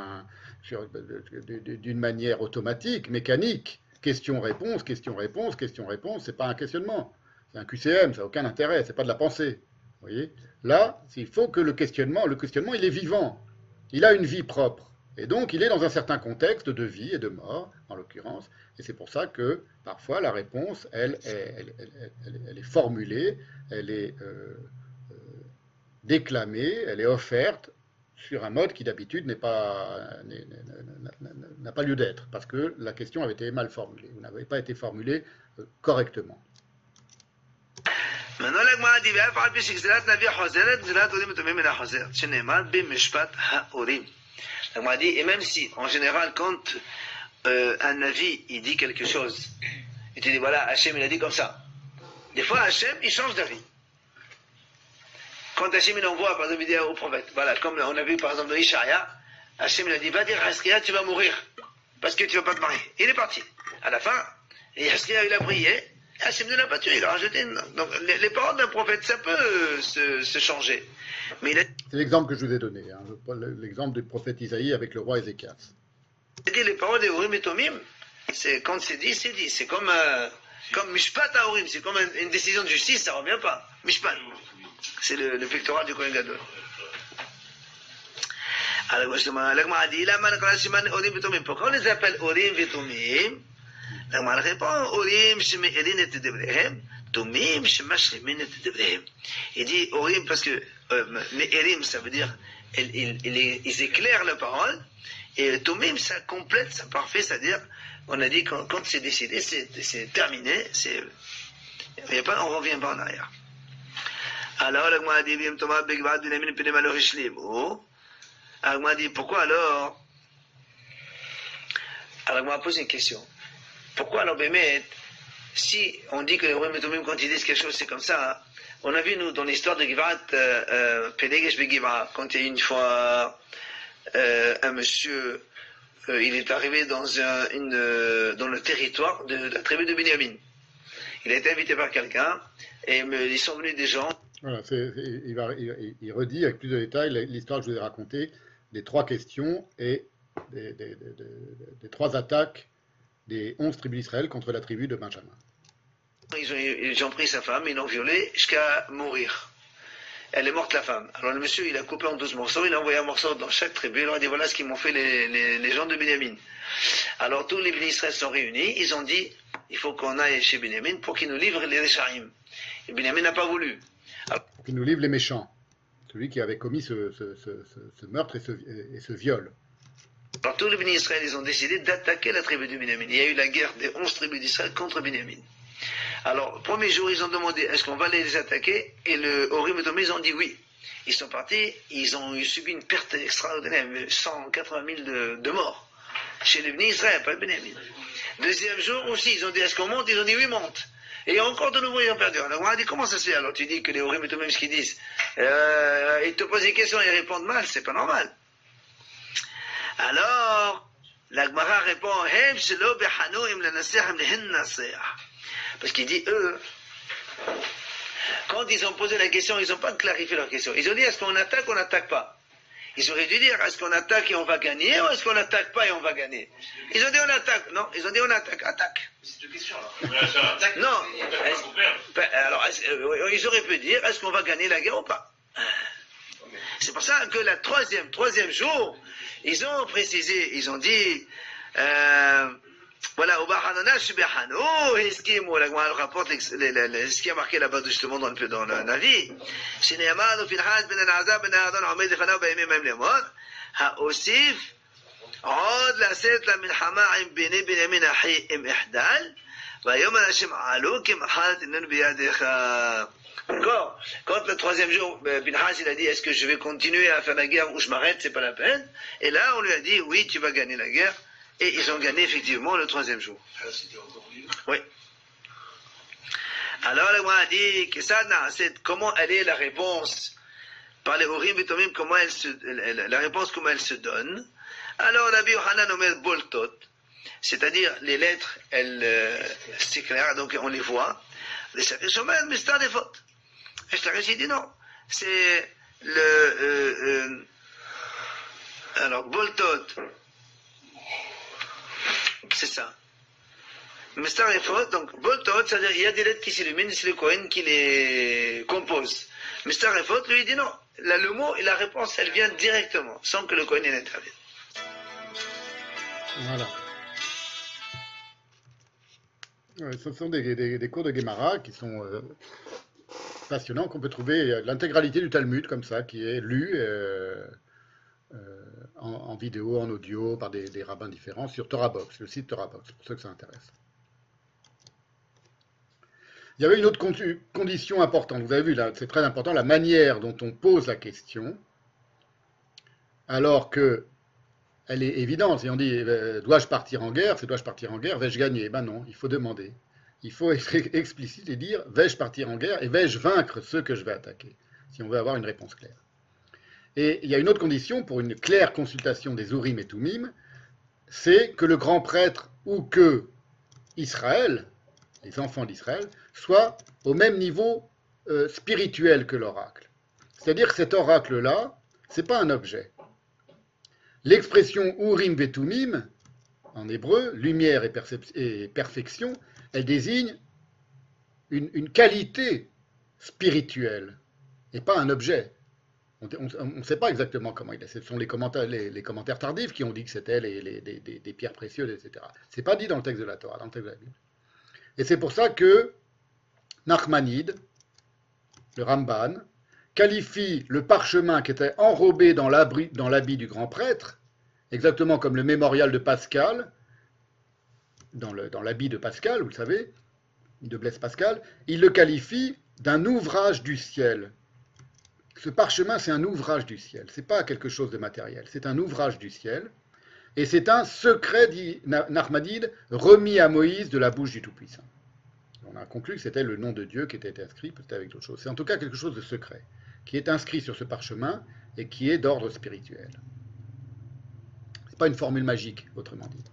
d'une manière automatique, mécanique, question-réponse, question-réponse, question-réponse, c'est pas un questionnement. C'est un QCM, ça n'a aucun intérêt, c'est pas de la pensée. Vous voyez? Là, il faut que le questionnement, il est vivant. Il a une vie propre. Et donc, il est dans un certain contexte de vie et de mort, en l'occurrence. Et c'est pour ça que, parfois, la réponse, elle est formulée, elle est déclamée, elle est offerte sur un mode qui, d'habitude, n'a pas lieu d'être, parce que la question avait été mal formulée, ou n'avait pas été formulée correctement. maintenant, l'Agmara dit, ואף על פי שגזירת נביא חוזרת, גזירת אורים ותומים אינה חוזרת, שנאמר במשפט האורים. L'Agmara dit, et même si, en général, quand un navi, il dit quelque chose, et tu dis, voilà, Hachem, il a dit comme ça. Des fois, Hachem, il change d'avis. Quand Hachem, il envoie, par exemple, au prophète, voilà, comme on a vu, par exemple, dans Ishaïa, Hachem, il a dit, va dire à Haskia, tu vas mourir, parce que tu ne vas pas te marier. Il est parti. À la fin, et Haskia, il a prié, Hachem ne l'a pas tué, il a rajouté une... Donc, les paroles d'un prophète, ça peut se changer. Mais c'est l'exemple que je vous ai donné, hein, l'exemple du prophète Isaïe avec le roi Ézéchias. Les paroles des Urim et Tumim, c'est quand c'est dit, c'est dit. C'est comme Mishpat à Urim, c'est comme une décision de justice, ça ne revient pas. Mishpat, c'est le pectoral du Kohen Gadol. Alors, l'Agmara dit, pourquoi on les appelle Urim et Tumim? L'Agmara répond, Urim, Sheme'erin et Devrehem, Tumim, Shemashlemin et Devrehem. Il dit Urim parce que Me'erim, ça veut dire, ils éclairent la parole, et Tumim, ça complète, ça parfait, c'est-à-dire, on a dit, quand c'est décidé, c'est terminé, on ne revient pas en arrière. Alors, l'Agmara dit, L'Agmara dit, pourquoi alors? Alors, l'Agmara pose une question. Pourquoi alors, Bémet, si on dit que les Urim et Tumim, quand ils disent quelque chose, c'est comme ça, hein? On a vu, nous, dans l'histoire de Givat, Pélégesh Begiva, quand il y a eu une fois un monsieur, il est arrivé dans le territoire de la tribu de Binyamin. Il a été invité par quelqu'un, et ils sont venus des gens. Voilà, il redit avec plus de détails l'histoire que je vous ai racontée, des trois questions et des trois attaques des 11 tribus d'Israël contre la tribu de Benjamin. Ils ont pris sa femme, ils l'ont violée jusqu'à mourir. Elle est morte, la femme. Alors le monsieur, il a coupé en 12 morceaux, il a envoyé un morceau dans chaque tribu, il leur a dit, voilà ce qu'ils m'ont fait les gens de Binyamin. Alors tous les bénis Israël sont réunis, ils ont dit, il faut qu'on aille chez Binyamin pour qu'il nous livre les Réchaïm. Et Binyamin n'a pas voulu. Pour qu'il nous livre les méchants, celui qui avait commis ce meurtre et ce viol. Alors tous les bénis Israël, ils ont décidé d'attaquer la tribu de Binyamin. Il y a eu la guerre des 11 tribus d'Israël contre Binyamin. Alors, premier jour, ils ont demandé, est-ce qu'on va les attaquer? Et le Urim et Tumim, ils ont dit oui. Ils sont partis, ils ont subi une perte extraordinaire, 180 000 de morts. Chez les Bnei Israël, pas le Binyamin. Deuxième jour aussi, ils ont dit, est-ce qu'on monte? Ils ont dit oui, monte. Et encore de nouveau, ils ont perdu. Alors, on a dit, comment ça se fait? Alors, tu dis que les Urim et Tumim, ce qu'ils disent, ils te posent des questions et ils répondent mal, c'est pas normal. Alors, la Gemara répond, Hem shelo behanu im lanaseh lehen naseh. Parce qu'il dit, eux, quand ils ont posé la question, ils n'ont pas clarifié leur question. Ils ont dit, est-ce qu'on attaque ou on n'attaque pas? Ils auraient dû dire, est-ce qu'on attaque et on va gagner, ou est-ce qu'on n'attaque pas et on va gagner? Ils ont dit on attaque. Non, ils ont dit on attaque. Attaque. C'est deux questions là. Non. Alors, ils auraient pu dire, est-ce qu'on va gagner la guerre ou pas? C'est pour ça que le troisième jour, ils ont précisé, ils ont dit, voilà, au Bahanana, Subhanahu, et ce qui rapporte ce qui a marqué là-bas justement dans le Navi, Shineamad, Finhas, Ben Azab, Ben Adon, Ahmed, Fana, Baimim, Mem Lemon, Haosif, עוד לעשרת למלחמה עם בני בנימין אחי עם אחדל, והיום אנשים עלו כי מחלת איננו בידיך. Encore, quand le troisième jour, Pinhas il a dit, est-ce que je vais continuer à faire la guerre ou je m'arrête, c'est pas la peine. Et là, on lui a dit, oui, tu vas gagner la guerre. Et ils ont gagné effectivement le troisième jour. Oui. Alors, le roi a dit, comment elle est la réponse par les Urim et Tumim, la réponse, comment elle se donne. Alors, Rabbi Yohanan omer boltot, c'est-à-dire les lettres, c'est clair, donc on les voit. Les Sharish omer mistar des fautes. Et Sharish dit non, c'est alors boltot, c'est ça. Mistar des fautes, donc boltot, c'est-à-dire il y a des lettres qui s'illuminent, c'est le Kohen qui les compose. Mistar des fautes, lui il dit non, là, le mot et la réponse, elle vient directement, sans que le Kohen n'intervienne. Voilà. Ce sont des cours de Guémara qui sont passionnants, qu'on peut trouver l'intégralité du Talmud comme ça, qui est lu en vidéo, en audio, par des rabbins différents sur TorahBox, le site TorahBox, pour ceux que ça intéresse. Il y avait une autre condition importante, vous avez vu là, c'est très important, la manière dont on pose la question, alors que elle est évidente. Si on dit dois-je partir en guerre, c'est dois-je partir en guerre, vais-je gagner? Ben non, il faut demander. Il faut être explicite et dire vais-je partir en guerre et vais-je vaincre ceux que je vais attaquer, si on veut avoir une réponse claire. Et il y a une autre condition pour une claire consultation des Urim et Tumim, c'est que le grand prêtre ou que Israël, les enfants d'Israël, soient au même niveau spirituel que l'oracle. C'est-à-dire que cet oracle-là, ce n'est pas un objet. L'expression Urim Vetumim, en hébreu, lumière et perfection, elle désigne une qualité spirituelle et pas un objet. On ne sait pas exactement comment il est. Ce sont les commentaires tardifs qui ont dit que c'était des pierres précieuses, etc. Ce n'est pas dit dans le texte de la Torah, dans le texte de la Bible. Et c'est pour ça que Nachmanide, le Ramban, qualifie le parchemin qui était enrobé dans l'habit du grand prêtre, exactement comme le mémorial de Pascal, dans l'habit de Pascal, vous le savez, de Blaise Pascal, il le qualifie d'un ouvrage du ciel. Ce parchemin, c'est un ouvrage du ciel, ce n'est pas quelque chose de matériel, c'est un ouvrage du ciel, et c'est un secret, dit Nachmanide, remis à Moïse de la bouche du Tout-Puissant. On a conclu que c'était le nom de Dieu qui était inscrit, peut-être avec d'autres choses. C'est en tout cas quelque chose de secret, qui est inscrit sur ce parchemin et qui est d'ordre spirituel. Ce n'est pas une formule magique, autrement dit.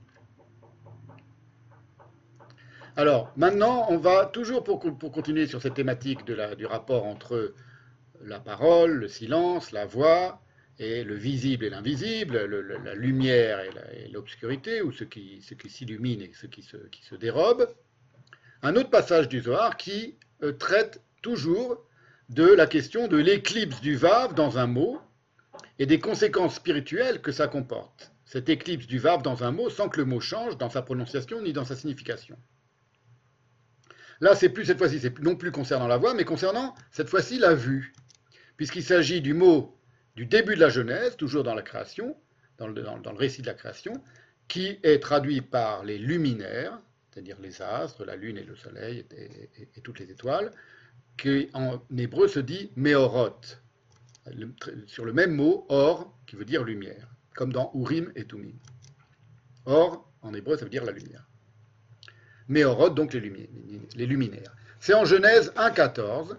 Alors, maintenant, on va toujours, pour continuer sur cette thématique du rapport entre la parole, le silence, la voix, et le visible et l'invisible, la lumière et l'obscurité, ou ce qui s'illumine et ce qui se dérobe, un autre passage du Zohar qui traite toujours de la question de l'éclipse du Vav dans un mot et des conséquences spirituelles que ça comporte. Cette éclipse du Vav dans un mot sans que le mot change dans sa prononciation ni dans sa signification. Là, cette fois-ci, c'est non plus concernant la voix, mais concernant cette fois-ci la vue, puisqu'il s'agit du mot du début de la Genèse, toujours dans la création, dans le récit de la création, qui est traduit par les luminaires, c'est-à-dire les astres, la lune et le soleil et toutes les étoiles, qui en hébreu se dit Meorot, sur le même mot, or, qui veut dire lumière, comme dans Urim et Tumim. Or, en hébreu, ça veut dire la lumière. Meorot, donc les luminaires. C'est en Genèse 1,14.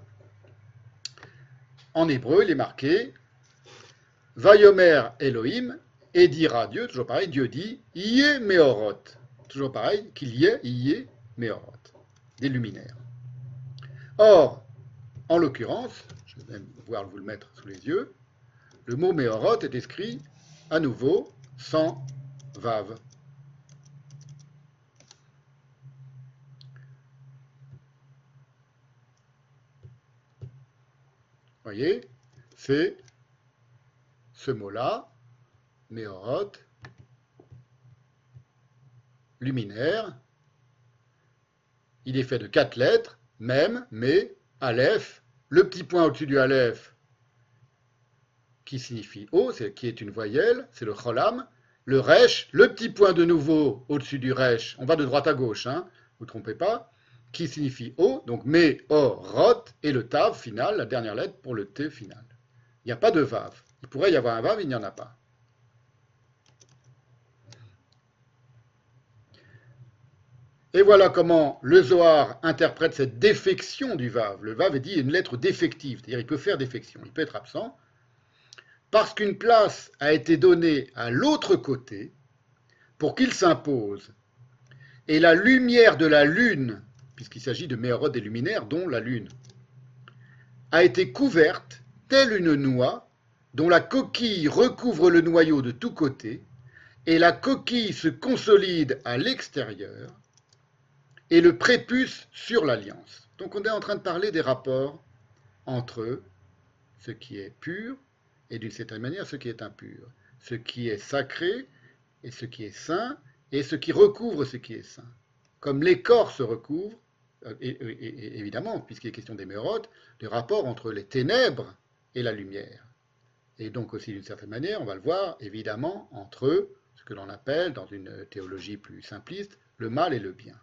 En hébreu, il est marqué Vayomer Elohim, et dira Dieu, toujours pareil, Dieu dit Yé Meorot. Toujours pareil, qu'il y ait Meorot, des luminaires. Or, en l'occurrence, je vais même pouvoir vous le mettre sous les yeux, le mot Méorot est écrit à nouveau sans Vav. Voyez, c'est ce mot-là, Méorot, luminaire. Il est fait de 4 lettres, même, mais, Aleph, le petit point au-dessus du Aleph, qui signifie O, qui est une voyelle, c'est le Cholam. Le Resh, le petit point de nouveau au-dessus du Resh, on va de droite à gauche, hein, vous ne trompez pas, qui signifie O, donc Mé, O, Rot, et le Tav final, la dernière lettre pour le T final. Il n'y a pas de Vav. Il pourrait y avoir un Vav, il n'y en a pas. Et voilà comment le Zohar interprète cette défection du Vav. Le Vav est dit une lettre défective, c'est-à-dire il peut faire défection, il peut être absent, parce qu'une place a été donnée à l'autre côté pour qu'il s'impose. Et la lumière de la lune, puisqu'il s'agit de Méorot des luminaires, dont la lune, a été couverte, telle une noix, dont la coquille recouvre le noyau de tous côtés, et la coquille se consolide à l'extérieur, et le prépuce sur l'alliance. Donc on est en train de parler des rapports entre ce qui est pur et d'une certaine manière ce qui est impur, ce qui est sacré et ce qui est saint, et ce qui recouvre ce qui est saint. Comme l'écorce recouvre, et évidemment, puisqu'il est question des Méorot, des rapports entre les ténèbres et la lumière. Et donc aussi d'une certaine manière, on va le voir, évidemment, entre ce que l'on appelle, dans une théologie plus simpliste, le mal et le bien.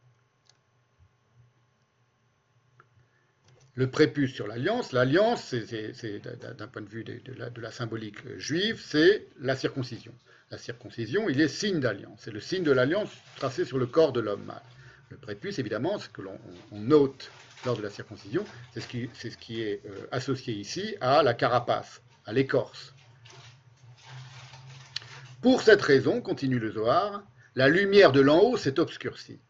Le prépuce sur l'alliance, c'est d'un point de vue de la symbolique juive, c'est la circoncision. La circoncision, il est signe d'alliance. C'est le signe de l'alliance tracé sur le corps de l'homme mâle. Le prépuce, évidemment, ce que l'on note lors de la circoncision, c'est ce qui est associé ici à la carapace, à l'écorce. Pour cette raison, continue le Zohar, la lumière de l'en haut s'est obscurcie.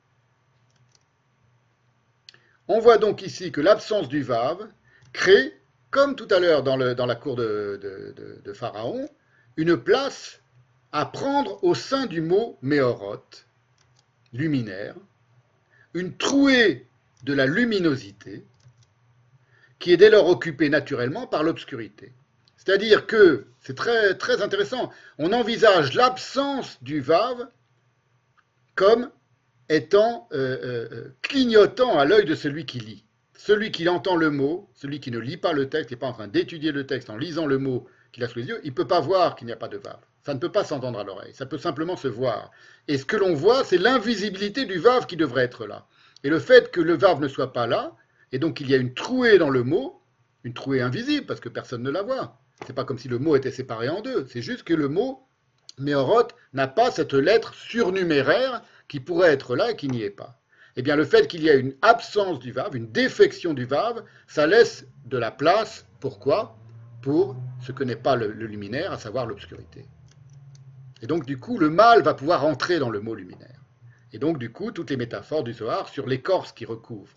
On voit donc ici que l'absence du Vav crée, comme tout à l'heure dans la cour de Pharaon, une place à prendre au sein du mot Méorot, luminaire, une trouée de la luminosité, qui est dès lors occupée naturellement par l'obscurité. C'est-à-dire que, c'est très, très intéressant, on envisage l'absence du Vav comme étant clignotant à l'œil de celui qui lit. Celui qui entend le mot, celui qui ne lit pas le texte, n'est pas en train d'étudier le texte en lisant le mot qu'il a sous les yeux, il ne peut pas voir qu'il n'y a pas de Vav. Ça ne peut pas s'entendre à l'oreille, ça peut simplement se voir. Et ce que l'on voit, c'est l'invisibilité du Vav qui devrait être là. Et le fait que le Vav ne soit pas là, et donc qu'il y a une trouée dans le mot, une trouée invisible, parce que personne ne la voit. C'est pas comme si le mot était séparé en deux, c'est juste que le mot Méorot n'a pas cette lettre surnuméraire qui pourrait être là et qui n'y est pas. Eh bien, le fait qu'il y ait une absence du Vav, une défection du Vav, ça laisse de la place, pourquoi ? Pour ce que n'est pas le luminaire, à savoir l'obscurité. Et donc, du coup, le mal va pouvoir entrer dans le mot luminaire. Et donc, du coup, toutes les métaphores du Zohar sur l'écorce qui recouvre.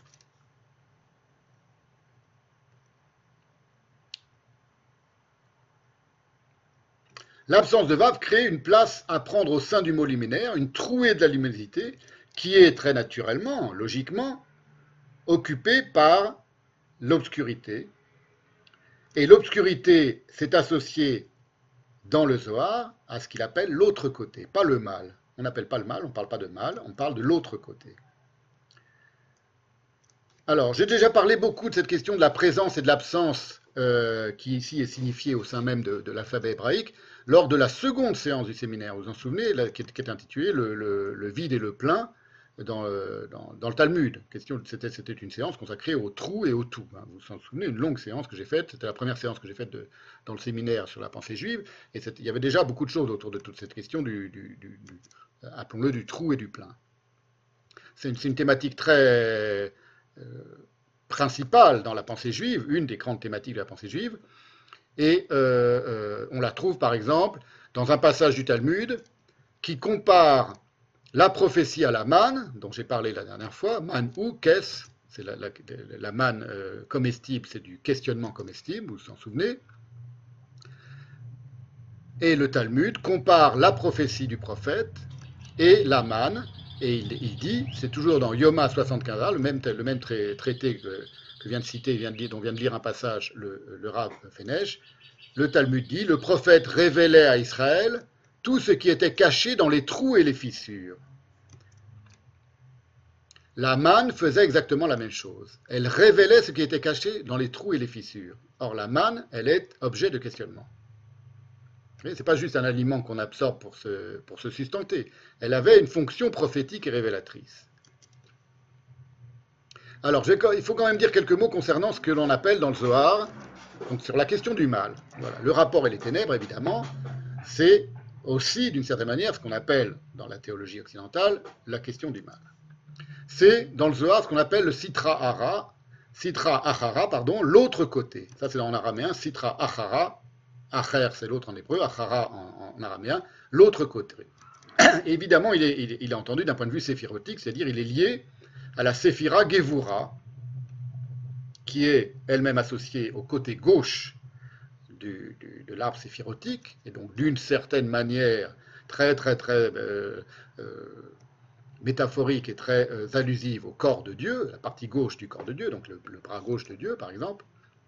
L'absence de Vav crée une place à prendre au sein du mot luminaire, une trouée de la luminosité, qui est très naturellement, logiquement, occupée par l'obscurité. Et l'obscurité s'est associée dans le Zohar à ce qu'il appelle l'autre côté, pas le mal. On n'appelle pas le mal, on ne parle pas de mal, on parle de l'autre côté. Alors, j'ai déjà parlé beaucoup de cette question de la présence et de l'absence qui ici est signifiée au sein même de l'alphabet hébraïque, lors de la seconde séance du séminaire. Vous vous en souvenez, qui est intitulée le vide et le plein dans le Talmud. C'était une séance consacrée au trou et au tout. Vous vous en souvenez, une longue séance que j'ai faite. C'était la première séance que j'ai faite dans le séminaire sur la pensée juive. Et il y avait déjà beaucoup de choses autour de toute cette question appelons-le du trou et du plein. C'est une thématique très principale dans la pensée juive, une des grandes thématiques de la pensée juive. Et on la trouve par exemple dans un passage du Talmud qui compare la prophétie à la manne, dont j'ai parlé la dernière fois, man ou qu'est-ce, c'est la manne comestible, c'est du questionnement comestible, vous vous en souvenez, Et le Talmud compare la prophétie du prophète et la manne, et il dit, c'est toujours dans Yoma 75a, le même traité que vient de citer, dont vient de lire un passage le Rav Fenesh, le Talmud dit, le prophète révélait à Israël tout ce qui était caché dans les trous et les fissures. La manne faisait exactement la même chose. Elle révélait ce qui était caché dans les trous et les fissures. Or, la manne, elle est objet de questionnement. Ce n'est pas juste un aliment qu'on absorbe pour se sustenter. Elle avait une fonction prophétique et révélatrice. Alors, il faut quand même dire quelques mots concernant ce que l'on appelle dans le Zohar, donc sur la question du mal. Voilà. Le rapport et les ténèbres, évidemment, c'est aussi, d'une certaine manière, ce qu'on appelle, dans la théologie occidentale, la question du mal. C'est, dans le Zohar, ce qu'on appelle le Sitra Achara, l'autre côté. Ça, c'est en araméen, Sitra Achara. Acher, c'est l'autre en hébreu, Achara en araméen, l'autre côté. Et évidemment, il est entendu d'un point de vue séphirotique, c'est-à-dire il est lié à la Séphira Gevura, qui est elle-même associée au côté gauche de l'arbre séphirotique, et donc d'une certaine manière très métaphorique et très allusive au corps de Dieu, la partie gauche du corps de Dieu, donc le bras gauche de Dieu, par exemple.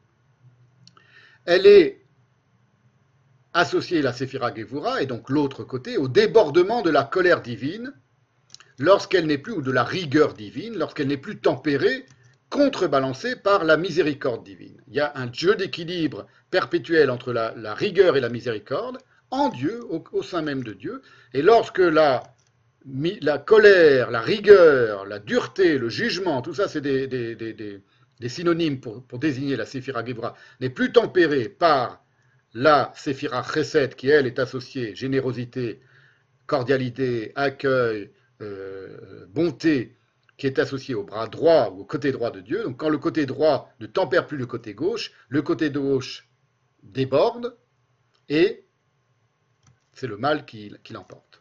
Elle est associée, la Séphira Gevura, et donc l'autre côté, au débordement de la colère divine, lorsqu'elle n'est plus, ou de la rigueur divine, lorsqu'elle n'est plus tempérée, contrebalancée par la miséricorde divine. Il y a un jeu d'équilibre perpétuel entre la rigueur et la miséricorde, en Dieu, au sein même de Dieu, et lorsque la colère, la rigueur, la dureté, le jugement, tout ça c'est des synonymes pour désigner la Séphira Gevura, n'est plus tempérée par la Séphira Chesed, qui elle est associée générosité, cordialité, accueil, bonté, qui est associée au bras droit ou au côté droit de Dieu. Donc quand le côté droit ne tempère plus le côté gauche gauche déborde et c'est le mal qui l'emporte.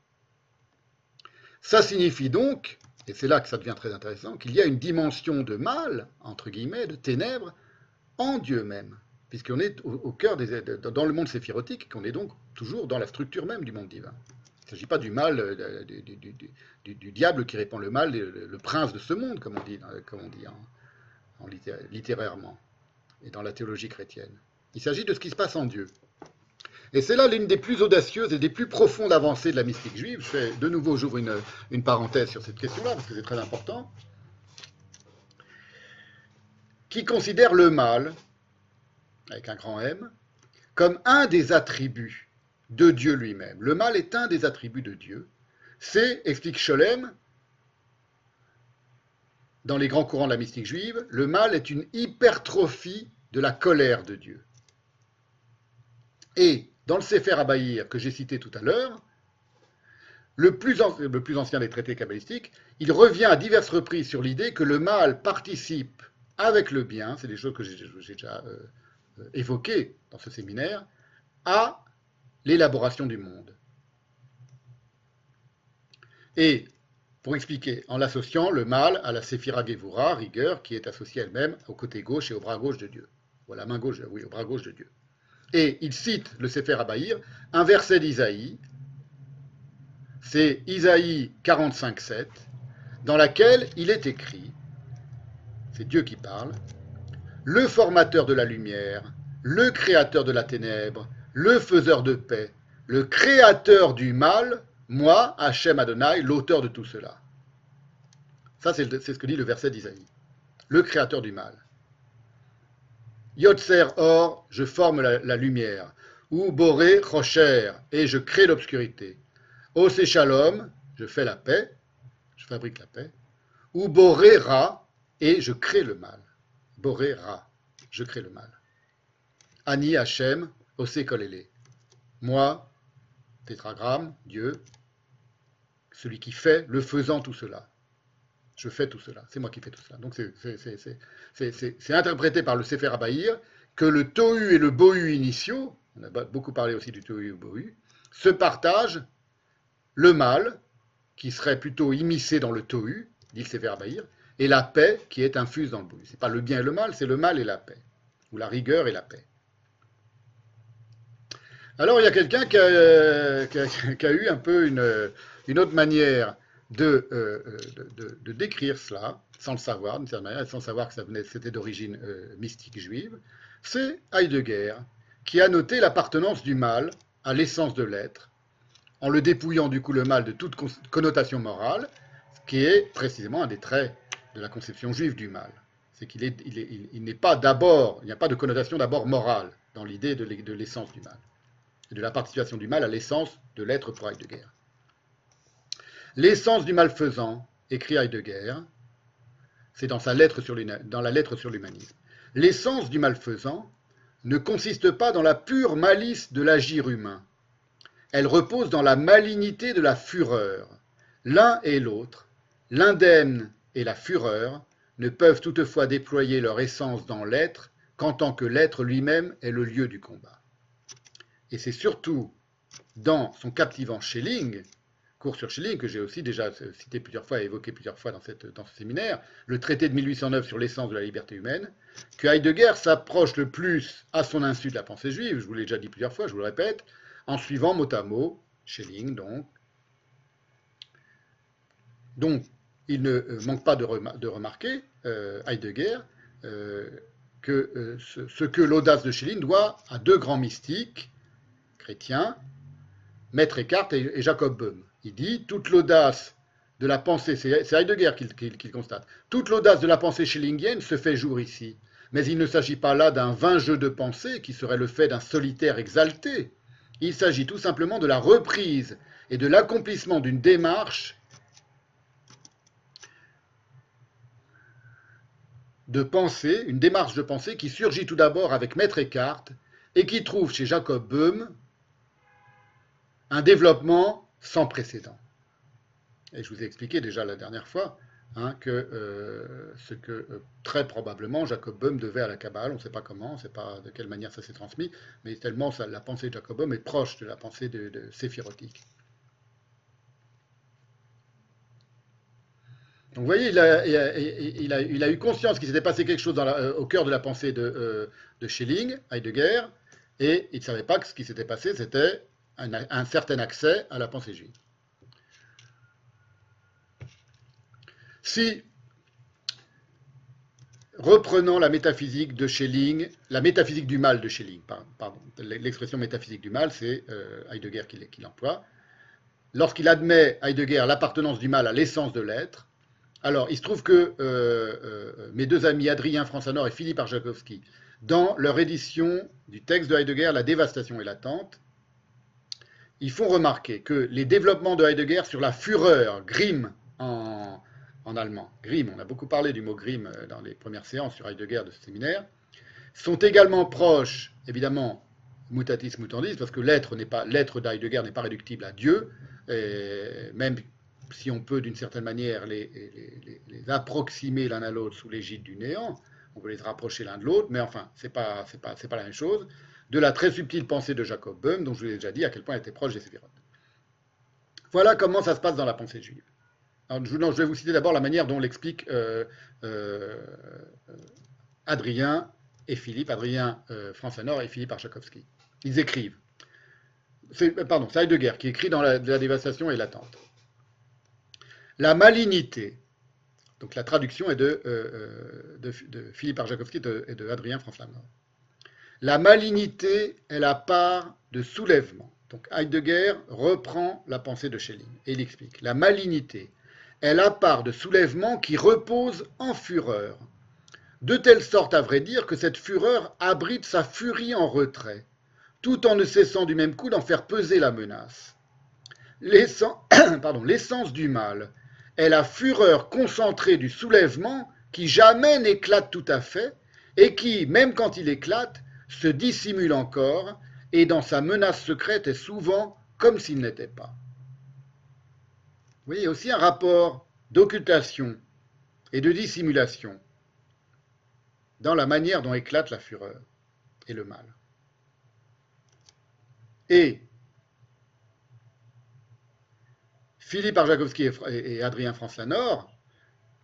Ça signifie donc, et c'est là que ça devient très intéressant, qu'il y a une dimension de mal, entre guillemets, de ténèbres, en Dieu même, puisqu'on est au cœur dans le monde séphirotique, qu'on est donc toujours dans la structure même du monde divin. Il ne s'agit pas du mal, du diable qui répand le mal, le prince de ce monde, comme on dit littérairement, et dans la théologie chrétienne. Il s'agit de ce qui se passe en Dieu. Et c'est là l'une des plus audacieuses et des plus profondes avancées de la mystique juive. De nouveau, j'ouvre une parenthèse sur cette question-là, parce que c'est très important. Qui considère le mal, avec un grand M, comme un des attributs de Dieu lui-même. Le mal est un des attributs de Dieu. C'est, explique Scholem, dans les grands courants de la mystique juive, le mal est une hypertrophie de la colère de Dieu. Et dans le Sefer Abaïr que j'ai cité tout à l'heure, le plus ancien des traités kabbalistiques, il revient à diverses reprises sur l'idée que le mal participe avec le bien, c'est des choses que j'ai déjà évoquées dans ce séminaire, à l'élaboration du monde. Et, pour expliquer, en l'associant le mal à la Séphira Gevura, rigueur, qui est associée elle-même au côté gauche et au bras gauche de Dieu. Ou à la main gauche, oui, au bras gauche de Dieu. Et il cite le Sefer Abaïr, un verset d'Isaïe, c'est Isaïe 45,7, dans laquelle il est écrit, c'est Dieu qui parle, le formateur de la lumière, le créateur de la ténèbre, le faiseur de paix, le créateur du mal, moi, Hachem Adonai, l'auteur de tout cela. Ça, c'est ce que dit le verset d'Isaïe. Le créateur du mal. Yotzer or, je forme la lumière. Ou Boré Rocher, et je crée l'obscurité. Ose Shalom, je fais la paix, je fabrique la paix. Ou Boré Ra, et je crée le mal. Boré Ra, je crée le mal. Ani Hachem, Ose Kolele. Moi, tétragramme, Dieu, celui qui fait, le faisant tout cela. Je fais tout cela, c'est moi qui fais tout cela. Donc c'est interprété par le Sefer Abaïr que le Tohu et le Bohu initiaux, on a beaucoup parlé aussi du Tohu et du Bohu, se partagent le mal, qui serait plutôt immiscé dans le Tohu, dit le Sefer Abaïr, et la paix qui est infuse dans le Bohu. Ce n'est pas le bien et le mal, c'est le mal et la paix, ou la rigueur et la paix. Alors, il y a quelqu'un qui a eu un peu une autre manière de décrire cela, sans le savoir, d'une certaine manière, sans savoir que c'était d'origine mystique juive. C'est Heidegger, qui a noté l'appartenance du mal à l'essence de l'être, en le dépouillant du coup le mal de toute connotation morale, ce qui est précisément un des traits de la conception juive du mal. C'est qu'il n'est pas d'abord, il n'y a pas de connotation d'abord morale dans l'idée de l'essence du mal, et de la participation du mal à l'essence de l'être pour Heidegger. L'essence du malfaisant, écrit Heidegger, c'est dans la lettre sur l'humanisme. L'essence du malfaisant ne consiste pas dans la pure malice de l'agir humain. Elle repose dans la malignité de la fureur. L'un et l'autre, l'indemne et la fureur, ne peuvent toutefois déployer leur essence dans l'être qu'en tant que l'être lui-même est le lieu du combat. Et c'est surtout dans son captivant Schelling, cours sur Schelling, que j'ai aussi déjà cité plusieurs fois et évoqué plusieurs fois dans ce séminaire, le traité de 1809 sur l'essence de la liberté humaine, que Heidegger s'approche le plus à son insu de la pensée juive, je vous l'ai déjà dit plusieurs fois, je vous le répète, en suivant mot à mot Schelling, donc. Donc, il ne manque pas de remarquer, Heidegger, que ce que l'audace de Schelling doit à deux grands mystiques chrétiens, Maître Eckhart et Jacob Böhm. Il dit toute l'audace de la pensée, c'est Heidegger qui constate, toute l'audace de la pensée schellingienne se fait jour ici. Mais il ne s'agit pas là d'un vain jeu de pensée qui serait le fait d'un solitaire exalté. Il s'agit tout simplement de la reprise et de l'accomplissement d'une démarche de pensée, une démarche de pensée qui surgit tout d'abord avec Maître Eckhart et qui trouve chez Jacob Böhm un développement sans précédent. Et je vous ai expliqué déjà la dernière fois que ce que très probablement Jacob Böhm devait à la Kabbale, on ne sait pas comment, on ne sait pas de quelle manière ça s'est transmis, mais tellement la pensée de Jacob Böhm est proche de la pensée de séphirotique. Donc vous voyez, il a eu conscience qu'il s'était passé quelque chose au cœur de la pensée de Schelling, Heidegger, et il ne savait pas que ce qui s'était passé, c'était un certain accès à la pensée juive. Si, reprenant la métaphysique de Schelling, la métaphysique du mal de Schelling, pardon, l'expression métaphysique du mal, c'est Heidegger qui l'emploie, lorsqu'il admet, Heidegger, l'appartenance du mal à l'essence de l'être, alors il se trouve que mes deux amis Adrien Fransanor et Philippe Arjakovski, dans leur édition du texte de Heidegger, La dévastation et l'attente, ils font remarquer que les développements de Heidegger sur la fureur, Grimm en allemand, Grimm, on a beaucoup parlé du mot Grimm dans les premières séances sur Heidegger de ce séminaire, sont également proches, évidemment, mutatis mutandis, parce que l'être d'Heidegger n'est pas réductible à Dieu, et même si on peut d'une certaine manière les approximer l'un à l'autre sous l'égide du néant, on peut les rapprocher l'un de l'autre, mais enfin, c'est pas la même chose, de la très subtile pensée de Jacob Böhm, dont je vous ai déjà dit à quel point elle était proche des séphirotes. Voilà comment ça se passe dans la pensée juive. Alors, je vais vous citer d'abord la manière dont l'explique Adrien et Philippe, Adrien Fransanor et Philippe Arjakovski. Ils écrivent. C'est Heidegger qui écrit dans la dévastation et l'attente. La malignité, donc la traduction est de Philippe Arjakovski et de Adrien Fransanor. La malignité est la part de soulèvement. Donc Heidegger reprend la pensée de Schelling et il explique. La malignité est la part de soulèvement qui repose en fureur, de telle sorte à vrai dire que cette fureur abrite sa furie en retrait, tout en ne cessant du même coup d'en faire peser la menace. L'essence du mal est la fureur concentrée du soulèvement qui jamais n'éclate tout à fait et qui, même quand il éclate, se dissimule encore et dans sa menace secrète est souvent comme s'il n'était pas. Vous voyez, aussi un rapport d'occultation et de dissimulation dans la manière dont éclate la fureur et le mal. Et Philippe Arjakovski et Adrien Fransanor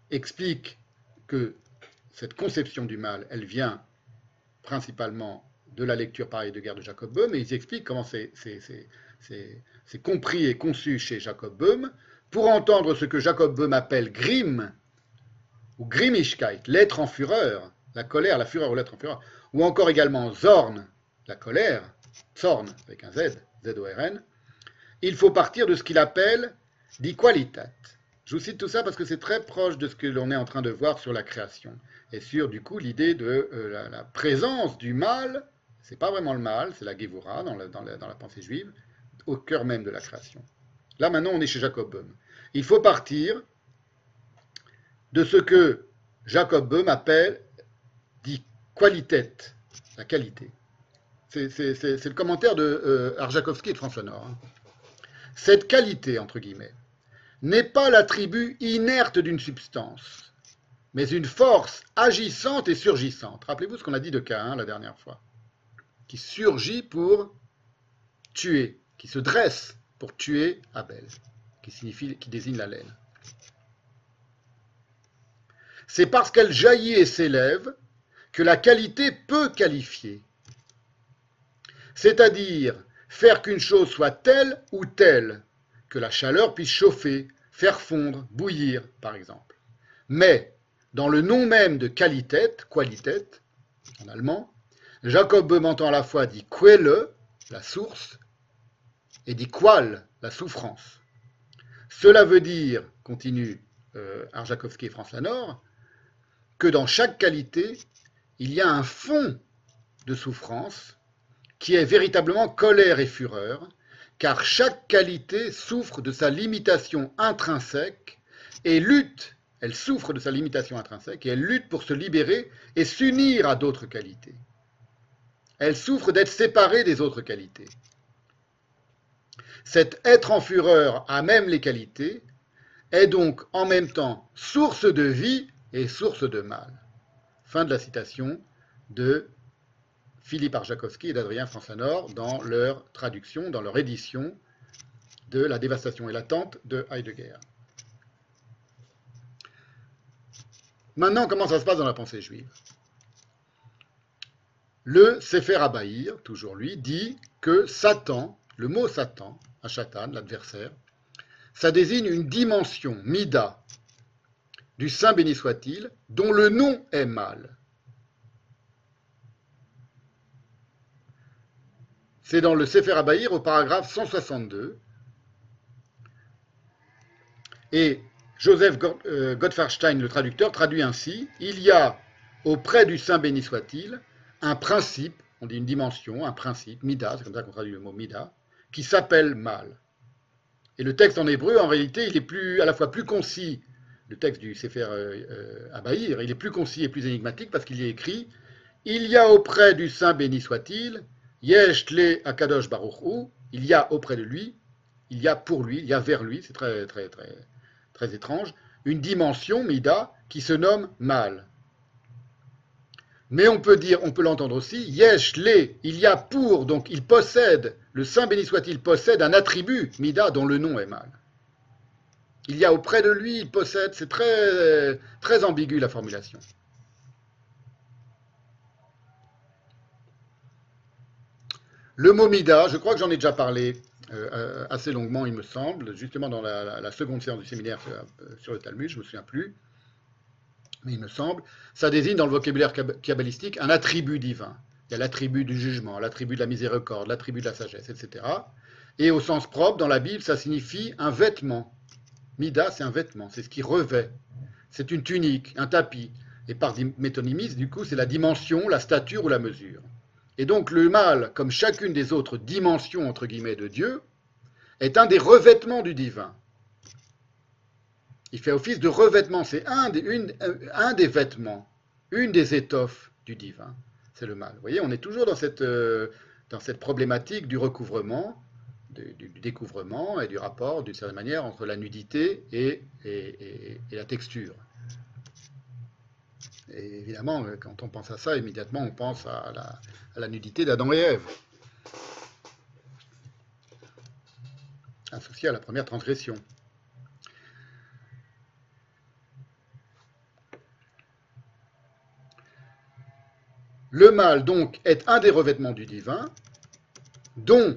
expliquent que cette conception du mal, elle vient principalement de la lecture par Heidegger de Jacob Böhm, et ils expliquent comment c'est compris et conçu chez Jacob Böhm, pour entendre ce que Jacob Böhm appelle Grimm, ou Grimmigkeit, l'être en fureur, la colère, la fureur ou l'être en fureur, ou encore également Zorn, la colère, Zorn avec un Z, Z-O-R-N, il faut partir de ce qu'il appelle die Qualitat. Je vous cite tout ça parce que c'est très proche de ce que l'on est en train de voir sur la création, et sur du coup l'idée de la présence du mal, c'est pas vraiment le mal, c'est la Gevura dans la pensée juive, au cœur même de la création. Là maintenant on est chez Jacob Böhm. Il faut partir de ce que Jacob Böhm appelle die Qualität, la qualité. C'est le commentaire de Arjakovski et de François Nord. Hein. Cette qualité, entre guillemets, n'est pas l'attribut inerte d'une substance, mais une force agissante et surgissante. Rappelez-vous ce qu'on a dit de Caïn la dernière fois, qui surgit pour tuer, qui se dresse pour tuer Abel, qui désigne la laine. C'est parce qu'elle jaillit et s'élève que la qualité peut qualifier, c'est-à-dire faire qu'une chose soit telle ou telle, que la chaleur puisse chauffer, faire fondre, bouillir, par exemple. Mais, dans le nom même de Qualität, en allemand, Jacob Böhm entend à la fois dit Quelle, la source, et dit Qual, la souffrance. Cela veut dire, continue Arjakovski et Franz Lanor, que dans chaque qualité, il y a un fond de souffrance qui est véritablement colère et fureur, car chaque qualité souffre de sa limitation intrinsèque et lutte, elle souffre de sa limitation intrinsèque et elle lutte pour se libérer et s'unir à d'autres qualités. Elle souffre d'être séparée des autres qualités. Cet être en fureur à même les qualités est donc en même temps source de vie et source de mal. Fin de la citation de Philippe Arjakovski et d'Adrien Franz-Lanor dans leur traduction, dans leur édition de La dévastation et l'attente de Heidegger. Maintenant, comment ça se passe dans la pensée juive? Le Sefer Abaïr, toujours lui, dit que Satan, le mot Satan, Hachatan, l'adversaire, ça désigne une dimension, Mida, du Saint béni soit-il, dont le nom est mal. C'est dans le Sefer Abaïr au paragraphe 162. Et Joseph Gottfriedstein, le traducteur, traduit ainsi: il y a auprès du Saint béni soit-il un principe, on dit une dimension, un principe, Mida, c'est comme ça qu'on traduit le mot Mida, qui s'appelle mal. Et le texte en hébreu, en réalité, il est à la fois plus concis, le texte du Sefer Abaïr, il est plus concis et plus énigmatique parce qu'il y est écrit: il y a auprès du Saint béni soit-il, Yesh le Akadosh Baruch Hu, il y a auprès de lui, il y a pour lui, il y a vers lui, c'est très, très, très, très étrange, une dimension, Mida, qui se nomme mal. Mais on peut l'entendre aussi, Yesh le, il y a pour, donc il possède, le Saint béni soit-il possède un attribut, Mida, dont le nom est mal. Il y a auprès de lui, il possède, c'est très, très ambigu la formulation. Le mot Mida, je crois que j'en ai déjà parlé assez longuement, il me semble, justement dans la seconde séance du séminaire sur le Talmud, je ne me souviens plus, mais il me semble, ça désigne dans le vocabulaire kabbalistique un attribut divin. Il y a l'attribut du jugement, l'attribut de la miséricorde, l'attribut de la sagesse, etc. Et au sens propre, dans la Bible, ça signifie un vêtement. Mida, c'est un vêtement, c'est ce qui revêt. C'est une tunique, un tapis. Et par métonymisme, du coup, c'est la dimension, la stature ou la mesure. Et donc le mal, comme chacune des autres dimensions, entre guillemets, de Dieu, est un des revêtements du divin. Il fait office de revêtement, c'est un des vêtements, une des étoffes du divin, c'est le mal. Vous voyez, on est toujours dans cette problématique du recouvrement, du découvrement et du rapport, d'une certaine manière, entre la nudité et la texture. Et évidemment, quand on pense à ça, immédiatement, on pense à la nudité d'Adam et Ève, associée à la première transgression. Le mal, donc, est un des revêtements du divin, dont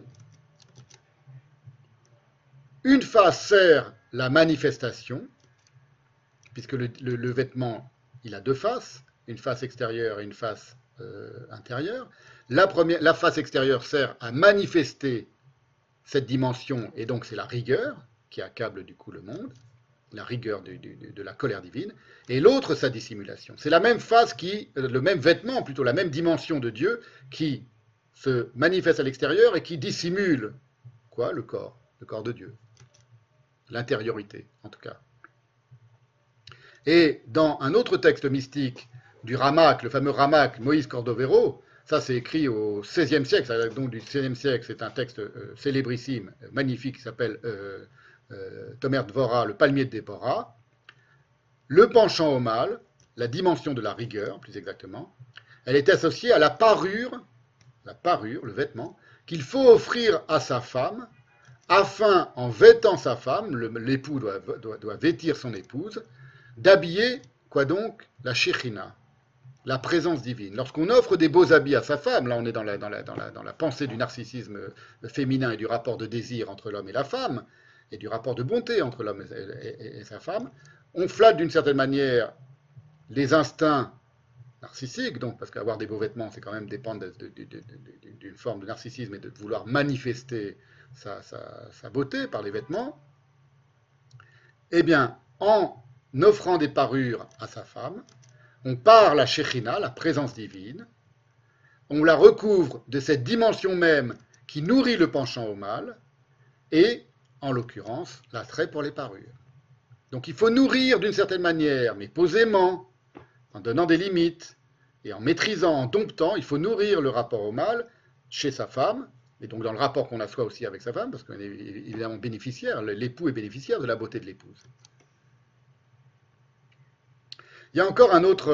une face sert la manifestation, puisque le vêtement, il a deux faces, une face extérieure et une face intérieure. La face extérieure sert à manifester cette dimension, et donc c'est la rigueur qui accable du coup le monde, la rigueur de la colère divine, et l'autre sa dissimulation. C'est la même face le même vêtement, plutôt la même dimension de Dieu qui se manifeste à l'extérieur et qui dissimule quoi? Le corps de Dieu, l'intériorité en tout cas. Et dans un autre texte mystique du Ramak, le fameux Ramak, Moïse Cordovero, ça c'est écrit au XVIe siècle, donc du XVIe siècle, c'est un texte célébrissime, magnifique, qui s'appelle Tomer Dvora, le palmier de Déborah. Le penchant au mal, la dimension de la rigueur, plus exactement, elle est associée à la parure, le vêtement, qu'il faut offrir à sa femme, afin, en vêtant sa femme, l'époux doit vêtir son épouse, d'habiller, quoi donc, la Shekhinah, la présence divine. Lorsqu'on offre des beaux habits à sa femme, là on est dans la pensée du narcissisme féminin et du rapport de désir entre l'homme et la femme, et du rapport de bonté entre l'homme et sa femme, on flatte d'une certaine manière les instincts narcissiques, donc, parce qu'avoir des beaux vêtements, c'est quand même dépendre d'une forme de narcissisme et de vouloir manifester sa beauté par les vêtements. Eh bien, en offrant des parures à sa femme, on part la Shekhinah, la présence divine, on la recouvre de cette dimension même qui nourrit le penchant au mal, et, en l'occurrence, l'attrait pour les parures. Donc il faut nourrir d'une certaine manière, mais posément, en donnant des limites, et en maîtrisant, en domptant, il faut nourrir le rapport au mal chez sa femme, et donc dans le rapport qu'on a soi aussi avec sa femme, parce qu'on est évidemment bénéficiaire, l'époux est bénéficiaire de la beauté de l'épouse. Il y a encore un autre...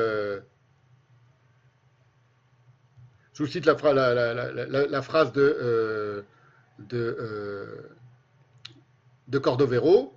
je vous cite la phrase de Cordovero.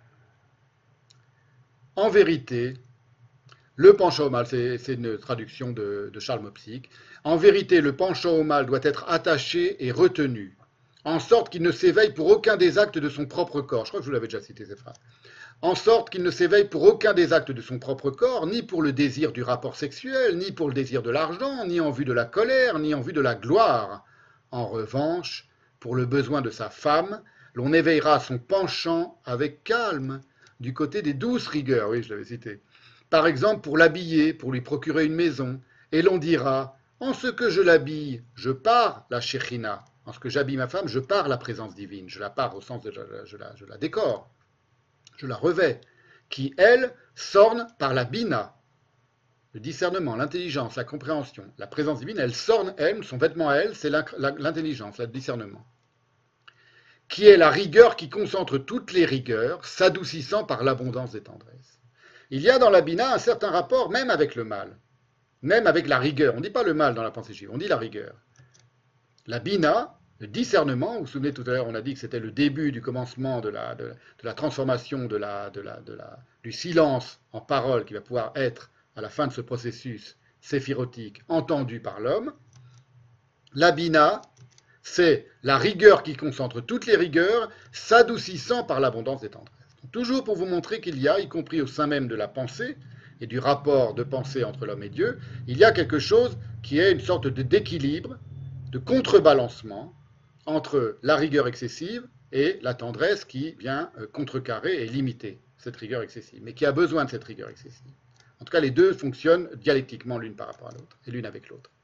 En vérité, le penchant au mal, c'est une traduction de Charles Mopsic. En vérité, le penchant au mal doit être attaché et retenu, en sorte qu'il ne s'éveille pour aucun des actes de son propre corps. Je crois que je vous l'avais déjà cité cette phrase. En sorte qu'il ne s'éveille pour aucun des actes de son propre corps, ni pour le désir du rapport sexuel, ni pour le désir de l'argent, ni en vue de la colère, ni en vue de la gloire. En revanche, pour le besoin de sa femme, l'on éveillera son penchant avec calme, du côté des douces rigueurs, oui, je l'avais cité. Par exemple, pour l'habiller, pour lui procurer une maison, et l'on dira, en ce que je l'habille, je pars la Shekhinah. En ce que j'habille ma femme, je pars la présence divine. Je la pars au sens de je la décore. Je la revais, qui, elle, s'orne par la bina, le discernement, l'intelligence, la compréhension. La présence divine, elle s'orne, elle, son vêtement à elle, c'est l'intelligence, le discernement. Qui est la rigueur qui concentre toutes les rigueurs, s'adoucissant par l'abondance des tendresses. Il y a dans la bina un certain rapport même avec le mal, même avec la rigueur. On ne dit pas le mal dans la pensée juive, on dit la rigueur. La bina, le discernement, vous vous souvenez tout à l'heure, on a dit que c'était le début du commencement de la transformation du silence en parole qui va pouvoir être, à la fin de ce processus séphirotique, entendu par l'homme. La bina, c'est la rigueur qui concentre toutes les rigueurs, s'adoucissant par l'abondance des tendresses. Donc, toujours pour vous montrer qu'il y a, y compris au sein même de la pensée et du rapport de pensée entre l'homme et Dieu, il y a quelque chose qui est une sorte d'équilibre, de contrebalancement entre la rigueur excessive et la tendresse qui vient contrecarrer et limiter cette rigueur excessive, mais qui a besoin de cette rigueur excessive. En tout cas, les deux fonctionnent dialectiquement l'une par rapport à l'autre, et l'une avec l'autre.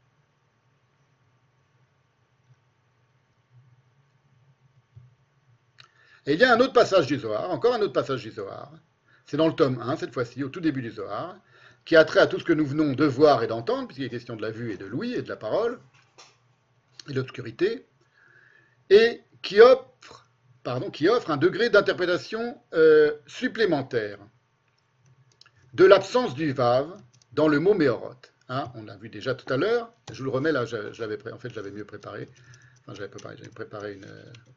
Et il y a un autre passage du Zohar, encore un autre passage du Zohar, c'est dans le tome 1, cette fois-ci, au tout début du Zohar, qui a trait à tout ce que nous venons de voir et d'entendre, puisqu'il est question de la vue et de l'ouïe et de la parole, et l'obscurité, et qui offre un degré d'interprétation supplémentaire de l'absence du Vav dans le mot Méorot. Hein, on l'a vu déjà tout à l'heure, je vous le remets là, je l'avais mieux préparé. Enfin, j'avais préparé une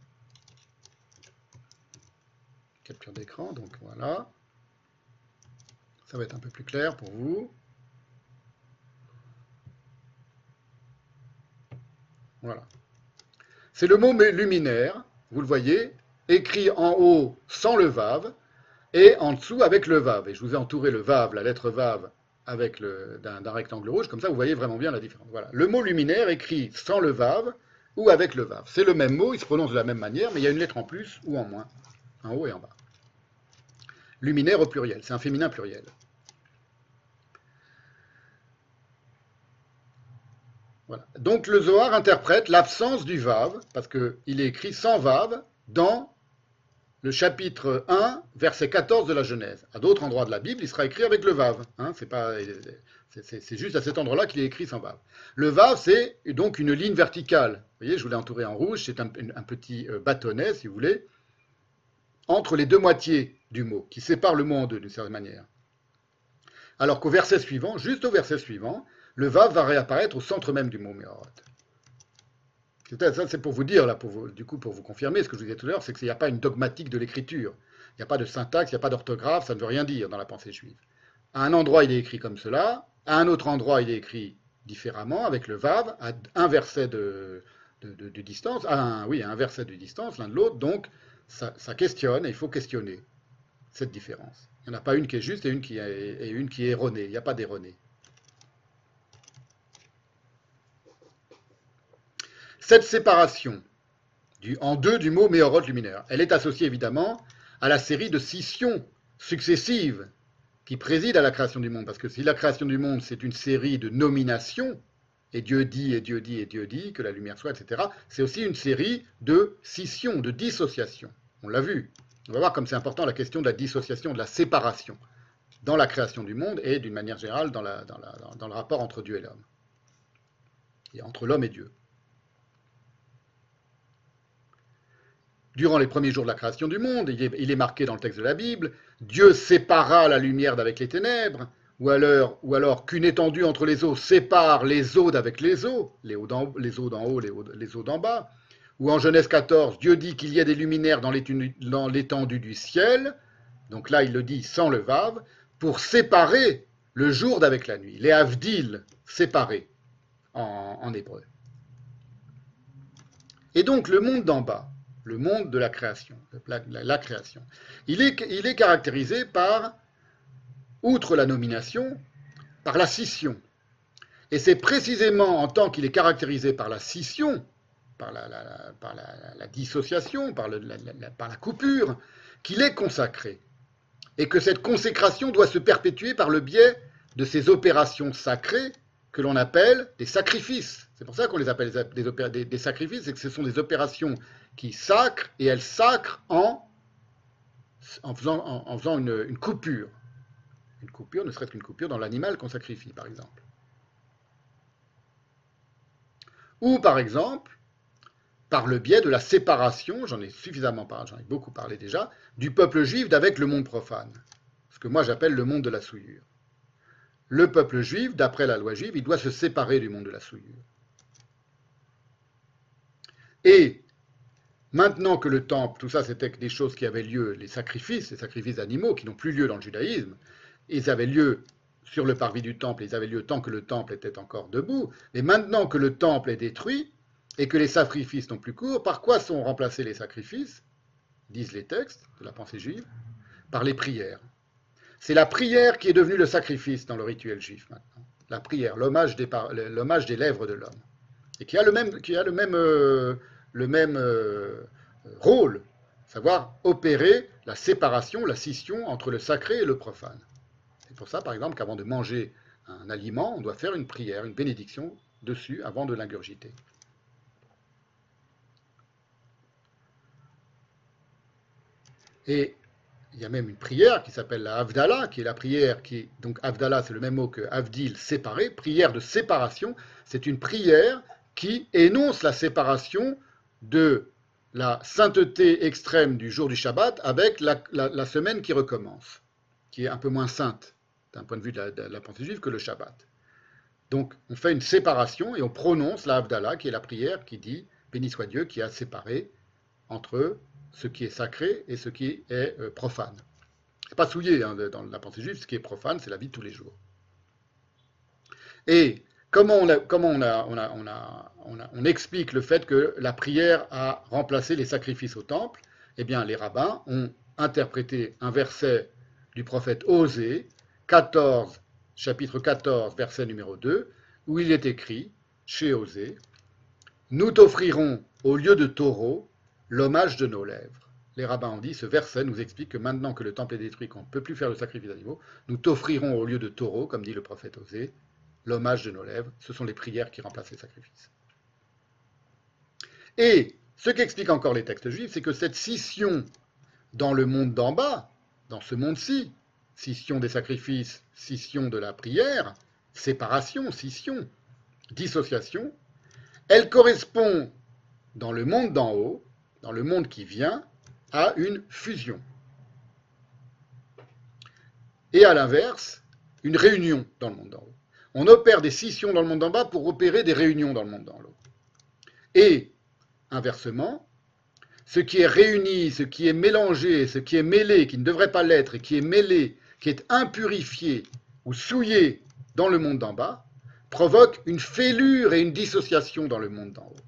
capture d'écran, donc voilà. Ça va être un peu plus clair pour vous. Voilà. C'est le mot luminaire, vous le voyez, écrit en haut sans le vav, et en dessous avec le vav. Et je vous ai entouré le vav, la lettre vav, avec d'un rectangle rouge, comme ça vous voyez vraiment bien la différence. Voilà. Le mot luminaire écrit sans le vav ou avec le vav. C'est le même mot, il se prononce de la même manière, mais il y a une lettre en plus ou en moins, en haut et en bas. Luminaire au pluriel, c'est un féminin pluriel. Voilà. Donc le Zohar interprète l'absence du vav, parce qu'il est écrit sans vav dans le chapitre 1, verset 14 de la Genèse. À d'autres endroits de la Bible, il sera écrit avec le vav. Hein, c'est juste à cet endroit-là qu'il est écrit sans vav. Le vav, c'est donc une ligne verticale. Vous voyez, je vous l'ai entouré en rouge, c'est un petit bâtonnet, si vous voulez, entre les deux moitiés du mot, qui sépare le mot en deux, d'une certaine manière. Alors qu'au verset suivant, juste au verset suivant, le vav va réapparaître au centre même du mot Meorot. Ça, c'est pour vous dire, là, pour vous confirmer ce que je vous disais tout à l'heure, c'est qu'il n'y a pas une dogmatique de l'écriture. Il n'y a pas de syntaxe, il n'y a pas d'orthographe, ça ne veut rien dire dans la pensée juive. À un endroit, il est écrit comme cela, à un autre endroit, il est écrit différemment, avec le vav, à un verset de distance, à un verset de distance l'un de l'autre, donc ça questionne, et il faut questionner cette différence. Il n'y en a pas une qui est juste et une qui est erronée, il n'y a pas d'erronée. Cette séparation en deux du mot Meorot luminaire, elle est associée évidemment à la série de scissions successives qui président à la création du monde. Parce que si la création du monde, c'est une série de nominations, et Dieu dit, et Dieu dit, et Dieu dit, que la lumière soit, etc., c'est aussi une série de scissions, de dissociations. On l'a vu. On va voir comme c'est important la question de la dissociation, de la séparation dans la création du monde et d'une manière générale dans le rapport entre Dieu et l'homme. Et entre l'homme et Dieu. Durant les premiers jours de la création du monde, il est marqué dans le texte de la Bible, Dieu sépara la lumière d'avec les ténèbres, ou alors qu'une étendue entre les eaux sépare les eaux d'avec les eaux, les eaux d'en haut, les eaux d'en bas, ou en Genèse 14, Dieu dit qu'il y a des luminaires dans l'étendue du ciel, donc là il le dit sans le vav, pour séparer le jour d'avec la nuit, les avdil séparés en hébreu. Et donc le monde d'en bas, le monde de la création, la création. Il est caractérisé par, outre la nomination, par la scission. Et c'est précisément en tant qu'il est caractérisé par la scission, par la dissociation, par la coupure, qu'il est consacré. Et que cette consécration doit se perpétuer par le biais de ces opérations sacrées que l'on appelle des sacrifices. C'est pour ça qu'on les appelle des sacrifices, c'est que ce sont des opérations qui sacrent, et elles sacrent en faisant une coupure. Une coupure, ne serait-ce qu'une coupure dans l'animal qu'on sacrifie, par exemple. Ou, par exemple, par le biais de la séparation, j'en ai beaucoup parlé déjà, du peuple juif d'avec le monde profane. Ce que moi j'appelle le monde de la souillure. Le peuple juif, d'après la loi juive, il doit se séparer du monde de la souillure. Et maintenant que le temple, tout ça c'était des choses qui avaient lieu, les sacrifices d'animaux qui n'ont plus lieu dans le judaïsme, ils avaient lieu sur le parvis du temple, ils avaient lieu tant que le temple était encore debout, mais maintenant que le temple est détruit et que les sacrifices n'ont plus cours, par quoi sont remplacés les sacrifices, disent les textes de la pensée juive? Par les prières. C'est la prière qui est devenue le sacrifice dans le rituel juif maintenant. La prière, l'hommage des lèvres de l'homme. Et qui a le même rôle, savoir opérer la séparation, la scission entre le sacré et le profane. C'est pour ça, par exemple, qu'avant de manger un aliment, on doit faire une prière, une bénédiction dessus avant de l'ingurgiter. Et il y a même une prière qui s'appelle la Havdalah, qui est la prière qui... Donc Havdalah, c'est le même mot que Havdil, séparé, prière de séparation. C'est une prière qui énonce la séparation de la sainteté extrême du jour du Shabbat avec la semaine qui recommence, qui est un peu moins sainte d'un point de vue de la pensée juive que le Shabbat. Donc on fait une séparation et on prononce la Havdalah, qui est la prière qui dit « Béni soit Dieu qui a séparé entre ce qui est sacré et ce qui est profane ». C'est pas souillé dans la pensée juive, ce qui est profane, c'est la vie de tous les jours. Et on explique le fait que la prière a remplacé les sacrifices au temple? Eh bien, les rabbins ont interprété un verset du prophète Osée, chapitre 14, verset numéro 2, où il est écrit, chez Osée, « Nous t'offrirons au lieu de taureau l'hommage de nos lèvres. » Les rabbins ont dit, ce verset nous explique que maintenant que le temple est détruit, qu'on ne peut plus faire le sacrifice d'animaux, nous t'offrirons au lieu de taureau, comme dit le prophète Osée, l'hommage de nos lèvres. Ce sont les prières qui remplacent les sacrifices. Et ce qu'expliquent encore les textes juifs, c'est que cette scission dans le monde d'en bas, dans ce monde-ci, scission des sacrifices, scission de la prière, séparation, scission, dissociation, elle correspond dans le monde d'en haut, dans le monde qui vient, à une fusion. Et à l'inverse, une réunion dans le monde d'en haut. On opère des scissions dans le monde d'en bas pour opérer des réunions dans le monde d'en haut. Et, inversement, ce qui est réuni, ce qui est mélangé, ce qui est mêlé, qui ne devrait pas l'être, et qui est mêlé, qui est impurifié ou souillé dans le monde d'en bas, provoque une fêlure et une dissociation dans le monde d'en haut.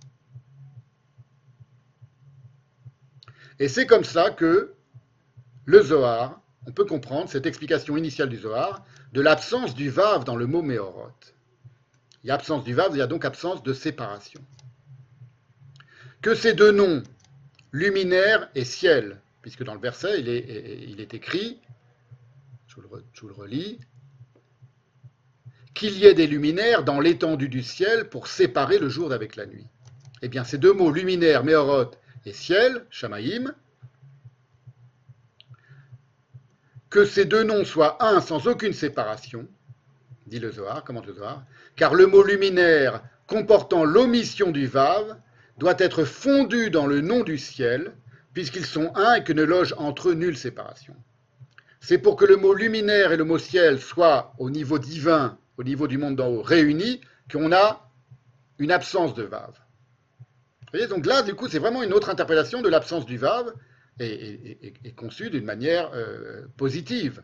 Et c'est comme ça que le Zohar, on peut comprendre cette explication initiale du Zohar, de l'absence du Vav dans le mot Méorot. Il y a absence du Vav, il y a donc absence de séparation. Que ces deux noms, luminaire et ciel, puisque dans le verset, il est écrit, je vous le relis, qu'il y ait des luminaires dans l'étendue du ciel pour séparer le jour d'avec la nuit. Eh bien, ces deux mots, luminaire, Méorot, et ciel, Shamaïm, que ces deux noms soient un sans aucune séparation, dit le Zohar, commente le Zohar, car le mot luminaire comportant l'omission du Vav doit être fondu dans le nom du ciel, puisqu'ils sont un et que ne loge entre eux nulle séparation. C'est pour que le mot luminaire et le mot ciel soient au niveau divin, au niveau du monde d'en haut, réunis, qu'on a une absence de Vav. Vous voyez, donc là, du coup, c'est vraiment une autre interprétation de l'absence du Vav et conçue d'une manière positive.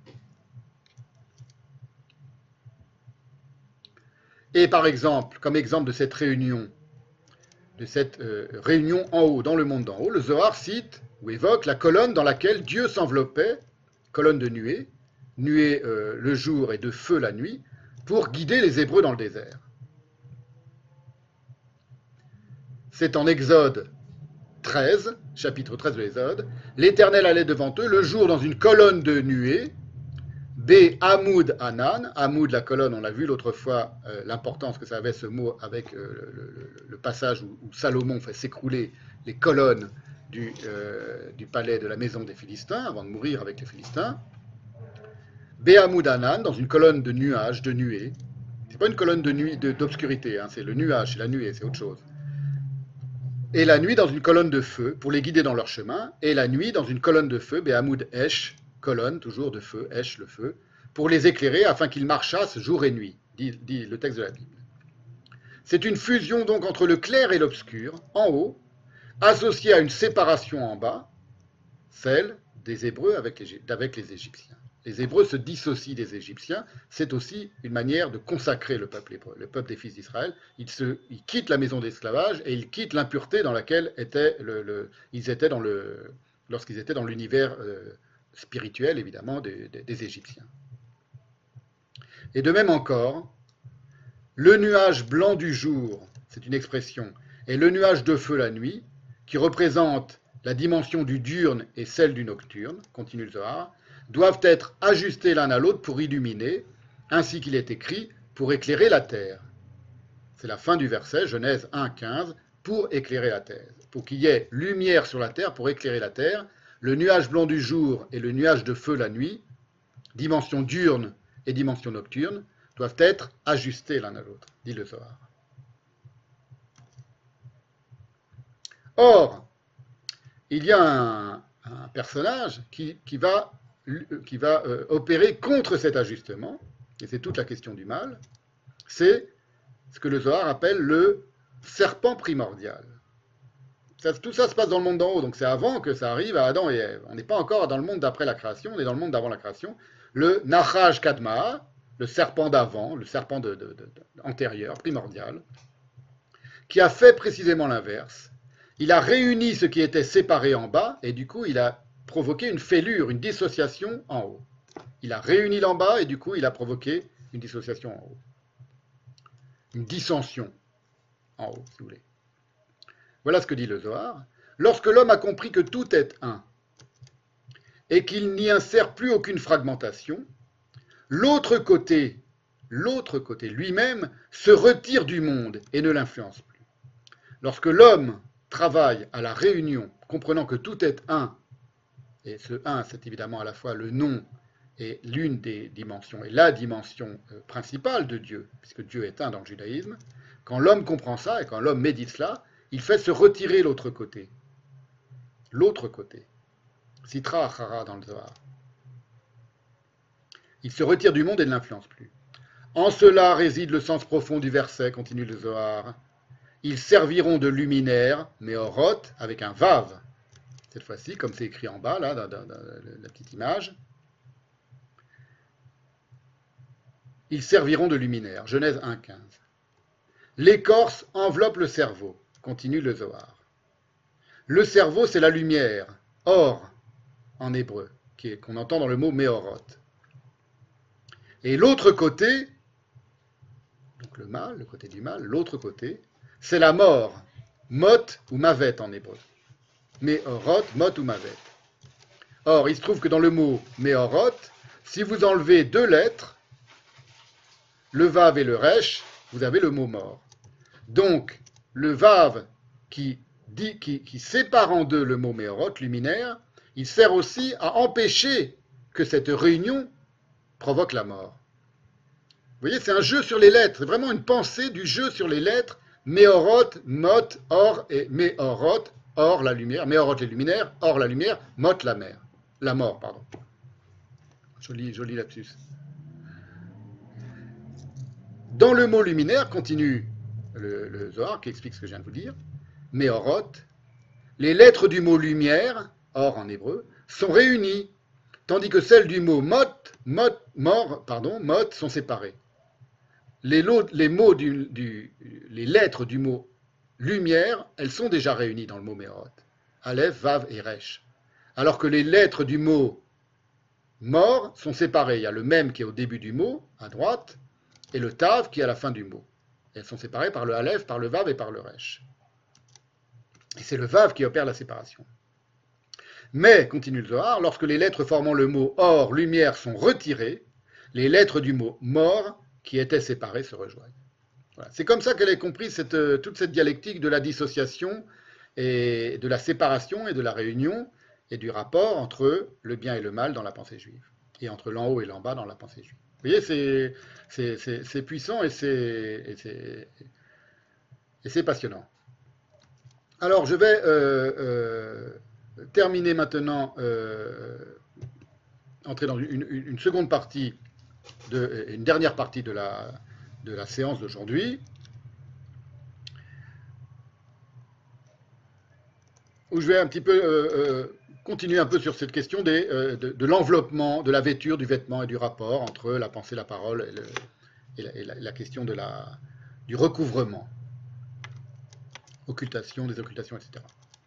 Et par exemple, comme exemple de cette réunion en haut, dans le monde d'en haut, le Zohar cite ou évoque la colonne dans laquelle Dieu s'enveloppait, colonne de nuée, le jour et de feu la nuit, pour guider les Hébreux dans le désert. C'est en Exode 13, chapitre 13 de l'Exode, l'Éternel allait devant eux le jour dans une colonne de nuée, B. Hamoud Anan, Hamoud la colonne, on l'a vu l'autre fois, l'importance que ça avait ce mot avec le passage où Salomon fait s'écrouler les colonnes du palais de la maison des Philistins, avant de mourir avec les Philistins. B. Hamoud Anan, dans une colonne de nuages, de nuée. C'est pas une colonne d'obscurité, hein, c'est le nuage, c'est la nuée, c'est autre chose. Et la nuit dans une colonne de feu, pour les guider dans leur chemin, et la nuit dans une colonne de feu, Béhamoud Esh, colonne toujours de feu, Esh le feu, pour les éclairer afin qu'ils marchassent jour et nuit, dit le texte de la Bible. C'est une fusion donc entre le clair et l'obscur, en haut, associée à une séparation en bas, celle des Hébreux avec les Égyptiens. Les Hébreux se dissocient des Égyptiens, c'est aussi une manière de consacrer le peuple hébreu, le peuple des fils d'Israël. Ils quittent la maison d'esclavage et ils quittent l'impureté dans laquelle ils étaient lorsqu'ils étaient dans l'univers spirituel, évidemment, des Égyptiens. Et de même encore, le nuage blanc du jour, c'est une expression, et le nuage de feu la nuit, qui représente la dimension du diurne et celle du nocturne, continue le Zohar, doivent être ajustés l'un à l'autre pour illuminer, ainsi qu'il est écrit, pour éclairer la terre. C'est la fin du verset, Genèse 1,15, pour éclairer la terre. Pour qu'il y ait lumière sur la terre, pour éclairer la terre, le nuage blanc du jour et le nuage de feu la nuit, dimension diurne et dimension nocturne, doivent être ajustés l'un à l'autre, dit le Zohar. Or, il y a un personnage qui va opérer contre cet ajustement, et c'est toute la question du mal, c'est ce que le Zohar appelle le serpent primordial. Tout ça se passe dans le monde d'en haut, donc c'est avant que ça arrive à Adam et Ève. On n'est pas encore dans le monde d'après la création, on est dans le monde d'avant la création. Le Nachash Kadma, le serpent d'avant, le serpent antérieur, primordial, qui a fait précisément l'inverse. Il a réuni ce qui était séparé en bas, et du coup, il a provoqué une fêlure, une dissociation en haut. Il a réuni l'en bas, et du coup, il a provoqué une dissociation en haut. Une dissension en haut, si vous voulez. Voilà ce que dit le Zohar. Lorsque l'homme a compris que tout est un, et qu'il n'y insère plus aucune fragmentation, l'autre côté lui-même, se retire du monde et ne l'influence plus. Lorsque l'homme travaille à la réunion, comprenant que tout est un, et ce un, c'est évidemment à la fois le nom et l'une des dimensions, et la dimension principale de Dieu, puisque Dieu est un dans le judaïsme, quand l'homme comprend ça, et quand l'homme médite cela, il fait se retirer l'autre côté. L'autre côté. Sitra Achara dans le Zohar. Il se retire du monde et ne l'influence plus. En cela réside le sens profond du verset, continue le Zohar. Ils serviront de luminaire, Meorot, avec un Vav. Cette fois-ci, comme c'est écrit en bas, là, dans la petite image. Ils serviront de luminaire. Genèse 1,15. L'écorce enveloppe le cerveau, continue le Zohar. Le cerveau, c'est la lumière, or, en hébreu, qu'on entend dans le mot Meorot. Et l'autre côté, donc le mal, le côté du mal, l'autre côté, c'est la mort, mot ou mavet en hébreu. Meorot, mot ou mavet. Or, il se trouve que dans le mot Meorot, si vous enlevez deux lettres, le vav et le resh, vous avez le mot mort. Donc, le vav qui sépare en deux le mot Meorot, luminaire, il sert aussi à empêcher que cette réunion provoque la mort. Vous voyez, c'est un jeu sur les lettres, c'est vraiment une pensée du jeu sur les lettres, Meorot, Mot, Or, et Meorot, Or la lumière, Meorot les luminaires, Or la lumière, Mot la mort, pardon. Joli lapsus. Dans le mot luminaire, continue le Zohar qui explique ce que je viens de vous dire, Meorot, les lettres du mot lumière, Or en hébreu, sont réunies, tandis que celles du mot mot sont séparées. Les lettres du mot lumière, elles sont déjà réunies dans le mot Meorot. Aleph, Vav et Resh. Alors que les lettres du mot mort sont séparées. Il y a le même qui est au début du mot, à droite, et le Tav qui est à la fin du mot. Elles sont séparées par le Aleph, par le Vav et par le Resh. Et c'est le Vav qui opère la séparation. Mais, continue le Zohar, lorsque les lettres formant le mot or, lumière, sont retirées, les lettres du mot mort, qui étaient séparées, se rejoignent. Voilà. C'est comme ça qu'elle a compris toute cette dialectique de la dissociation et de la séparation et de la réunion et du rapport entre le bien et le mal dans la pensée juive, et entre l'en haut et l'en bas dans la pensée juive. Vous voyez, c'est puissant et c'est passionnant. Alors, je vais terminer maintenant, entrer dans une seconde partie, une dernière partie de la séance d'aujourd'hui, où je vais un petit peu continuer un peu sur cette question de l'enveloppement, de la vêture, du vêtement et du rapport entre la pensée, la parole et la question du recouvrement, occultation, désoccultation, etc.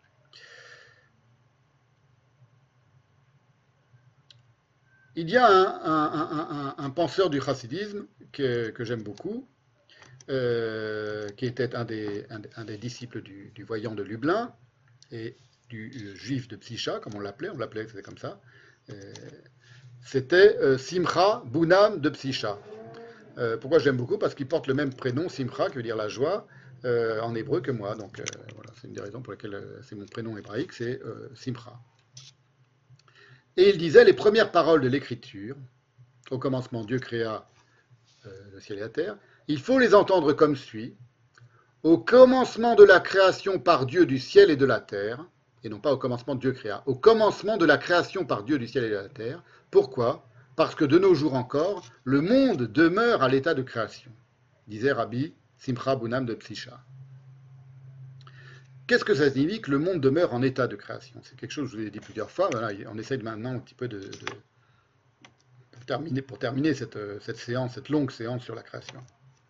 Il y a un penseur du chassidisme que j'aime beaucoup, qui était un des disciples du voyant de Lublin et du juif de Psicha, comme on l'appelait c'était comme ça. C'était Simcha Bunam de Psicha. Pourquoi je l'aime beaucoup? Parce qu'il porte le même prénom, Simcha, qui veut dire la joie, en hébreu que moi. Donc voilà, c'est une des raisons pour lesquelles c'est mon prénom hébraïque, c'est Simcha. Et il disait les premières paroles de l'Écriture, au commencement Dieu créa le ciel et la terre, il faut les entendre comme suit. Au commencement de la création par Dieu du ciel et de la terre, et non pas au commencement Dieu créa, au commencement de la création par Dieu du ciel et de la terre. Pourquoi? Parce que de nos jours encore, le monde demeure à l'état de création, disait Rabbi Simcha Bunam de Psicha. Qu'est-ce que ça signifie que le monde demeure en état de création? C'est quelque chose que je vous ai dit plusieurs fois. Voilà, on essaye maintenant un petit peu de terminer cette séance, cette longue séance sur la création.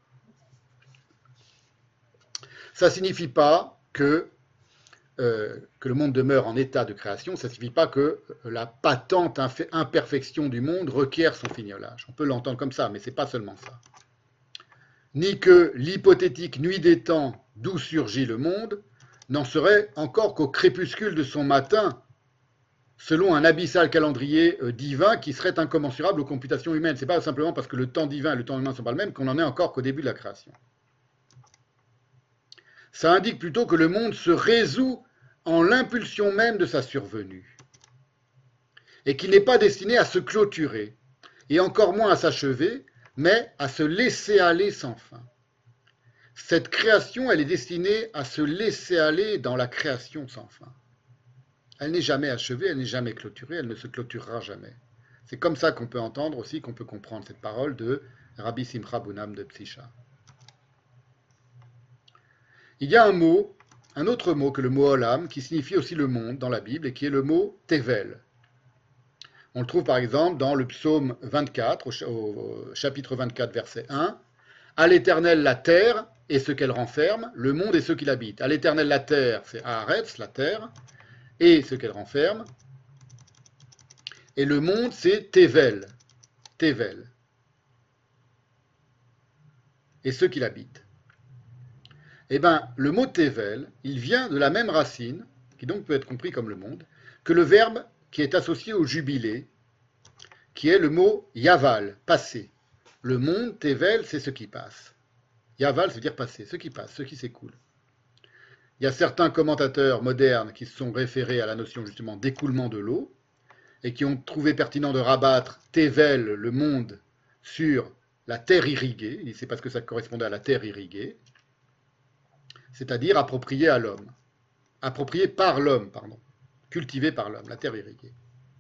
Ça ne signifie pas que le monde demeure en état de création, ça ne signifie pas que la patente imperfection du monde requiert son fignolage. On peut l'entendre comme ça, mais ce n'est pas seulement ça. Ni que l'hypothétique nuit des temps d'où surgit le monde n'en serait encore qu'au crépuscule de son matin, selon un abyssal calendrier divin qui serait incommensurable aux computations humaines. Ce n'est pas simplement parce que le temps divin et le temps humain ne sont pas le même qu'on n'en est encore qu'au début de la création. Ça indique plutôt que le monde se résout en l'impulsion même de sa survenue, et qu'il n'est pas destiné à se clôturer, et encore moins à s'achever, mais à se laisser aller sans fin. Cette création, elle est destinée à se laisser aller dans la création sans fin. Elle n'est jamais achevée, elle n'est jamais clôturée, elle ne se clôturera jamais. C'est comme ça qu'on peut entendre aussi, qu'on peut comprendre cette parole de Rabbi Simcha Bunam de Psischa. Il y a un autre mot que le mot Olam, qui signifie aussi le monde dans la Bible, et qui est le mot Tevel. On le trouve par exemple dans le psaume 24, au chapitre 24, verset 1. « À l'Éternel la terre et ce qu'elle renferme, le monde et ceux qui l'habitent. » À l'Éternel la terre, c'est Haaretz, la terre, et ce qu'elle renferme. Et le monde, c'est Tevel, Tevel, et ceux qui l'habitent. Eh bien, le mot Tevel, il vient de la même racine, qui donc peut être compris comme le monde, que le verbe qui est associé au jubilé, qui est le mot Yaval, passé. Le monde, Tevel, c'est ce qui passe. Yaval, ça veut dire passer, ce qui passe, ce qui s'écoule. Il y a certains commentateurs modernes qui se sont référés à la notion justement d'écoulement de l'eau, et qui ont trouvé pertinent de rabattre Tevel, le monde, sur la terre irriguée, c'est parce que ça correspondait à la terre irriguée, c'est-à-dire approprié à l'homme, approprié par l'homme, pardon, cultivé par l'homme, la terre irriguée.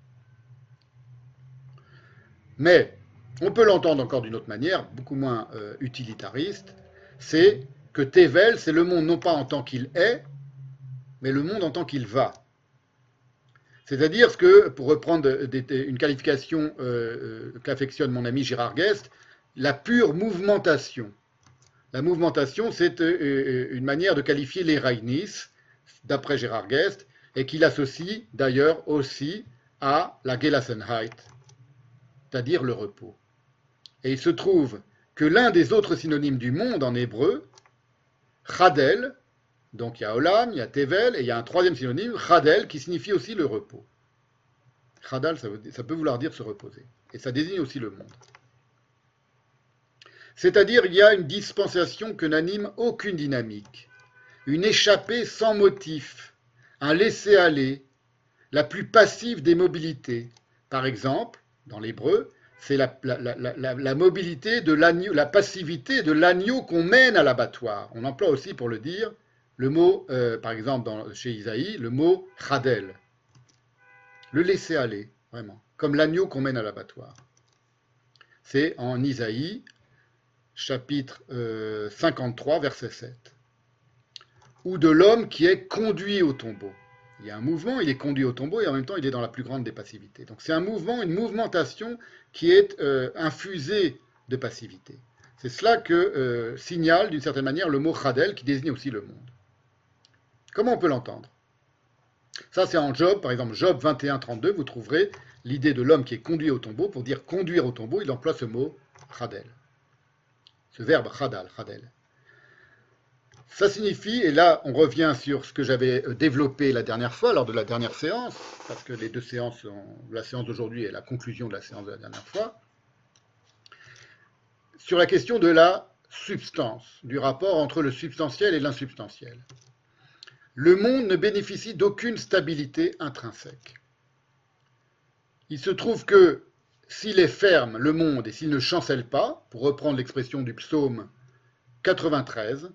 Mais on peut l'entendre encore d'une autre manière, beaucoup moins utilitariste, c'est que Tevel, c'est le monde non pas en tant qu'il est, mais le monde en tant qu'il va. C'est-à-dire que, pour reprendre une qualification qu'affectionne mon ami Gérard Guest, la pure mouvmentation. La mouvmentation, c'est une manière de qualifier l'Ereignis, d'après Gérard Guest, et qu'il associe d'ailleurs aussi à la Gelassenheit, c'est-à-dire le repos. Et il se trouve que l'un des autres synonymes du monde en hébreu, Chadel, donc il y a Olam, il y a Tevel, et il y a un troisième synonyme, Chadel, qui signifie aussi le repos. Chadal, ça peut vouloir dire se reposer, et ça désigne aussi le monde. C'est-à-dire il y a une dispensation que n'anime aucune dynamique, une échappée sans motif, un laisser-aller, la plus passive des mobilités. Par exemple, dans l'hébreu, c'est la mobilité de l'agneau, la passivité de l'agneau qu'on mène à l'abattoir. On emploie aussi pour le dire le mot, par exemple chez Isaïe, le mot chadel, le laisser-aller, vraiment, comme l'agneau qu'on mène à l'abattoir. C'est en Isaïe, chapitre 53, verset 7. Ou de l'homme qui est conduit au tombeau. Il y a un mouvement, il est conduit au tombeau et en même temps il est dans la plus grande des passivités. Donc c'est un mouvement, une mouvmentation qui est infusée de passivité. C'est cela que signale d'une certaine manière le mot chadel qui désigne aussi le monde. Comment on peut l'entendre? Ça c'est en Job, par exemple Job 21, 32, vous trouverez l'idée de l'homme qui est conduit au tombeau. Pour dire conduire au tombeau, il emploie ce mot chadel. Ce verbe chadal, chadel. Ça signifie, et là on revient sur ce que j'avais développé la dernière fois, lors de la dernière séance, parce que les deux séances, la séance d'aujourd'hui est la conclusion de la séance de la dernière fois, sur la question de la substance, du rapport entre le substantiel et l'insubstantiel. Le monde ne bénéficie d'aucune stabilité intrinsèque. Il se trouve que s'il est ferme, le monde, et s'il ne chancelle pas, pour reprendre l'expression du psaume 93,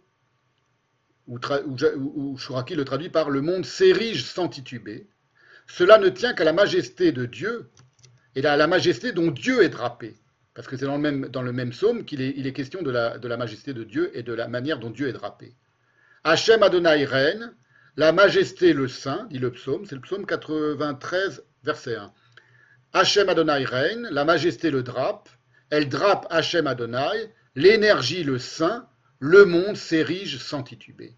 où Chouraki le traduit par « le monde s'érige sans tituber », cela ne tient qu'à la majesté de Dieu et à la majesté dont Dieu est drapé. Parce que c'est dans le même psaume qu'il est question de la majesté de Dieu et de la manière dont Dieu est drapé. Hachem Adonai règne, la majesté le saint, dit le psaume, c'est le psaume 93, verset 1. Hachem Adonai règne, la majesté le drape, elle drape Hachem Adonai, l'énergie le sein, le monde s'érige sans tituber.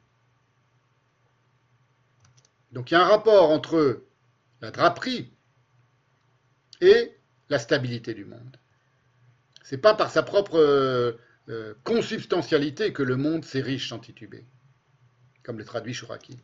Donc il y a un rapport entre la draperie et la stabilité du monde. Ce n'est pas par sa propre consubstantialité que le monde s'érige sans tituber, comme le traduit Chouraki.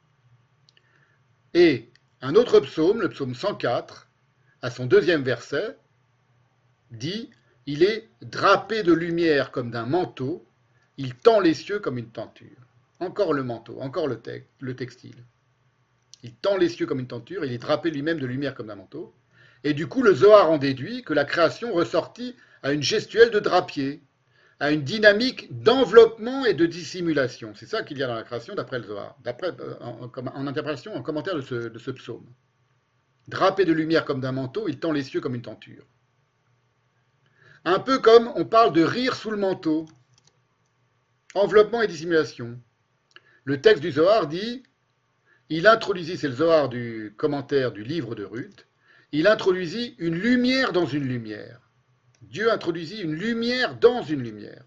Et un autre psaume, le psaume 104, à son 2e verset, dit « Il est drapé de lumière comme d'un manteau, il tend les cieux comme une tenture. » Encore le manteau, encore le textile. Il tend les cieux comme une tenture, il est drapé lui-même de lumière comme d'un manteau. Et du coup, le Zohar en déduit que la création ressortit à une gestuelle de drapier, à une dynamique d'enveloppement et de dissimulation. C'est ça qu'il y a dans la création d'après le Zohar, en interprétation, en commentaire de ce psaume. Drapé de lumière comme d'un manteau, il tend les cieux comme une tenture. Un peu comme on parle de rire sous le manteau. Enveloppement et dissimulation. Le texte du Zohar dit, il introduisit, c'est le Zohar du commentaire du livre de Ruth, il introduisit une lumière dans une lumière. Dieu introduisit une lumière dans une lumière.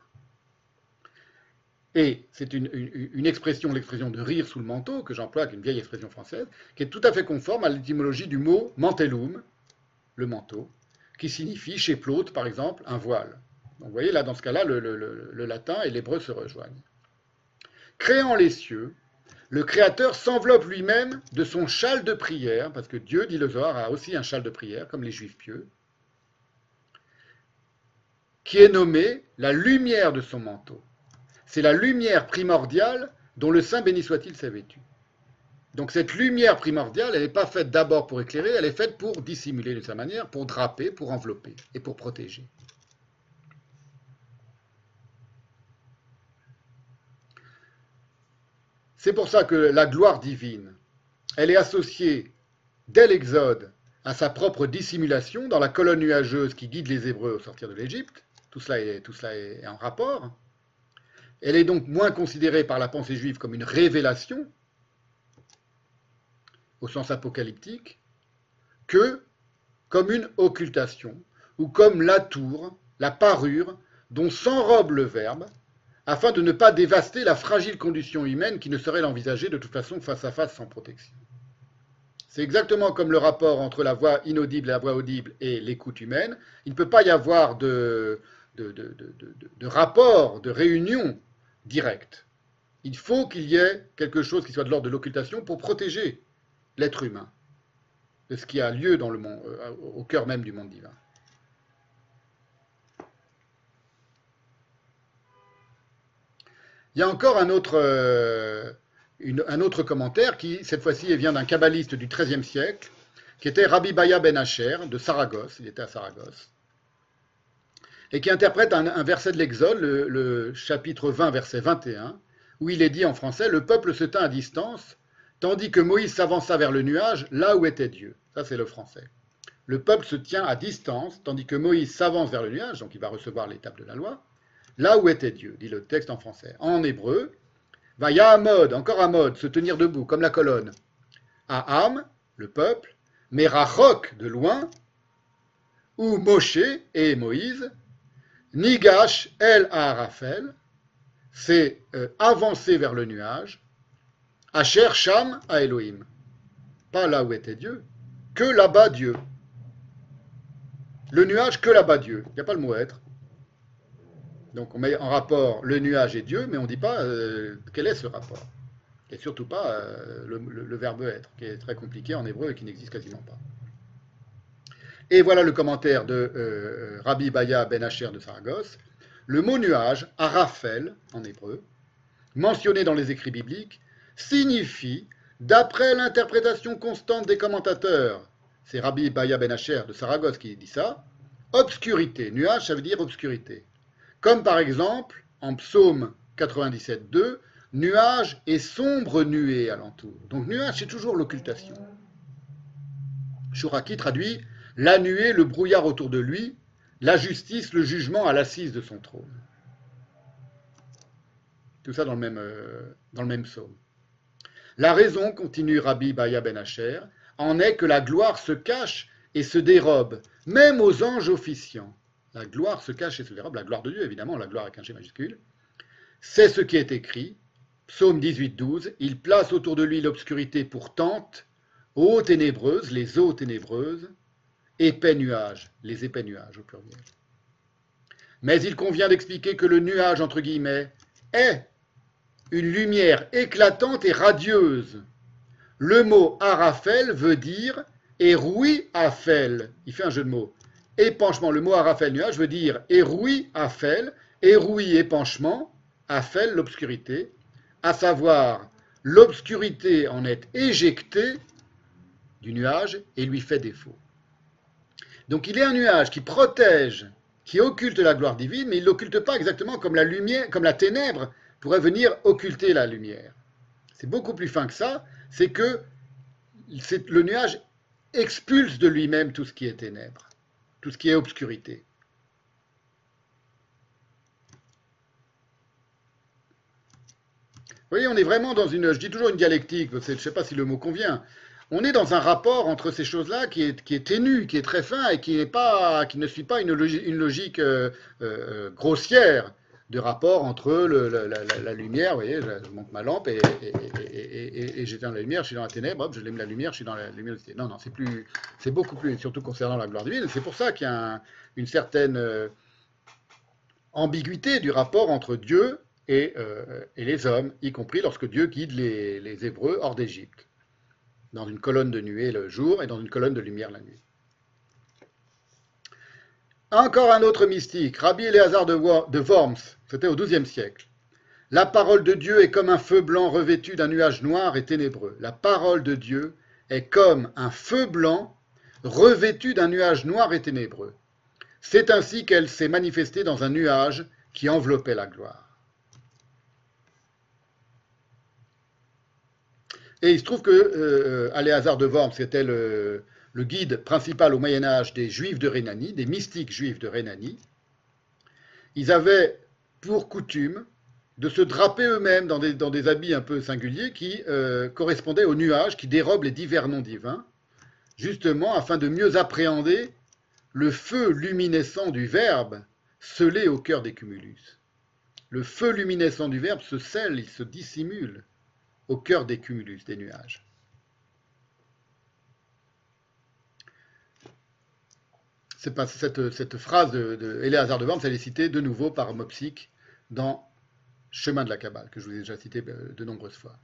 Et c'est une expression, l'expression de rire sous le manteau, que j'emploie, qui est une vieille expression française, qui est tout à fait conforme à l'étymologie du mot mantellum, le manteau, qui signifie, chez Plaute, par exemple, un voile. Donc vous voyez, là, dans ce cas-là, le latin et l'hébreu se rejoignent. Créant les cieux, le Créateur s'enveloppe lui-même de son châle de prière, parce que Dieu, dit le Zohar, a aussi un châle de prière, comme les Juifs pieux, qui est nommé la lumière de son manteau. C'est la lumière primordiale dont le Saint béni soit-il s'est vêtu. Donc cette lumière primordiale, elle n'est pas faite d'abord pour éclairer, elle est faite pour dissimuler de sa manière, pour draper, pour envelopper et pour protéger. C'est pour ça que la gloire divine, elle est associée dès l'Exode à sa propre dissimulation dans la colonne nuageuse qui guide les Hébreux au sortir de l'Égypte. Tout cela est en rapport. Elle est donc moins considérée par la pensée juive comme une révélation, au sens apocalyptique, que comme une occultation, ou comme la tour, la parure, dont s'enrobe le Verbe, afin de ne pas dévaster la fragile condition humaine qui ne saurait l'envisager de toute façon face à face sans protection. C'est exactement comme le rapport entre la voix inaudible et la voix audible et l'écoute humaine. Il ne peut pas y avoir de rapport, de réunion directe. Il faut qu'il y ait quelque chose qui soit de l'ordre de l'occultation pour protéger l'être humain de ce qui a lieu dans le monde, au cœur même du monde divin. Il y a encore un autre commentaire qui, cette fois-ci, vient d'un kabbaliste du XIIIe siècle, qui était Rabbi Baya ben Asher de Saragosse, il était à Saragosse, et qui interprète un verset de l'Exode, le chapitre 20, verset 21, où il est dit en français « Le peuple se tint à distance, tandis que Moïse s'avança vers le nuage, là où était Dieu. » Ça, c'est le français. Le peuple se tient à distance, tandis que Moïse s'avance vers le nuage, donc il va recevoir l'étape de la loi, là où était Dieu, dit le texte en français. En hébreu, Vaya Amod, encore Amod, se tenir debout, comme la colonne. Aham, le peuple, Merachok, de loin, ou Moshe et Moïse, Nigash el Aharafel, c'est avancer vers le nuage, Asher Sham à Elohim, pas là où était Dieu, que là-bas Dieu. Le nuage, que là-bas Dieu, il n'y a pas le mot être. Donc on met en rapport le nuage et Dieu, mais on ne dit pas quel est ce rapport. Et surtout pas le verbe être, qui est très compliqué en hébreu et qui n'existe quasiment pas. Et voilà le commentaire de Rabbi Baya ben Asher de Saragosse. Le mot nuage, arafel en hébreu, mentionné dans les écrits bibliques, signifie, d'après l'interprétation constante des commentateurs, c'est Rabbi Baya ben Asher de Saragosse qui dit ça, obscurité. Nuage, ça veut dire obscurité. Comme par exemple, en psaume 97.2, nuage et sombre nuée alentour. Donc nuage, c'est toujours l'occultation. Chouraki traduit la nuée, le brouillard autour de lui, la justice, le jugement à l'assise de son trône. Tout ça dans le même psaume. La raison, continue Rabbi Baya ben Asher, en est que la gloire se cache et se dérobe, même aux anges officiants. La gloire se cache et se dérobe, la gloire de Dieu, évidemment, la gloire avec un G majuscule. C'est ce qui est écrit, Psaume 18, 12, il place autour de lui l'obscurité pour tente, eaux ténébreuses, les eaux ténébreuses, épais nuages, les épais nuages au pluriel. Mais il convient d'expliquer que le nuage, entre guillemets, est une lumière éclatante et radieuse. Le mot Araphel veut dire Eroui Aphel. Il fait un jeu de mots. Épanchement, le mot Araphel, nuage, veut dire Eroui Aphel. Eroui, épanchement. Aphel, l'obscurité. À savoir, l'obscurité en est éjectée du nuage et lui fait défaut. Donc il est un nuage qui protège, qui occulte la gloire divine, mais il ne l'occulte pas exactement comme la lumière, comme la ténèbre pourrait venir occulter la lumière. C'est beaucoup plus fin que ça, c'est que le nuage expulse de lui-même tout ce qui est ténèbres, tout ce qui est obscurité. Vous voyez, on est vraiment dans une, je dis toujours une dialectique, je ne sais pas si le mot convient, on est dans un rapport entre ces choses-là qui est ténu, qui est très fin et qui ne suit pas une logique grossière de rapport entre la lumière, vous voyez, je monte ma lampe et j'éteins la lumière, je suis dans la ténèbre, hop, je lève la lumière, je suis dans la luminosité. Non, c'est beaucoup plus, surtout concernant la gloire divine. C'est pour ça qu'il y a une certaine ambiguïté du rapport entre Dieu et les hommes, y compris lorsque Dieu guide les Hébreux hors d'Égypte, dans une colonne de nuée le jour et dans une colonne de lumière la nuit. Encore un autre mystique, Rabbi Éléazar de Worms, c'était au XIIe siècle. La parole de Dieu est comme un feu blanc revêtu d'un nuage noir et ténébreux. La parole de Dieu est comme un feu blanc revêtu d'un nuage noir et ténébreux. C'est ainsi qu'elle s'est manifestée dans un nuage qui enveloppait la gloire. Et il se trouve que Éléazar de Worms, c'était le guide principal au Moyen-Âge des Juifs de Rhénanie, des mystiques juifs de Rhénanie. Ils avaient pour coutume de se draper eux-mêmes dans des habits un peu singuliers qui correspondaient aux nuages qui dérobent les divers noms divins, justement afin de mieux appréhender le feu luminescent du Verbe scellé au cœur des cumulus. Le feu luminescent du Verbe se scelle, il se dissimule au cœur des cumulus, des nuages. Cette phrase de Éléazar de Worms, elle est citée de nouveau par Mopsic dans Chemin de la Kabbale, que je vous ai déjà cité de nombreuses fois.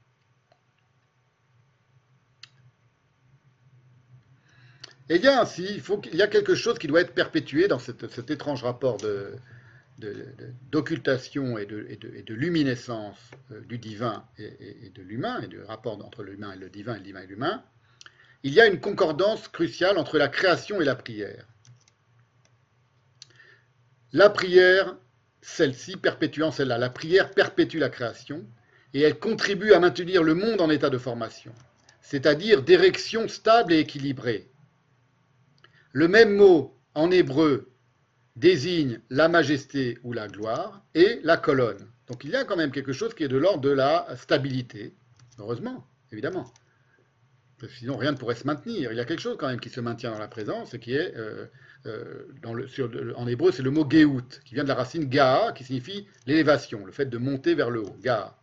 Et il y a ainsi, il y a quelque chose qui doit être perpétué dans cet étrange rapport d'occultation et de luminescence du divin et de l'humain, et du rapport entre l'humain et le divin et l'humain. Il y a une concordance cruciale entre la création et la prière. La prière, celle-ci perpétuant celle-là, la prière perpétue la création et elle contribue à maintenir le monde en état de formation, c'est-à-dire d'érection stable et équilibrée. Le même mot en hébreu désigne la majesté ou la gloire et la colonne. Donc il y a quand même quelque chose qui est de l'ordre de la stabilité, heureusement, évidemment. Parce que sinon rien ne pourrait se maintenir. Il y a quelque chose quand même qui se maintient dans la présence et qui est, en hébreu, c'est le mot geout, qui vient de la racine gaa, qui signifie l'élévation, le fait de monter vers le haut, gaa.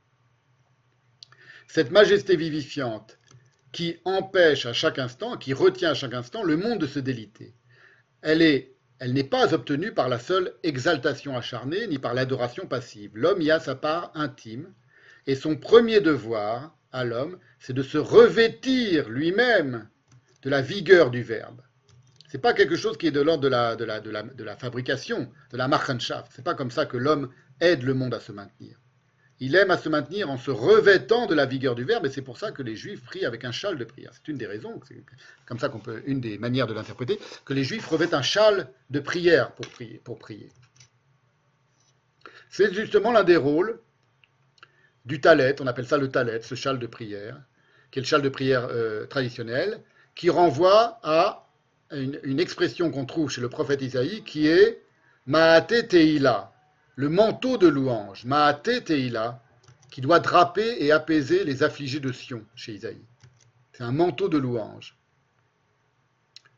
Cette majesté vivifiante qui empêche à chaque instant, qui retient à chaque instant le monde de se déliter. Elle n'est pas obtenue par la seule exaltation acharnée, ni par l'adoration passive. L'homme y a sa part intime, et son premier devoir à l'homme, c'est de se revêtir lui-même de la vigueur du Verbe. Ce n'est pas quelque chose qui est de l'ordre de la fabrication, de la Machenschaft. Ce n'est pas comme ça que l'homme aide le monde à se maintenir. Il aime à se maintenir en se revêtant de la vigueur du Verbe, et c'est pour ça que les Juifs prient avec un châle de prière. C'est une des raisons, c'est comme ça une des manières de l'interpréter, que les Juifs revêtent un châle de prière pour prier. C'est justement l'un des rôles du talet, on appelle ça le talet, ce châle de prière, qui est le châle de prière traditionnel, qui renvoie à une expression qu'on trouve chez le prophète Isaïe, qui est « Ma'ate Teila », le manteau de louange, Ma'ate Teila, qui doit draper et apaiser les affligés de Sion, chez Isaïe. C'est un manteau de louange.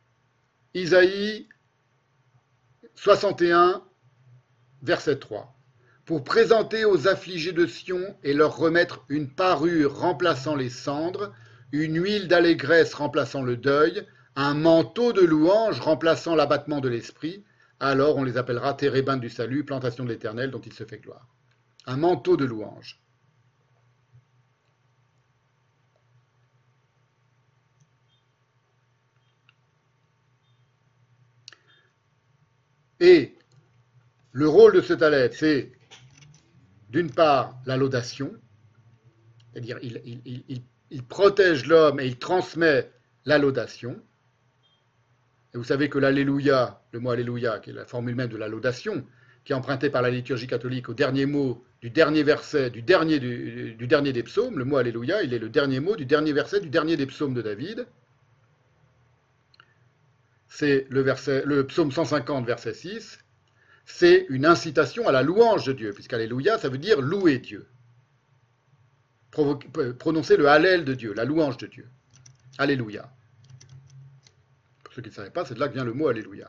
Isaïe 61, verset 3. Pour présenter aux affligés de Sion et leur remettre une parure remplaçant les cendres, une huile d'allégresse remplaçant le deuil, un manteau de louange remplaçant l'abattement de l'esprit, alors on les appellera térébintes du salut, plantation de l'Éternel dont il se fait gloire. Un manteau de louange. Et le rôle de ce talet, c'est d'une part la laudation, c'est-à-dire il protège l'homme et il transmet la laudation. Et vous savez que l'Alléluia, le mot Alléluia, qui est la formule même de la laudation, qui est empruntée par la liturgie catholique au dernier mot du dernier verset du dernier des psaumes, le mot Alléluia, il est le dernier mot du dernier verset du dernier des psaumes de David. C'est le psaume 150, verset 6. C'est une incitation à la louange de Dieu, puisqu'Alléluia, ça veut dire louer Dieu. Prononcer le Hallel de Dieu, la louange de Dieu. Alléluia. Pour ceux qui ne savaient pas, c'est de là que vient le mot Alléluia.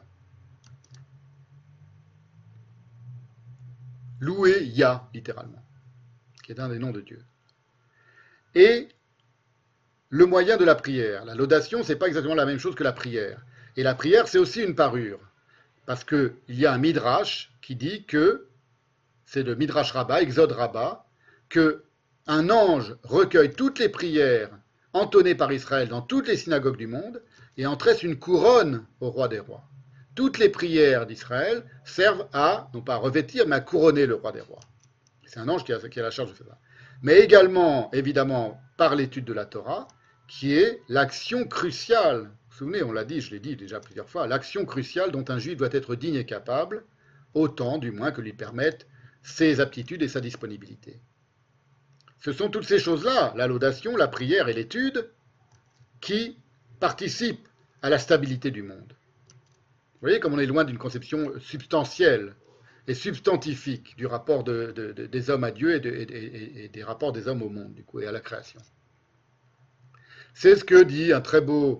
Louer Yah, littéralement, qui est un des noms de Dieu. Et le moyen de la prière. La laudation, ce n'est pas exactement la même chose que la prière. Et la prière, c'est aussi une parure. Parce qu'il y a un midrash qui dit que, c'est le midrash Rabbah, Exode Rabbah, qu'un ange recueille toutes les prières entonnées par Israël dans toutes les synagogues du monde et en tresse une couronne au roi des rois. Toutes les prières d'Israël servent à, non pas à revêtir, mais à couronner le roi des rois. C'est un ange qui a la charge de faire ça. Mais également, évidemment, par l'étude de la Torah, qui est l'action cruciale. Vous vous souvenez, on l'a dit, je l'ai dit déjà plusieurs fois, l'action cruciale dont un juif doit être digne et capable, autant du moins que lui permettent ses aptitudes et sa disponibilité. Ce sont toutes ces choses-là, la laudation, la prière et l'étude, qui participent à la stabilité du monde. Vous voyez comme on est loin d'une conception substantielle et substantifique du rapport des hommes à Dieu et des rapports des hommes au monde, du coup, et à la création. C'est ce que dit un très beau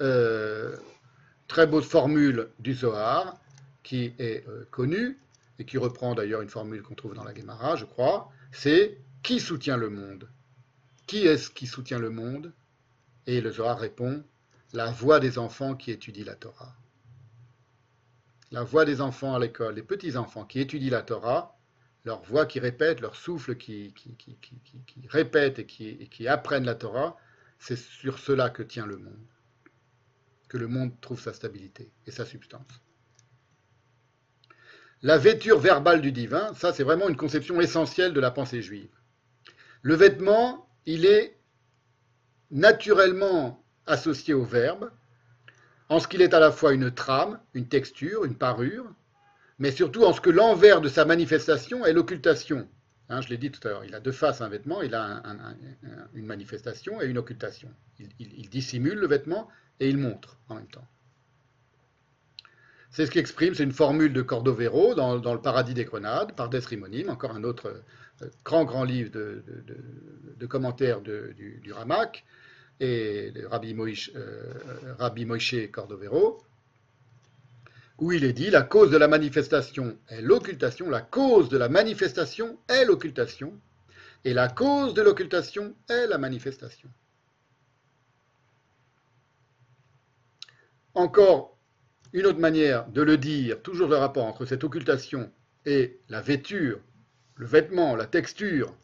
formule du Zohar, qui est connue, et qui reprend d'ailleurs une formule qu'on trouve dans la Guémara, je crois, c'est « Qui soutient le monde ?» Qui est-ce qui soutient le monde? Et le Zohar répond « La voix des enfants qui étudient la Torah ». La voix des enfants à l'école, des petits-enfants qui étudient la Torah, leur voix qui répète, leur souffle qui répète et qui apprennent la Torah, c'est sur cela que tient le monde, que le monde trouve sa stabilité et sa substance. La vêture verbale du divin, ça c'est vraiment une conception essentielle de la pensée juive. Le vêtement, il est naturellement associé au verbe, en ce qu'il est à la fois une trame, une texture, une parure, mais surtout en ce que l'envers de sa manifestation est l'occultation. Je l'ai dit tout à l'heure, il a deux faces un vêtement, il a une manifestation et une occultation. Il dissimule le vêtement et il montre en même temps. C'est ce qu'exprime, c'est une formule de Cordovero dans le Paradis des Grenades, par Desrimonim, encore un autre grand livre de commentaires du Ramak, et de Rabbi Moïse Cordovero, où il est dit « La cause de la manifestation est l'occultation, la cause de la manifestation est l'occultation, et la cause de l'occultation est la manifestation. » Encore une autre manière de le dire, toujours le rapport entre cette occultation et la vêture, le vêtement, la texture,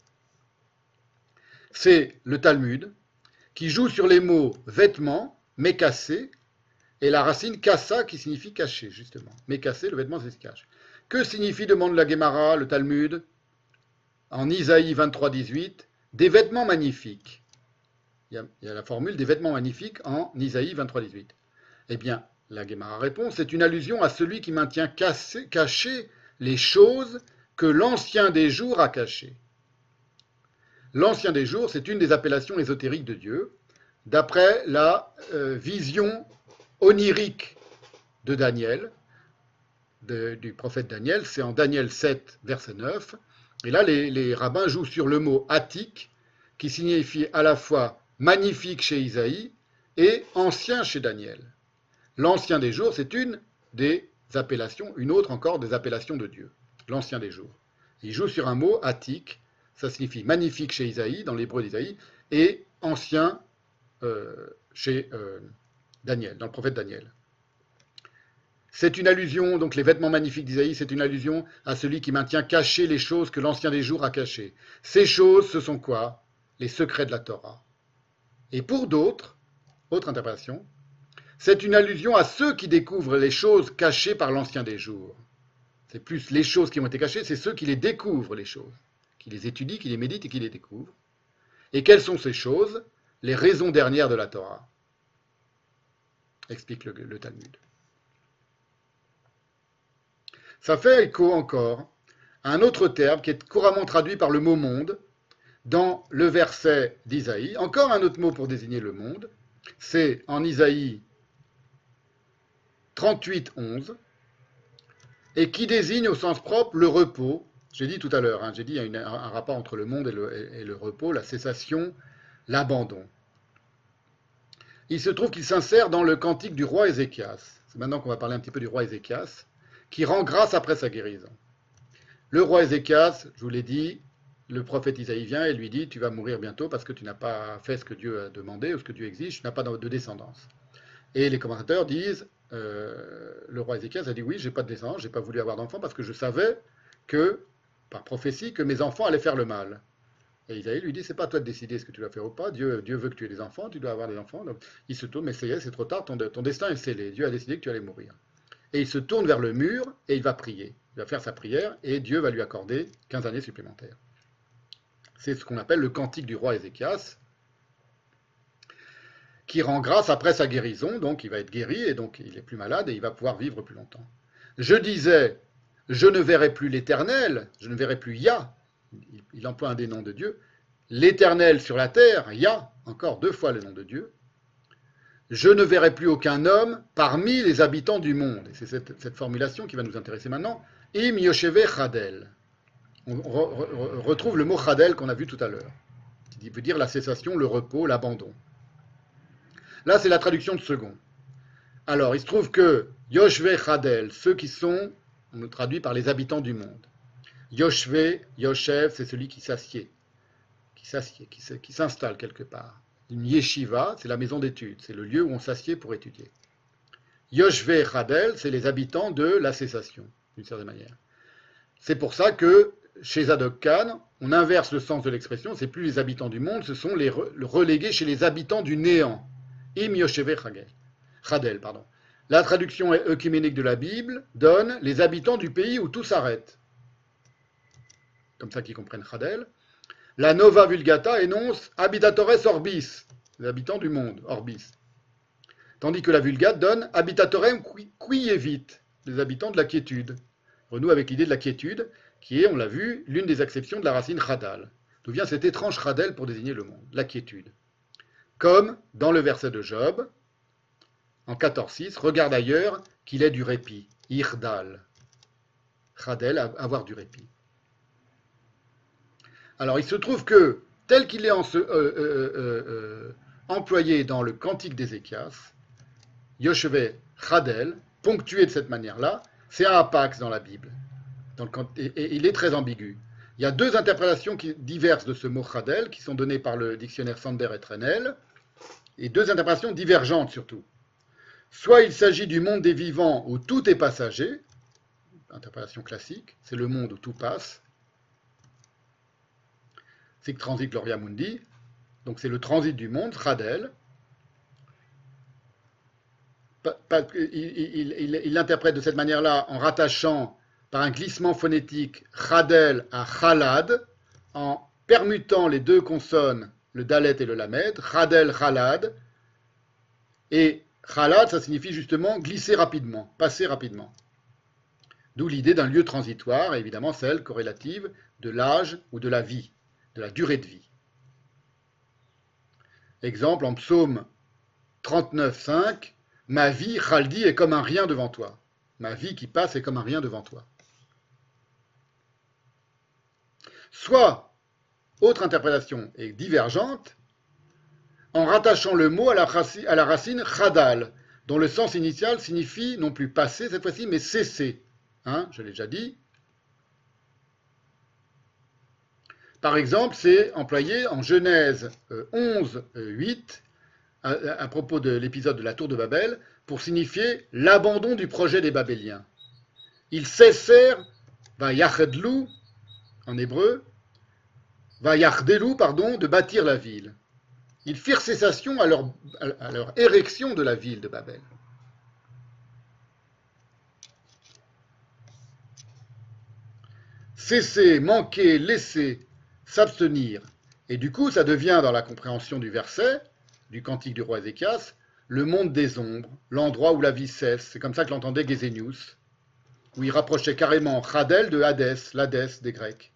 c'est le Talmud, qui joue sur les mots vêtement, mécassé, et la racine kassa qui signifie cacher, justement. Mécassé, le vêtement, c'est ce qui cache. Que signifie, demande la Guémara, le Talmud, en Isaïe 23, 18, des vêtements magnifiques. Il y a la formule des vêtements magnifiques en Isaïe 23, 18. Eh bien, la Guémara répond, c'est une allusion à celui qui maintient cachées les choses que l'Ancien des jours a cachées. L'Ancien des jours, c'est une des appellations ésotériques de Dieu, d'après la vision onirique de Daniel, du prophète Daniel, c'est en Daniel 7, verset 9, et là les rabbins jouent sur le mot attique, qui signifie à la fois magnifique chez Isaïe et ancien chez Daniel. L'ancien des jours, c'est une des appellations, une autre encore des appellations de Dieu. L'ancien des jours. Il joue sur un mot, attique, ça signifie magnifique chez Isaïe, dans l'hébreu d'Isaïe, et ancien chez Daniel, dans le prophète Daniel. C'est une allusion, donc les vêtements magnifiques d'Isaïe, c'est une allusion à celui qui maintient cachées les choses que l'ancien des jours a cachées. Ces choses, ce sont quoi? Les secrets de la Torah. Et pour d'autres, autre interprétation, c'est une allusion à ceux qui découvrent les choses cachées par l'ancien des jours. C'est plus les choses qui ont été cachées, c'est ceux qui les découvrent, les choses, qui les étudient, qui les méditent et qui les découvrent. Et quelles sont ces choses? Les raisons dernières de la Torah, explique le Talmud. Ça fait écho encore à un autre terme qui est couramment traduit par le mot monde dans le verset d'Isaïe. Encore un autre mot pour désigner le monde, c'est en Isaïe 38, 11, et qui désigne au sens propre le repos. J'ai dit tout à l'heure, j'ai dit il y a un rapport entre le monde et le repos, la cessation, l'abandon. Il se trouve qu'il s'insère dans le cantique du roi Ézéchias. C'est maintenant qu'on va parler un petit peu du roi Ézéchias, qui rend grâce après sa guérison. Le roi Ézéchias, je vous l'ai dit, le prophète Isaïe vient et lui dit « Tu vas mourir bientôt parce que tu n'as pas fait ce que Dieu a demandé ou ce que Dieu exige, tu n'as pas de descendance. » Et les commentateurs disent le roi Ézéchias a dit « Oui, j'ai pas de descendance, j'ai pas voulu avoir d'enfants parce que je savais que, par prophétie, que mes enfants allaient faire le mal. » Et Isaïe lui dit « C'est pas à toi de décider ce que tu dois faire ou pas, Dieu veut que tu aies des enfants, tu dois avoir des enfants. » Donc il se tourne « Mais ça y est, c'est trop tard, ton destin est scellé, Dieu a décidé que tu allais mourir. » Et il se tourne vers le mur et il va prier. Il va faire sa prière et Dieu va lui accorder 15 années supplémentaires. C'est ce qu'on appelle le cantique du roi Ézéchias, qui rend grâce après sa guérison, donc il va être guéri et donc il est plus malade et il va pouvoir vivre plus longtemps. Je disais, je ne verrai plus l'Éternel, je ne verrai plus Yah, il emploie un des noms de Dieu, l'Éternel sur la terre, Yah, encore 2 fois le nom de Dieu. Je ne verrai plus aucun homme parmi les habitants du monde. Et c'est cette formulation qui va nous intéresser maintenant. Im Yosheve Chadel. On retrouve le mot Chadel qu'on a vu tout à l'heure, qui veut dire la cessation, le repos, l'abandon. Là, c'est la traduction de second. Alors, il se trouve que Yoshve Chadel, ceux qui sont, on le traduit par les habitants du monde. Yoshve, Yoshev, c'est celui qui s'assied, qui s'installe quelque part. Une yeshiva, c'est la maison d'études, c'est le lieu où on s'assied pour étudier. Yoshve Chadel, c'est les habitants de la cessation, d'une certaine manière. C'est pour ça que, chez Zadok Khan, on inverse le sens de l'expression, c'est plus les habitants du monde, ce sont les relégués chez les habitants du néant. Im Yoshve Chadel. La traduction œcuménique de la Bible donne les habitants du pays où tout s'arrête. Comme ça qu'ils comprennent Chadel. La Nova Vulgata énonce Habitatores Orbis, les habitants du monde, Orbis. Tandis que la Vulgate donne Habitatorem Quievit, les habitants de la quiétude. Renoue avec l'idée de la quiétude, qui est, on l'a vu, l'une des acceptions de la racine Chadal. D'où vient cet étrange Chadel pour désigner le monde, la quiétude. Comme dans le verset de Job, en 14.6, regarde ailleurs qu'il ait du répit, Irdal. Chadel, avoir du répit. Alors, il se trouve que, tel qu'il est employé dans le cantique d'Ézéchias, Yoshve Chadel, ponctué de cette manière-là, c'est un apax dans la Bible. Et il est très ambigu. Il y a 2 interprétations diverses de ce mot Chadel, qui sont données par le dictionnaire Sander et Trenel, et 2 interprétations divergentes surtout. Soit il s'agit du monde des vivants où tout est passager, interprétation classique, c'est le monde où tout passe, Sic transit gloria mundi, donc c'est le transit du monde, Chadel. Il l'interprète de cette manière-là en rattachant par un glissement phonétique Chadel à Chalad, en permutant les 2 consonnes, le dalet et le lamed, Chadel, Chalad, et Chalad, ça signifie justement glisser rapidement, passer rapidement. D'où l'idée d'un lieu transitoire, et évidemment celle corrélative de l'âge ou de la vie, de la durée de vie. Exemple en psaume 39.5, ma vie, Chaldi, est comme un rien devant toi. Ma vie qui passe est comme un rien devant toi. Soit, autre interprétation est divergente, en rattachant le mot à la racine chadal, dont le sens initial signifie non plus passer cette fois-ci, mais cesser. Hein, je l'ai déjà dit. Par exemple, c'est employé en Genèse 11, 8, à propos de l'épisode de la tour de Babel, pour signifier l'abandon du projet des Babéliens. Ils cessèrent, va yachedlou, en hébreu, va yachdelu, pardon, de bâtir la ville. Ils firent cessation à leur érection de la ville de Babel. Cesser, manquer, laisser, s'abstenir. Et du coup, ça devient, dans la compréhension du verset, du cantique du roi Ézéchias, le monde des ombres, l'endroit où la vie cesse. C'est comme ça que l'entendait Gesenius, où il rapprochait carrément Chadel de Hadès, l'Hadès des Grecs.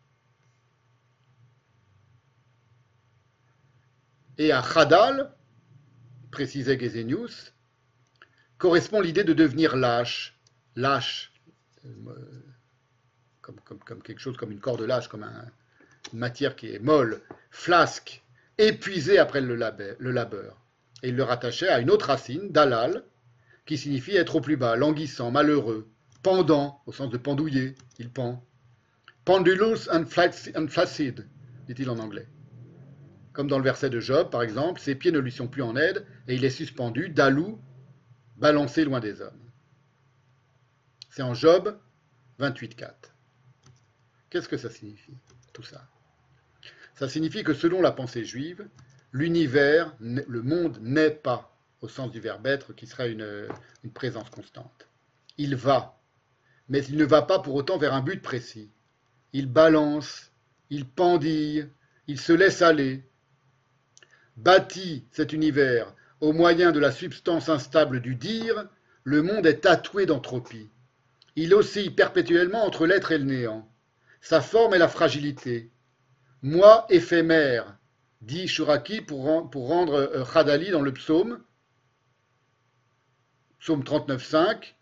Et à Chadal, précisait Gesenius, correspond l'idée de devenir lâche, comme quelque chose, comme une corde lâche, comme une matière qui est molle, flasque, épuisée après le labeur. Et il le rattachait à une autre racine, dalal, qui signifie être au plus bas, languissant, malheureux, pendant, au sens de pendouiller, il pend. Pendulous and flaccid, dit-il en anglais. Comme dans le verset de Job, par exemple, ses pieds ne lui sont plus en aide, et il est suspendu, dalou, balancé loin des hommes. C'est en Job 28,4. Qu'est-ce que ça signifie, tout ça? Ça signifie que selon la pensée juive, l'univers, le monde n'est pas, au sens du verbe être, qui serait une présence constante. Il va, mais il ne va pas pour autant vers un but précis. Il balance, il pendille, il se laisse aller. Bâti cet univers au moyen de la substance instable du dire, le monde est tatoué d'entropie. Il oscille perpétuellement entre l'être et le néant. Sa forme est la fragilité. Moi éphémère, dit Shuraki pour rendre Chadali dans le psaume 39,5.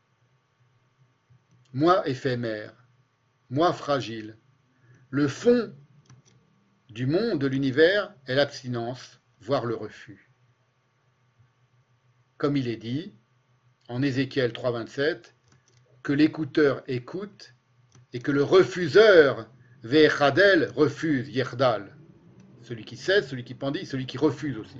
Moi éphémère, moi fragile. Le fond du monde, de l'univers, est l'abstinence, voire le refus. Comme il est dit, en Ézéchiel 3,27, que l'écouteur écoute et que le refuseur, Ve'echadel, refuse, Yerdal. Celui qui cesse, celui qui pendit, celui qui refuse aussi.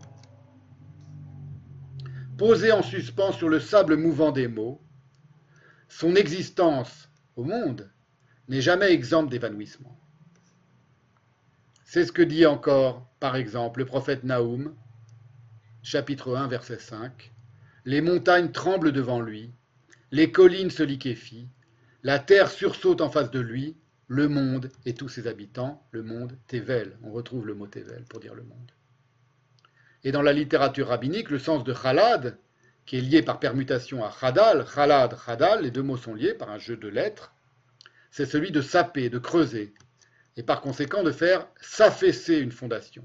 Posé en suspens sur le sable mouvant des mots, son existence au monde n'est jamais exempte d'évanouissement. C'est ce que dit encore, par exemple, le prophète Naoum, chapitre 1, verset 5. Les montagnes tremblent devant lui, les collines se liquéfient, la terre sursaute en face de lui, le monde et tous ses habitants, le monde Tevel. On retrouve le mot Tevel pour dire le monde. Et dans la littérature rabbinique, le sens de Chalad, qui est lié par permutation à Chadal, Chalad, Chadal, les deux mots sont liés par un jeu de lettres, c'est celui de saper, de creuser, et par conséquent de faire s'affaisser une fondation.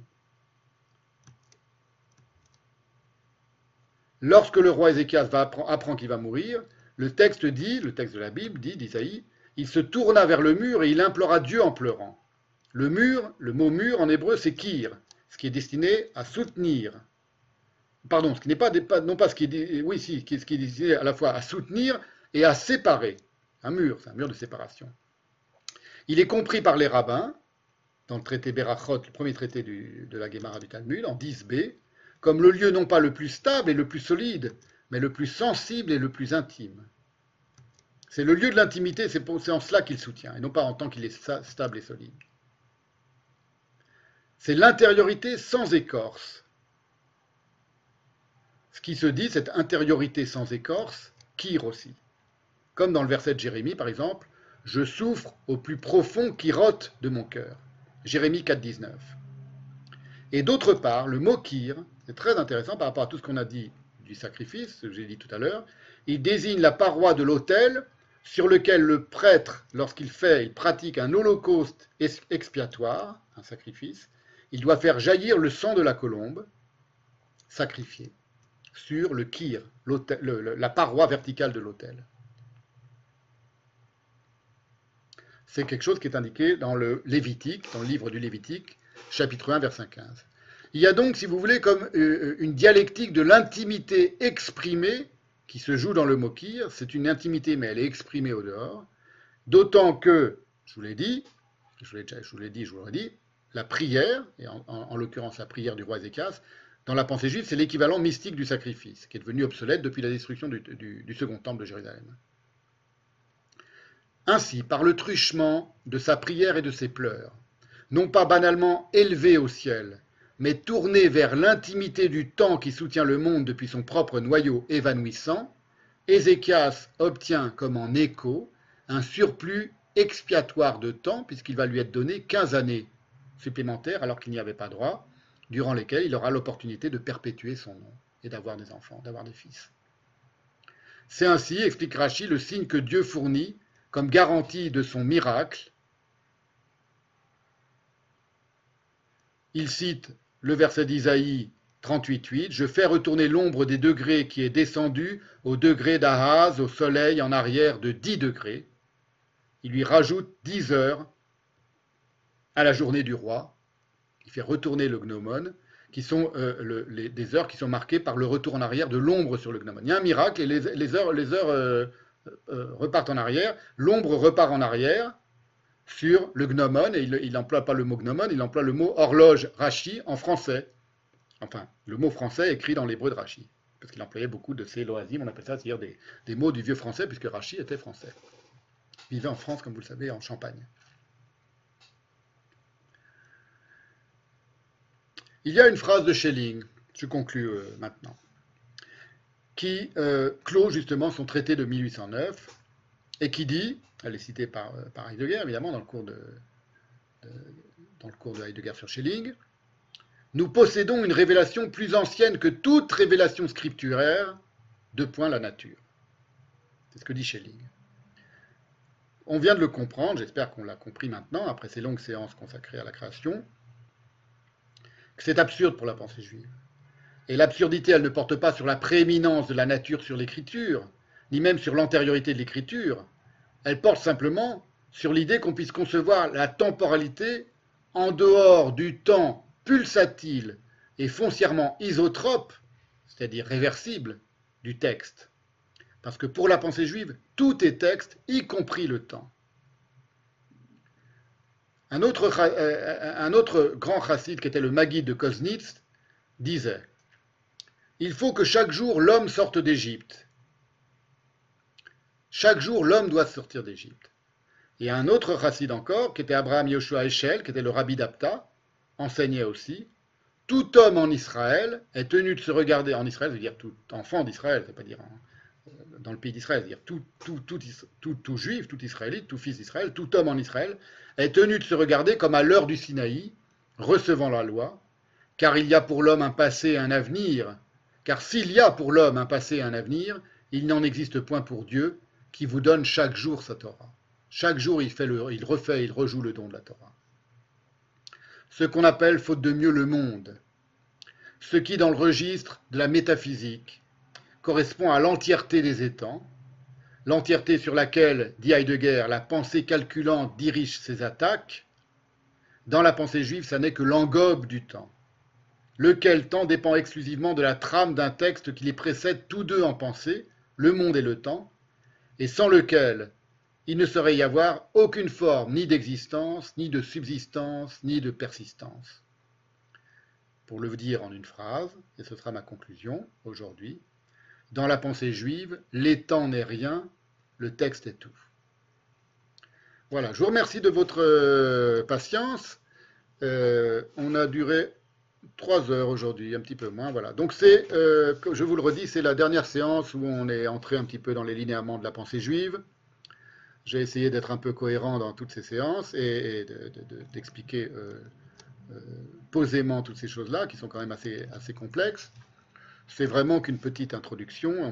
Lorsque le roi Ézéchias apprend qu'il va mourir, le texte de la Bible dit, d'Isaïe, il se tourna vers le mur et il implora Dieu en pleurant. Le mur, le mot mur en hébreu, c'est kir, ce qui est destiné à soutenir. Pardon, ce qui n'est pas, non pas ce qui est, oui, si, ce qui est destiné à la fois à soutenir et à séparer. Un mur, c'est un mur de séparation. Il est compris par les rabbins, dans le traité Berachot, le premier traité de la Guémara du Talmud, en 10b, comme le lieu non pas le plus stable et le plus solide, mais le plus sensible et le plus intime. C'est le lieu de l'intimité, c'est en cela qu'il soutient, et non pas en tant qu'il est stable et solide. C'est l'intériorité sans écorce. Ce qui se dit, cette intériorité sans écorce, kir aussi. Comme dans le verset de Jérémie, par exemple, « Je souffre au plus profond kirote de mon cœur ». Jérémie 4,19. Et d'autre part, le mot kir, c'est très intéressant par rapport à tout ce qu'on a dit du sacrifice, ce que j'ai dit tout à l'heure, il désigne la paroi de l'autel sur lequel le prêtre, lorsqu'il pratique un holocauste expiatoire, un sacrifice, il doit faire jaillir le sang de la colombe sacrifiée sur le kir, la paroi verticale de l'autel. C'est quelque chose qui est indiqué dans le Lévitique, dans le livre du Lévitique, chapitre 1, verset 15. Il y a donc, si vous voulez, comme une dialectique de l'intimité exprimée qui se joue dans le mokir. C'est une intimité, mais elle est exprimée au dehors. D'autant que, je vous l'ai dit, je vous le redis, la prière, et en l'occurrence la prière du roi Ézéchias, dans la pensée juive, c'est l'équivalent mystique du sacrifice, qui est devenu obsolète depuis la destruction du second temple de Jérusalem. Ainsi, par le truchement de sa prière et de ses pleurs, non pas banalement élevé au ciel, mais tourné vers l'intimité du temps qui soutient le monde depuis son propre noyau évanouissant, Ézéchias obtient comme en écho un surplus expiatoire de temps, puisqu'il va lui être donné 15 années supplémentaires alors qu'il n'y avait pas droit, durant lesquelles il aura l'opportunité de perpétuer son nom et d'avoir des enfants, d'avoir des fils. C'est ainsi, explique Rashi, le signe que Dieu fournit comme garantie de son miracle. Il cite le verset d'Isaïe 38.8, « Je fais retourner l'ombre des degrés qui est descendue au degré d'Ahaz, au soleil en arrière de 10 degrés. » Il lui rajoute 10 heures à la journée du roi. Il fait retourner le gnomon, qui sont des heures qui sont marquées par le retour en arrière de l'ombre sur le gnomon. Il y a un miracle et les heures repartent en arrière. L'ombre repart en arrière sur le gnomon, et il n'emploie pas le mot gnomon, il emploie le mot horloge Rashi en français. Enfin, le mot français écrit dans l'hébreu de Rashi, parce qu'il employait beaucoup de ces loasim, on appelle ça, c'est-à-dire des mots du vieux français, puisque Rashi était français. Il vivait en France, comme vous le savez, en Champagne. Il y a une phrase de Schelling, je conclus maintenant, qui clôt justement son traité de 1809, et qui dit, elle est citée par Heidegger, évidemment, dans le cours de Heidegger sur Schelling, « Nous possédons une révélation plus ancienne que toute révélation scripturaire, la nature. » C'est ce que dit Schelling. On vient de le comprendre, j'espère qu'on l'a compris maintenant, après ces longues séances consacrées à la création, que c'est absurde pour la pensée juive. Et l'absurdité, elle ne porte pas sur la prééminence de la nature sur l'écriture, ni même sur l'antériorité de l'écriture. Elle porte simplement sur l'idée qu'on puisse concevoir la temporalité en dehors du temps pulsatile et foncièrement isotrope, c'est-à-dire réversible, du texte. Parce que pour la pensée juive, tout est texte, y compris le temps. Un autre grand chassid, qui était le Maguide de Koznitz, disait « Il faut que chaque jour l'homme sorte d'Égypte. Chaque jour l'homme doit sortir d'Égypte. » Et un autre chassid encore, qui était Abraham Yoshua Heschel, qui était le rabbi d'Apta, enseignait aussi « Tout homme en Israël est tenu de se regarder. » En Israël, ça veut dire tout enfant d'Israël, ça veut pas dire dans le pays d'Israël, c'est-à-dire tout juif, tout israélite, tout fils d'Israël, tout homme en Israël, est tenu de se regarder comme à l'heure du Sinaï, recevant la loi, car il y a pour l'homme un passé et un avenir, car s'il y a pour l'homme un passé et un avenir, il n'en existe point pour Dieu, qui vous donne chaque jour sa Torah. Chaque jour, il rejoue le don de la Torah. Ce qu'on appelle, faute de mieux, le monde, ce qui, dans le registre de la métaphysique, correspond à l'entièreté des étangs, l'entièreté sur laquelle, dit Heidegger, la pensée calculante dirige ses attaques. Dans la pensée juive, ça n'est que l'engobe du temps, lequel temps dépend exclusivement de la trame d'un texte qui les précède tous deux en pensée, le monde et le temps, et sans lequel il ne saurait y avoir aucune forme ni d'existence, ni de subsistance, ni de persistance. Pour le dire en une phrase, et ce sera ma conclusion aujourd'hui, dans la pensée juive, l'étant n'est rien, le texte est tout. Voilà, je vous remercie de votre patience. On a duré 3 heures aujourd'hui, un petit peu moins. Voilà. Donc c'est, je vous le redis, c'est la dernière séance où on est entré un petit peu dans les linéaments de la pensée juive. J'ai essayé d'être un peu cohérent dans toutes ces séances et d'expliquer posément toutes ces choses-là, qui sont quand même assez complexes. C'est vraiment qu'une petite introduction.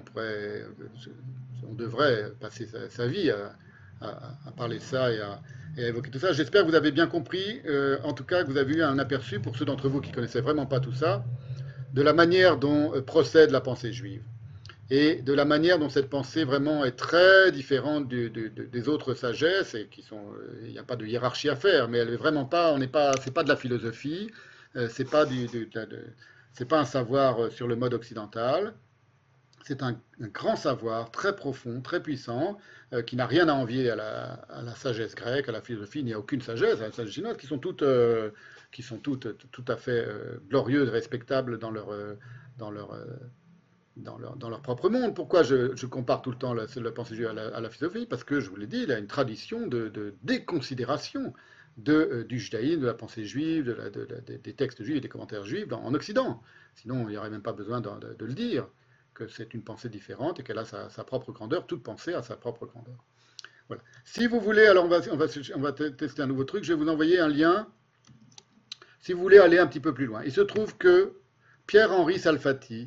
On devrait passer sa vie à parler de ça et à évoquer tout ça. J'espère que vous avez bien compris, en tout cas que vous avez eu un aperçu, pour ceux d'entre vous qui ne connaissaient vraiment pas tout ça, de la manière dont procède la pensée juive et de la manière dont cette pensée vraiment est très différente des autres sagesses, et il n'y a pas de hiérarchie à faire, mais elle est vraiment pas, c'est pas de la philosophie. C'est pas c'est pas un savoir sur le mode occidental. C'est un grand savoir très profond, très puissant, qui n'a rien à envier à la sagesse grecque, à la philosophie. Il n'y a aucune sagesse, à la sagesse chinoise, qui sont toutes tout à fait glorieuses, respectables dans leur, euh, dans leur propre monde. Pourquoi je compare tout le temps la pensée juive à la philosophie? Parce que, je vous l'ai dit, il a une tradition de déconsidération du judaïsme, de la pensée juive, des textes juifs et des commentaires juifs en Occident. Sinon, il n'y aurait même pas besoin de le dire, que c'est une pensée différente et qu'elle a sa propre grandeur. Toute pensée a sa propre grandeur. Voilà. Si vous voulez, alors on va tester un nouveau truc. Je vais vous envoyer un lien si vous voulez aller un petit peu plus loin. Il se trouve que Pierre-Henri Salfati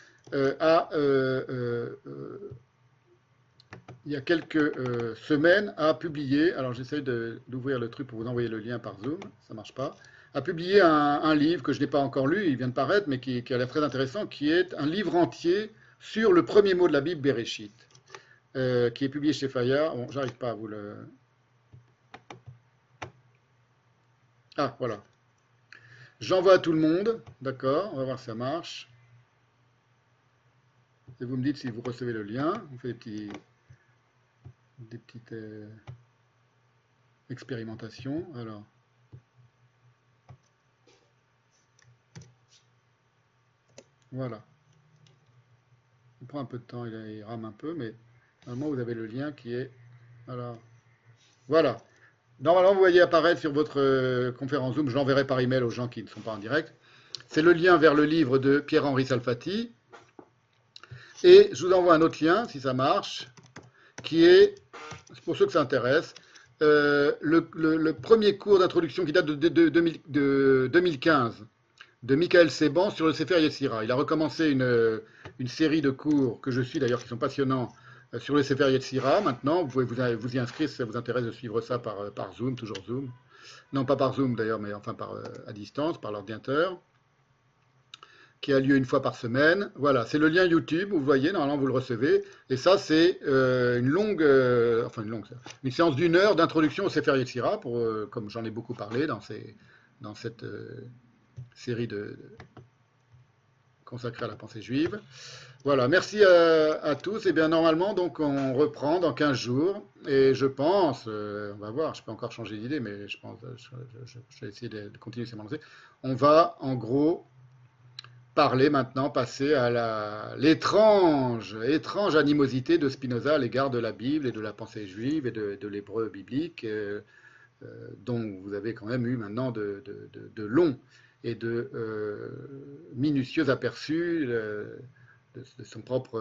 il y a quelques semaines, a publié, alors j'essaie d'ouvrir le truc pour vous envoyer le lien par Zoom, ça ne marche pas, a publié un livre que je n'ai pas encore lu, il vient de paraître, mais qui a l'air très intéressant, qui est un livre entier sur le premier mot de la Bible, Bereshit, qui est publié chez Fayard. Bon, j'arrive pas à vous le... Ah, voilà. J'envoie à tout le monde, d'accord, on va voir si ça marche. Et vous me dites si vous recevez le lien. On fait des petites expérimentations. Alors, voilà. Il prend un peu de temps, il rame un peu, mais normalement vous avez le lien qui est... Alors, voilà. Normalement, vous voyez apparaître sur votre conférence Zoom, je l'enverrai par email aux gens qui ne sont pas en direct. C'est le lien vers le livre de Pierre-Henri Salfati. Et je vous envoie un autre lien, si ça marche, qui est, pour ceux que ça intéresse, le premier cours d'introduction qui date de 2015 de Michael Seban sur le Sefer Yetzira. Il a recommencé une série de cours que je suis d'ailleurs, qui sont passionnants, sur le Sefer Yetzira. Maintenant, vous pouvez vous y inscrire si ça vous intéresse de suivre ça par Zoom, toujours Zoom. Non, pas par Zoom d'ailleurs, mais enfin à distance, par l'ordinateur, qui a lieu une fois par semaine. Voilà, c'est le lien YouTube, vous voyez, normalement vous le recevez. Et ça, c'est une séance d'une heure d'introduction au Sefer Yetzira, comme j'en ai beaucoup parlé dans cette série consacrée à la pensée juive. Voilà, merci à tous. Et bien normalement, donc on reprend dans 15 jours. Et je pense, on va voir, je peux encore changer d'idée, mais je pense, je vais essayer de continuer sur mon lancée. On va en gros passer à l'étrange animosité de Spinoza à l'égard de la Bible et de la pensée juive et de l'hébreu biblique, dont vous avez quand même eu maintenant de longs et de minutieux aperçus de son propre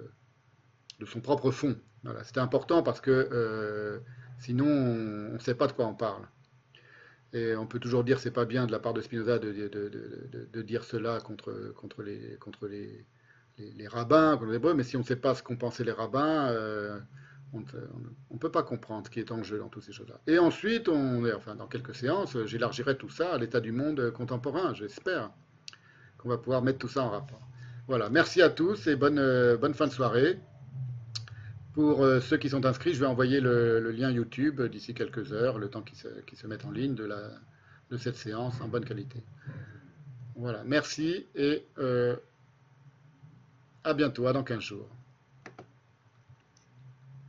fond. Voilà, c'était important parce que sinon on ne sait pas de quoi on parle. Et on peut toujours dire que c'est pas bien de la part de Spinoza de dire cela contre les rabbins, contre les hébreux, mais si on ne sait pas ce qu'ont pensé les rabbins, on ne peut pas comprendre ce qui est en jeu dans toutes ces choses-là. Et ensuite, dans quelques séances, j'élargirai tout ça à l'état du monde contemporain. J'espère qu'on va pouvoir mettre tout ça en rapport. Voilà, merci à tous et bonne fin de soirée. Pour ceux qui sont inscrits, je vais envoyer le lien YouTube d'ici quelques heures, le temps qu'ils se mettent en ligne de cette séance en bonne qualité. Voilà, merci et à bientôt, à dans 15 jours.